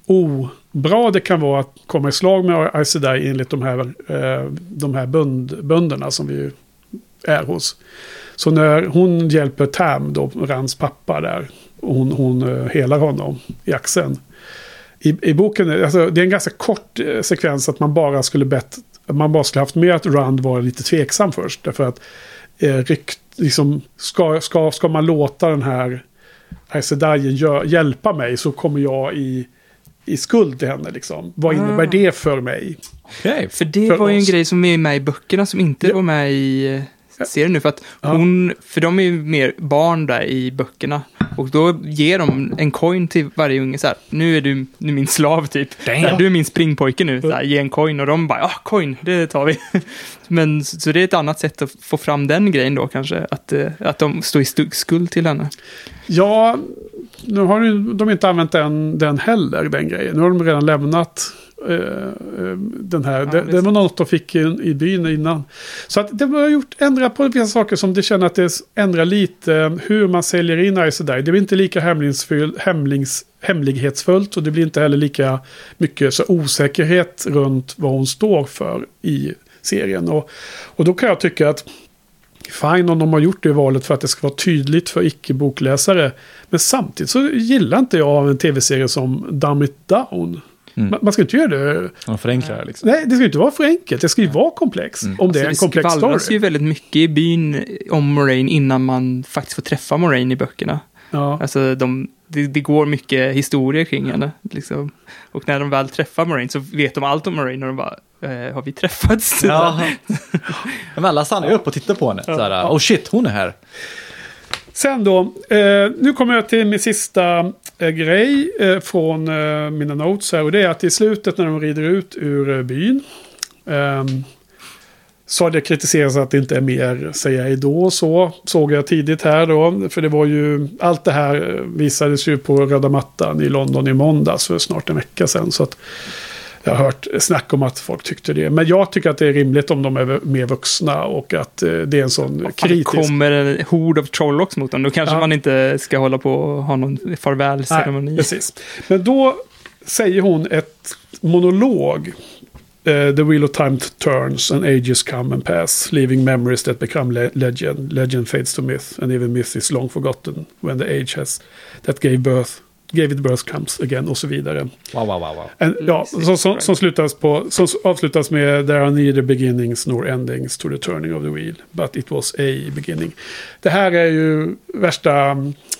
bra det kan vara att komma i slag med Aes Sedai enligt de här bönderna som vi är hos. Så när hon hjälper Tam, då, Rands pappa där, och hon helar honom i axeln. I boken, alltså, det är en ganska kort sekvens att man bara skulle haft med att Rand var lite tveksam först. Därför att liksom, ska man låta den här Aes Sedai hjälpa mig, så kommer jag i skuld till henne liksom. Vad innebär det för mig? Okay. För det var ju en grej som är med i böckerna som inte var med i serien nu. För att för de är ju mer barn där i böckerna. Och då ger de en coin till varje unge så här, nu är du min slav typ. Du är min springpojke nu. Så här, ge en coin och de bara, coin, det tar vi. Men så det är ett annat sätt att få fram den grejen då kanske. Att de står i skuld till henne. Ja, nu har de inte använt den heller, den grejen. Nu har de redan lämnat den här. Det var något de fick i byn innan. Så att det har ändra på vissa saker som det känner att det ändrar lite hur man säljer in Aes Sedai. Det blir inte lika hemlighetsfullt och det blir inte heller lika mycket så osäkerhet runt vad hon står för i serien. Och då kan jag tycka att fine om de har gjort det valet för att det ska vara tydligt för icke-bokläsare. Men samtidigt så gillar inte jag en tv-serie som Dumb It Down. Man ska inte göra det. Man förenklar liksom. Nej, det ska inte vara för enkelt. Det ska ju vara komplext. Om det är en komplex story. Det skvallras ju väldigt mycket i byn om Moiraine innan man faktiskt får träffa Moiraine i böckerna. Ja. Alltså det går mycket historier kring henne. Liksom. Och när de väl träffar Moiraine så vet de allt om Moiraine och de bara, har vi träffats? Ja. Men alla stannar ju upp och tittar på henne. Såhär, oh shit, hon är här. Sen då, nu kommer jag till min sista grej från mina notes här. Och det är att i slutet när de rider ut ur byn. Så har det kritiserats att det inte är mer säga idag och så. Såg jag tidigt här då. För det var ju, allt det här visades ju på röda mattan i London i måndags för snart en vecka sedan. Så att jag har hört snack om att folk tyckte det. Men jag tycker att det är rimligt om de är mer vuxna och att det är en sån kritisk... kommer en hord av Trollocs mot dem. Då kanske man inte ska hålla på och ha någon farvälceremoni. Precis. Men då säger hon ett monolog. The wheel of time turns and ages come and pass, leaving memories that become legend. Legend fades to myth, and even myth is long forgotten when the age has that gave it birth comes again, och så vidare. Wow. Som avslutas med there are neither beginnings nor endings to the turning of the wheel, but it was a beginning. Det här är ju värsta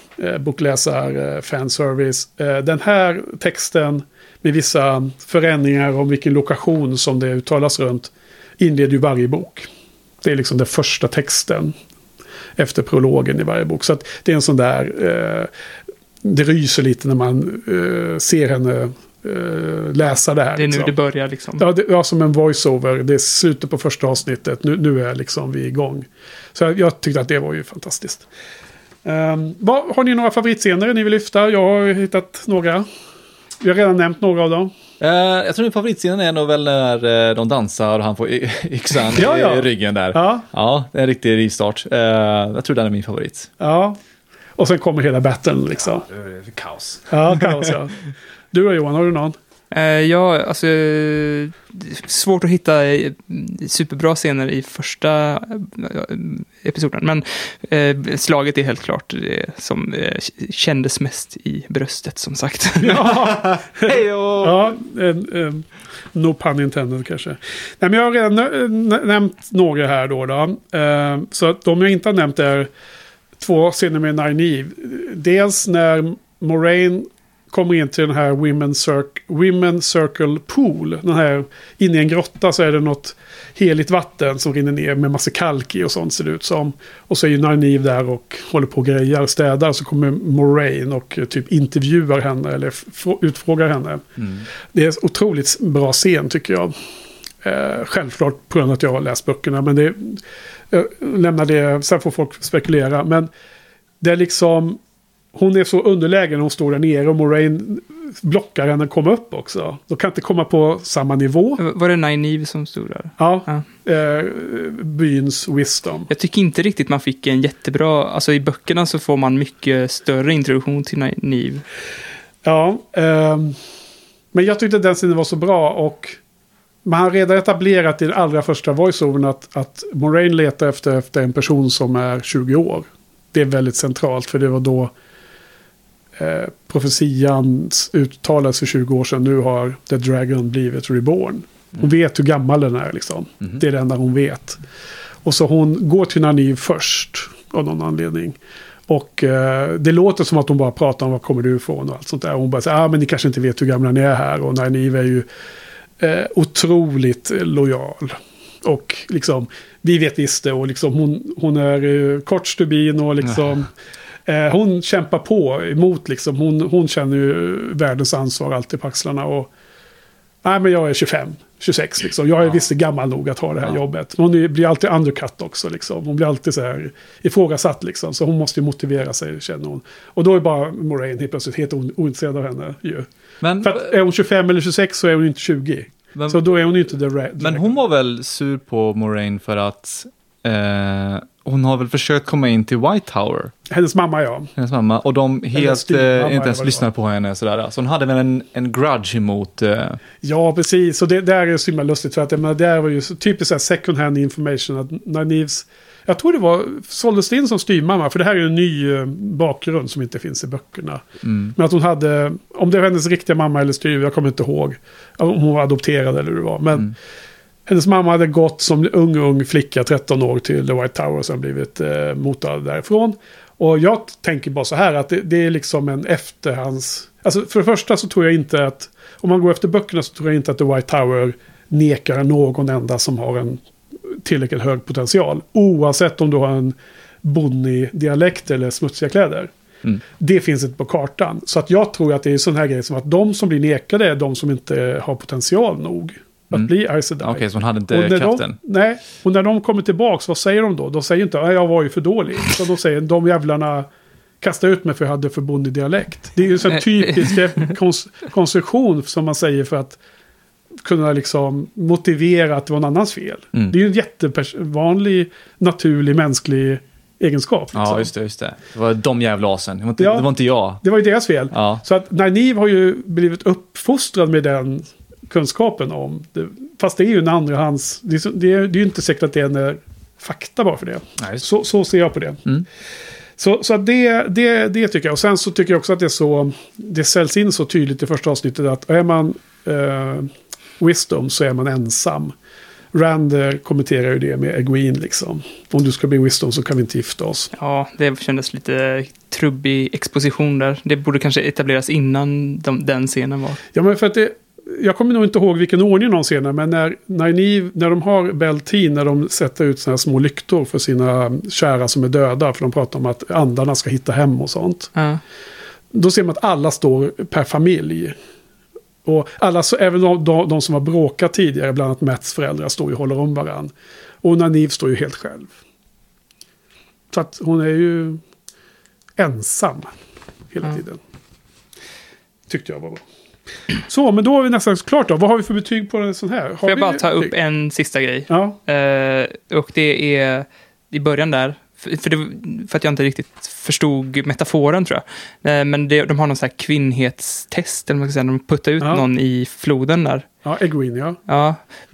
bokläsar-fanservice. Den här texten med vissa förändringar om vilken lokation som det uttalas runt inleder ju varje bok. Det är liksom den första texten efter prologen i varje bok. Så att det är en sån där... det ryser lite när man ser henne läsa det här. Det är liksom. nu det börjar liksom. Ja, det är som en voiceover. Det är slutet på första avsnittet. Nu är liksom vi igång. Så jag tyckte att det var ju fantastiskt. Har ni några favoritscener ni vill lyfta? Jag har hittat några. Vi har redan nämnt några av dem. Jag tror att favoritscenen är nog väl när de dansar och han får yxan i ryggen där. Ja, det är en riktig rivstart. Jag tror den är min favorit. Ja, och sen kommer hela battlen liksom. Ja, det är kaos. Ja, kaos, ja. Du då Johan, har du någon? Ja, alltså svårt att hitta superbra scener i första episoden, men slaget är helt klart det som kändes mest i bröstet, som sagt. Ja, ja no pun intended kanske. Nej, men jag har redan nämnt några här då. Så att de jag inte har nämnt är 2 scener med Nynaeve. Dels när Moiraine kommer in till den här Women's Circle Pool. Den här, inne i en grotta så är det något heligt vatten som rinner ner med massa kalk i och sånt ser det ut som. Och så är ju Nynaeve där och håller på och grejar och städar. Så kommer Moiraine och typ intervjuar henne eller utfrågar henne. Det är en otroligt bra scen tycker jag. Självklart på grund av att jag har läst böckerna, men det lämnar det, sen får folk spekulera, men det är liksom, hon är så underlägen när hon står där nere och Moiraine blockar henne att komma upp också. De kan inte komma på samma nivå. Var det Nynaeve som stod där? Ja. Byns wisdom. Jag tycker inte riktigt man fick en jättebra, alltså i böckerna så får man mycket större introduktion till Nynaeve. Ja, men jag tyckte den scenen var så bra och man har redan etablerat i den allra första voiceovern att Moiraine letar efter en person som är 20 år. Det är väldigt centralt för det var då profetian uttalades för 20 år sedan. Nu har The Dragon blivit reborn. Hon vet hur gammal den är liksom. Det är det enda hon vet. Och så hon går till Nynaeve först av någon anledning. Och det låter som att hon bara pratar om var kommer du ifrån och allt sånt där. Och hon bara säger, men ni kanske inte vet hur gamla ni är här. Och Nynaeve är ju otroligt lojal. Och liksom, vi vet visst det. Och liksom hon är kort stubin och liksom hon kämpar på emot liksom. Hon känner ju världens ansvar alltid på axlarna. Och nej, men jag är 26 liksom. Jag är visst gammal nog att ha det här jobbet. Hon blir alltid undercut också liksom. Hon blir alltid så här ifrågasatt liksom. Så hon måste ju motivera sig, känner hon. Och då är bara Moiraine helt plötsligt helt ointresserad av henne ju. Men för att är hon 25 eller 26 så är hon inte 20. Så då är hon inte the red. Men hon var väl sur på Moiraine för att hon har väl försökt komma in till White Tower. Hennes mamma, ja. Hennes mamma. Och de helt inte ens lyssnar på henne. Sådär. Så hon hade väl en grudge emot... Ja, precis. Och det där är så himla lustigt. För att det där var ju typiskt second hand information. Att Nynaeves... Jag tror det var såldes in som styrmamma. För det här är ju en ny bakgrund som inte finns i böckerna. Men att hon hade... Om det var hennes riktiga mamma eller styr, jag kommer inte ihåg. Om hon var adopterad eller hur det var. Men... Hennes mamma hade gått som ung flicka 13 år till The White Tower och sen blivit motad därifrån. Och jag tänker bara så här att det är liksom en efterhands... Alltså för det första så tror jag inte att... Om man går efter böckerna så tror jag inte att The White Tower nekar någon enda som har en tillräckligt hög potential. Oavsett om du har en bonnig dialekt eller smutsiga kläder. Det finns inte på kartan. Så att jag tror att det är sån här grej som att de som blir nekade är de som inte har potential nog att bli Aes Sedai. Okej, så hon hade inte kraften. Nej, och när de kommer tillbaka, vad säger de då? De säger inte, jag var ju för dålig. Så de säger, de jävlarna kasta ut mig för jag hade förbundig dialekt. Det är ju en sån typisk konstruktion som man säger för att kunna liksom motivera att det var en annans fel. Det är ju en jättevanlig, naturlig, mänsklig egenskap. Liksom. Ja, just det. Det var de jävla asen. Det var inte jag. Det var ju deras fel. Ja. Så att Nynaeve har ju blivit uppfostrad med den kunskapen om det. Fast det är ju en andrahands... Det är ju inte säkert att det är fakta bara för det. Nej. Så ser jag på det. Så det tycker jag. Och sen så tycker jag också att det säljs in så tydligt i första avsnittet att är man wisdom så är man ensam. Rand kommenterar ju det med Egwene liksom. Om du ska bli wisdom så kan vi inte gifta oss. Ja, det kändes lite trubbig exposition där. Det borde kanske etableras innan den scenen var. Ja, men för att jag kommer nog inte ihåg vilken ordning de scener, men när de har Beltin, när de sätter ut såna här små lyktor för sina kära som är döda, för de pratar om att andarna ska hitta hem och sånt. Då ser man att alla står per familj. Och alla, så även de som har bråkat tidigare, bland annat Matts föräldrar, står ju och håller om varann. Och Nynaeve står ju helt själv. Så att hon är ju ensam hela tiden. Tyckte jag var bra. Så, men då har vi nästan klart då. Vad har vi för betyg på en sån här? Får jag bara ta upp en sista grej? Ja. Och det är i början där. För att jag inte riktigt förstod metaforen, tror jag. Men de har någon sån här kvinnhetstest, eller man ska säga, de puttar ut någon i floden där. Ja, Egwene, ja.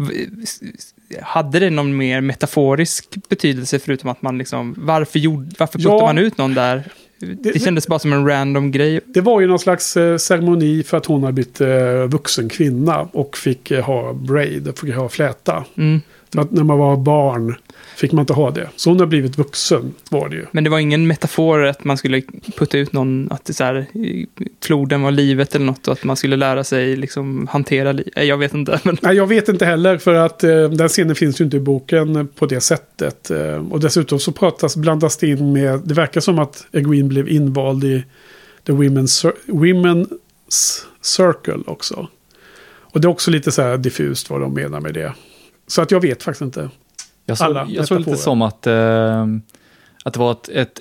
Hade det någon mer metaforisk betydelse förutom att man liksom, varför puttar man ut någon där? Det kändes bara som en random grej. Det var ju någon slags ceremoni för att hon har blivit vuxen kvinna och fick ha braid, fick ha fläta. För att när man var barn fick man inte ha det. Så hon har blivit vuxen, var det ju. Men det var ingen metafor att man skulle putta ut någon, att det så här, floden var livet eller något, och att man skulle lära sig liksom hantera jag vet inte. Men... Nej, jag vet inte heller, för att den scenen finns ju inte i boken på det sättet. Och dessutom så blandas det in med, det verkar som att Egwene blev invald i The Women's Circle också. Och det är också lite så här diffust vad de menar med det. Så att jag vet faktiskt inte. Jag såg lite som att det var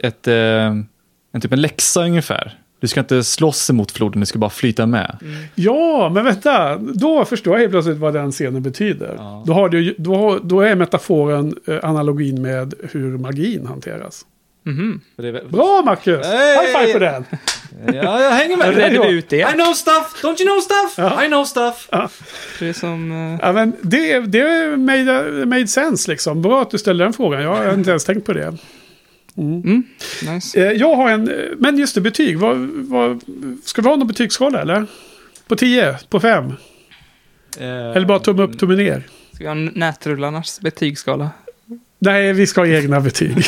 en typ en läxa ungefär. Du ska inte slåss emot floden, du ska bara flyta med. Ja, men vänta. Då förstår jag helt plötsligt vad den scenen betyder. Ja. Då är metaforen analogin med hur magin hanteras. Bra, Marcus! High five på den! Ja, jag hänger med. Redde ut det. I know stuff! Don't you know stuff? Ja. I know stuff! Ja. Det är som... Ja, men det made sense liksom. Bra att du ställer den frågan. Jag har inte ens tänkt på det. Nice. Jag har men just det, betyg. Ska vi ha någon betygsskala eller? På 10? På 5? Eller bara tumme upp, tumme ner? Ska vi ha nätrullarnas betygsskala? Nej, vi ska ha egna betyg.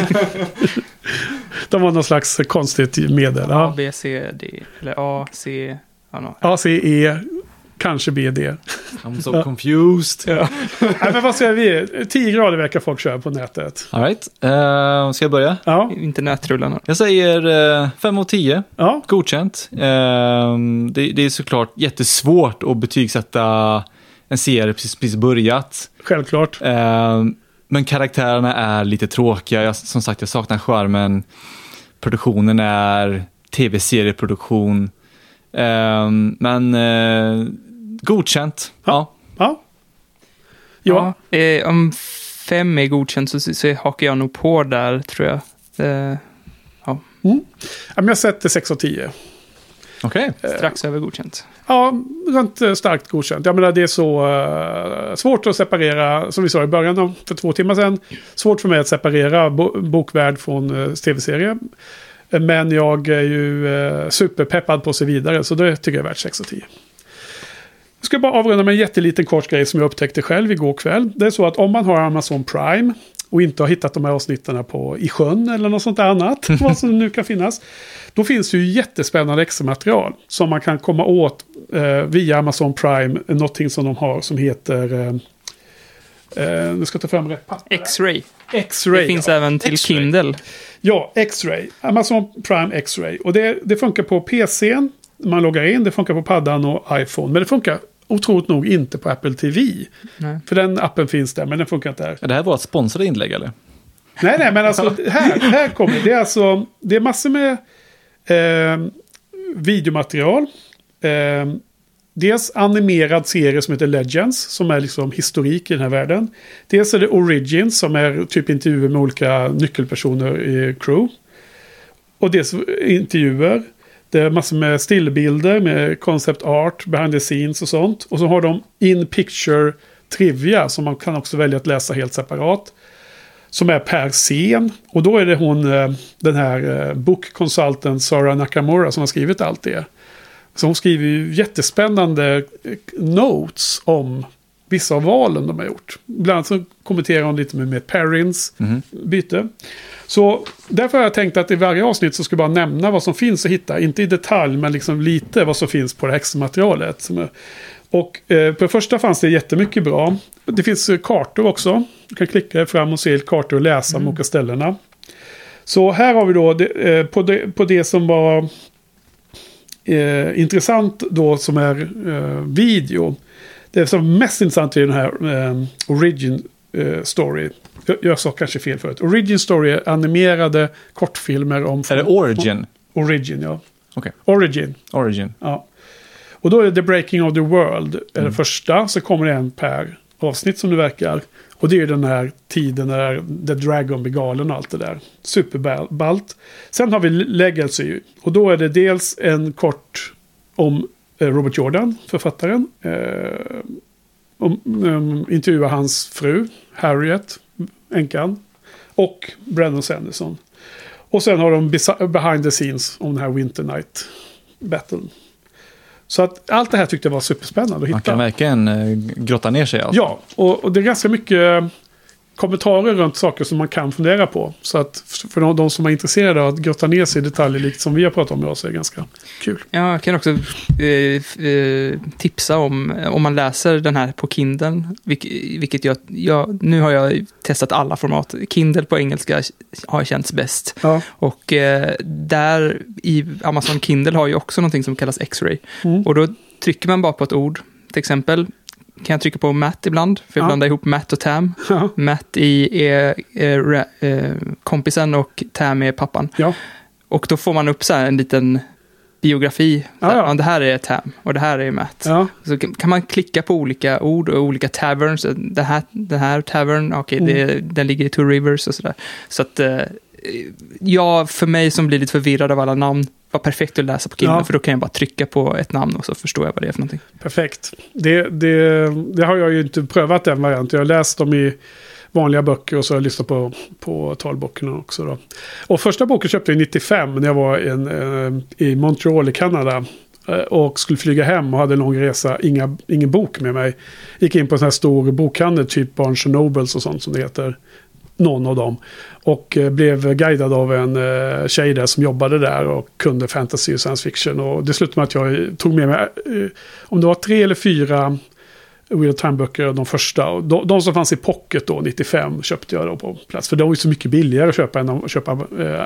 De var någon slags konstigt medel. A, B, C, D. Eller A, C... A, C, E. Kanske B, D. I'm so confused. Ja. Nej, men vad säger vi? 10 grader verkar folk köra på nätet. All right. Ska jag börja? Ja. Inte nätrullarna. Jag säger 5 av 10. Ja. Godkänt. Det är såklart jättesvårt att betygsätta en serie precis börjat. Självklart. Men karaktärerna är lite tråkiga. Som sagt, jag saknar charmen. Produktionen är tv-serieproduktion. Men godkänt. Ja. Om 5 är godkänt så hakar jag nog på där, tror jag. Ja. Men jag sätter 6 av 10. Okej. Strax över godkänt. Ja, runt starkt godkänt. Jag menar, det är så svårt att separera, som vi sa i början för 2 timmar sedan. Svårt för mig att separera bokvärld från tv-serie. Men jag är ju superpeppad på sig vidare, så det tycker jag är värt 6 av 10. Jag ska bara avrunda med en jätteliten kort grej som jag upptäckte själv igår kväll. Det är så att om man har Amazon Prime och inte har hittat de här avsnitten i sjön eller något sånt där annat, vad som nu kan finnas, då finns det ju jättespännande extra material som man kan komma åt via Amazon Prime, någonting som de har som heter Nu ska jag ta fram rätt papper. X-Ray. X-Ray. Det finns även till X-Ray. Kindle. Ja, X-Ray. Amazon Prime X-Ray. Och det funkar på PC:n. Man loggar in. Det funkar på paddan och iPhone. Men det funkar otroligt nog inte på Apple TV. Nej. För den appen finns där, men den funkar inte där. Är det här vårt sponsrade inlägg eller? Nej, men alltså här kommer det. Det är massor med videomaterial. Dels animerad serie som heter Legends, som är liksom historik i den här världen. Dels är det Origins, som är typ intervjuer med olika nyckelpersoner i crew. Och dels intervjuer. Det är massor med stillbilder med concept art, behind the scenes och sånt. Och så har de in-picture trivia som man kan också välja att läsa helt separat. Som är per scen. Och då är det den här bokkonsulten Sara Nakamura som har skrivit allt det. Så hon skriver ju jättespännande notes om vissa av valen de har gjort. Bland annat så kommenterar hon lite med Perrins byte. Så därför har jag tänkt att i varje avsnitt så ska jag bara nämna vad som finns att hitta. Inte i detalj, men liksom lite vad som finns på det extra materialet. Och på det första fanns det jättemycket bra. Det finns kartor också. Du kan klicka fram och se kartor och läsa om olika ställena. Så här har vi då på det som var intressant då som är video. Det som är mest intressant är den här Origin Story. Jag sa kanske fel förut. Origin Story är animerade kortfilmer om... Är det Origin? Origin, ja. Okay. Origin. Ja. Och då är det The Breaking of the World. Är det första, så kommer det en per avsnitt som det verkar. Och det är den här tiden när The Dragon blir galen och allt det där. Superballt. Sen har vi Legacy. Och då är det dels en kort om Robert Jordan, författaren. Intervjuar hans fru, Harriet, änkan. Och Brandon Sanderson. Och sen har de behind the scenes om den här Winter Night Battle. Så att allt det här tyckte jag var superspännande att hitta. Man kan verkligen grotta ner sig. Alltså. Ja, och det är ganska mycket kommentarer runt saker som man kan fundera på. Så att för de som är intresserade av att grotta ner sig i detaljer likt som vi har pratat om idag, så är det ganska kul. Ja, jag kan också tipsa om man läser den här på Kindle, vilket nu har jag testat alla format. Kindle på engelska har känts bäst. Ja. Och där i Amazon Kindle har ju också någonting som kallas X-Ray. Och då trycker man bara på ett ord. Till exempel kan jag trycka på Matt ibland, för jag blandar ihop Matt och Tam. Ja. Matt är kompisen och Tam är pappan. Ja. Och då får man upp så här en liten biografi. Ja. Det här är Tam och det här är Matt. Ja. Så kan man klicka på olika ord och olika taverns. Den här tavern, den ligger i Two Rivers och sådär. Så att för mig som blir lite förvirrad av alla namn, var perfekt att läsa på Kindle, för då kan jag bara trycka på ett namn och så förstår jag vad det är för någonting. Perfekt. Det har jag ju inte prövat den varianten. Jag har läst dem i vanliga böcker och så har jag lyssnat på talböckerna också då. Och första boken köpte jag 95 när jag var i Montreal i Kanada och skulle flyga hem och hade en lång resa, ingen bok med mig. Gick in på en sån här stor bokhandel, typ Barnes & Nobles och sånt som det heter. Någon av dem. Och blev guidad av en tjej där som jobbade där och kunde fantasy och science fiction. Och det slutade med att jag tog med mig, om det var 3 eller 4 Wheel of Time-böcker, de första. Och de som fanns i pocket då, 95, köpte jag då på plats. För det var ju så mycket billigare att köpa än att köpa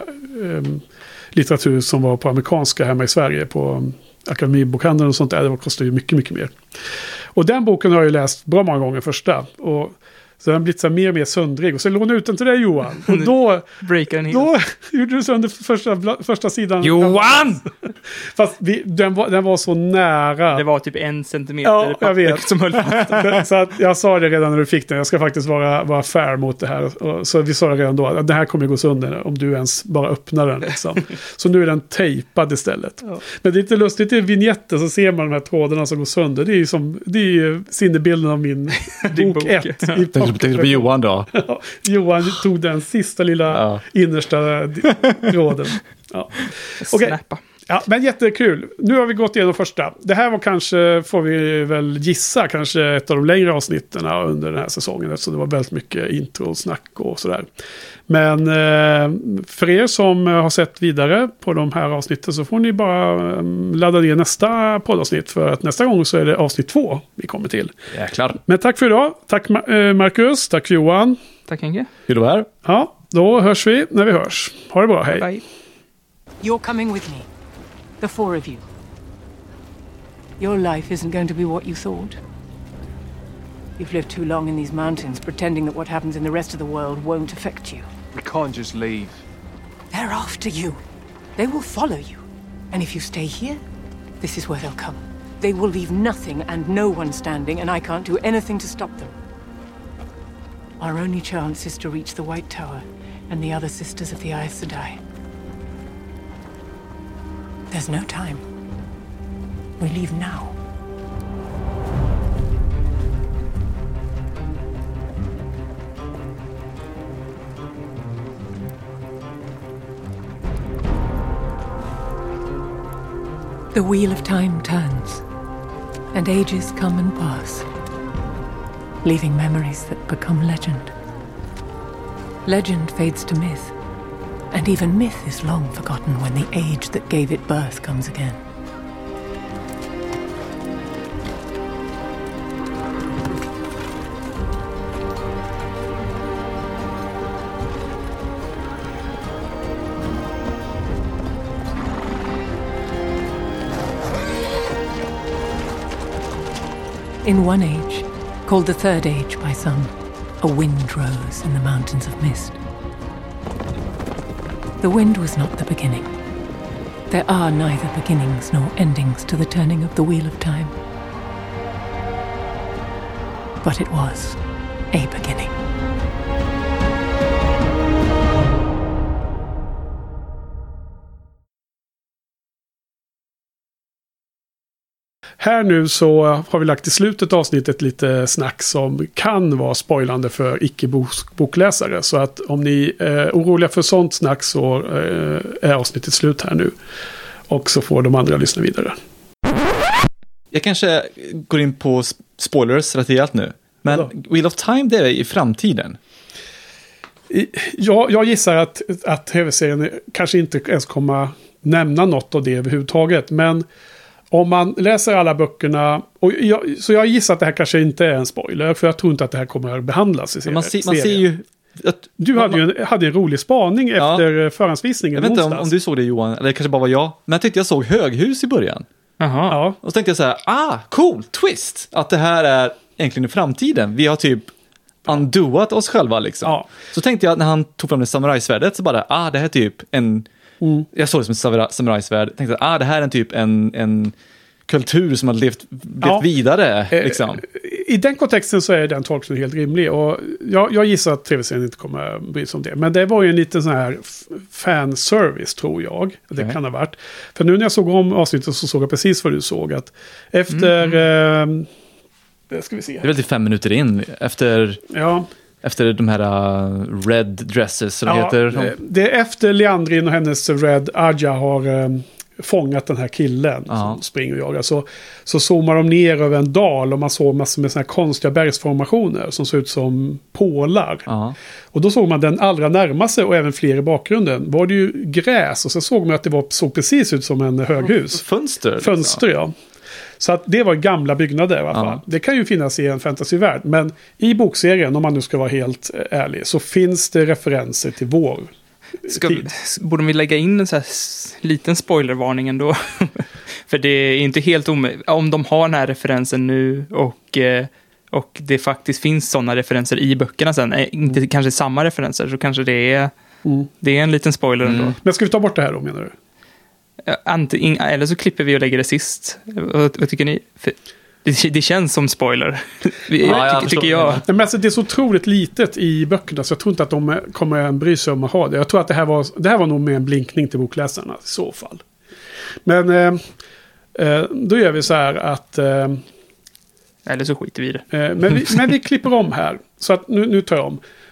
litteratur som var på amerikanska hemma i Sverige, på Akademibokhandeln och sånt där. Det kostade ju mycket, mycket mer. Och den boken har jag ju läst bra många gånger första. Och så den har blivit så mer och mer söndrig. Och så lånade ut den till dig, Johan. Och då gjorde du sönder första sidan. Johan! Fast den var så nära. Det var typ 1 centimeter jag vet. Som höll fast. Så att jag sa det redan när du fick den. Jag ska faktiskt vara fair mot det här. Och så vi sa det redan då. Att det här kommer gå sönder om du ens bara öppnar den. Liksom. Så nu är den tejpad istället. Ja. Men det är lite lustigt. I vignetten så ser man de här trådarna som går sönder. Det är ju sinnebilden av min bok 1. Tänkte på Johan då? Ja, Johan tog den sista lilla innersta tråden. Ja. Okay. Ja, men jättekul. Nu har vi gått igenom första. Det här var kanske, får vi väl gissa, kanske ett av de längre avsnitten under den här säsongen. Eftersom det var väldigt mycket introsnack och sådär. Men för er som har sett vidare på de här avsnitten så får ni bara ladda ner nästa poddavsnitt. För att nästa gång så är det avsnitt 2 vi kommer till. Jäklar. Men tack för idag. Tack Marcus. Tack Johan. Tack Henke. Hur det var? Ja, då hörs vi när vi hörs. Ha det bra, hej. Bye. You're coming with me. The 4 of you. Your life isn't going to be what you thought. You've lived too long in these mountains, pretending that what happens in the rest of the world won't affect you. We can't just leave. They're after you. They will follow you. And if you stay here, this is where they'll come. They will leave nothing and no one standing, and I can't do anything to stop them. Our only chance is to reach the White Tower and the other Sisters of the Aes Sedai. There's no time. We leave now. The wheel of time turns, and ages come and pass, leaving memories that become legend. Legend fades to myth, and even myth is long forgotten when the age that gave it birth comes again. In one age, called the Third Age by some, a wind rose in the mountains of mist. The wind was not the beginning. There are neither beginnings nor endings to the turning of the wheel of time. But it was a beginning. Här nu så har vi lagt i slutet av avsnittet lite snack som kan vara spoilande för icke-bokläsare. Så att om ni är oroliga för sånt snack så är avsnittet slut här nu. Och så får de andra lyssna vidare. Jag kanske går in på spoilers rätt rejält nu. Men Wheel of Time, det är i framtiden. Jag gissar att tv-serien kanske inte ens kommer nämna något av det överhuvudtaget. Men om man läser alla böckerna, så jag gissar att det här kanske inte är en spoiler, för jag tror inte att det här kommer att behandlas i serien. Man ser ju att du hade en rolig spaning efter förhandsvisningen. Jag vet inte om du såg det, Johan, eller det kanske bara var jag. Men jag tyckte jag såg höghus i början. Jaha. Ja. Och så tänkte jag så här, cool, twist. Att det här är egentligen i framtiden. Vi har typ undoat oss själva liksom. Ja. Så tänkte jag när han tog fram det samurajsvärdet så bara, det här är typ en... Jag såg det som ett samurajsvärd. Tänkte att det här är typ en kultur som har levt vidare. Liksom. I den kontexten så är den tolkningen helt rimlig. Och jag gissar att tv-serien inte kommer bry sig om det. Men det var ju en liten sån här fanservice, tror jag. Det kan ha varit. För nu när jag såg om avsnittet så såg jag precis vad du såg. Att efter... ska vi se. Det är väl till 5 minuter in. Efter de här red dresses som heter. Det är efter Leandrin och hennes red Aja har fångat den här killen som springer och jagar. Så zoomar de ner över en dal och man såg massor med såna här konstiga bergsformationer som ser ut som pålar. Och då såg man den allra närmaste och även fler i bakgrunden. Var det ju gräs och så såg man att det såg precis ut som en höghus. Fönster, ja. Så att det var gamla byggnader i alla fall. Det kan ju finnas i en fantasyvärld. Men i bokserien, om man nu ska vara helt ärlig, så finns det referenser till vår tid. Borde vi lägga in en så här liten spoilervarning ändå? För det är inte helt omöjligt. Om de har den här referensen nu och det faktiskt finns sådana referenser i böckerna sen, inte kanske samma referenser, så kanske det är en liten spoiler ändå. Men ska vi ta bort det här då, menar du? Eller så klipper vi och lägger det sist. Vad tycker ni? För det känns som spoiler. Tycker jag. Men alltså, det är så otroligt litet i böckerna så jag tror inte att de kommer bry sig om att ha det. Jag tror att det här var nog med en blinkning till bokläsarna i så fall. Men då gör vi så här att... Eller så skiter vi i det. Men vi klipper om här. Så att nu tar jag om.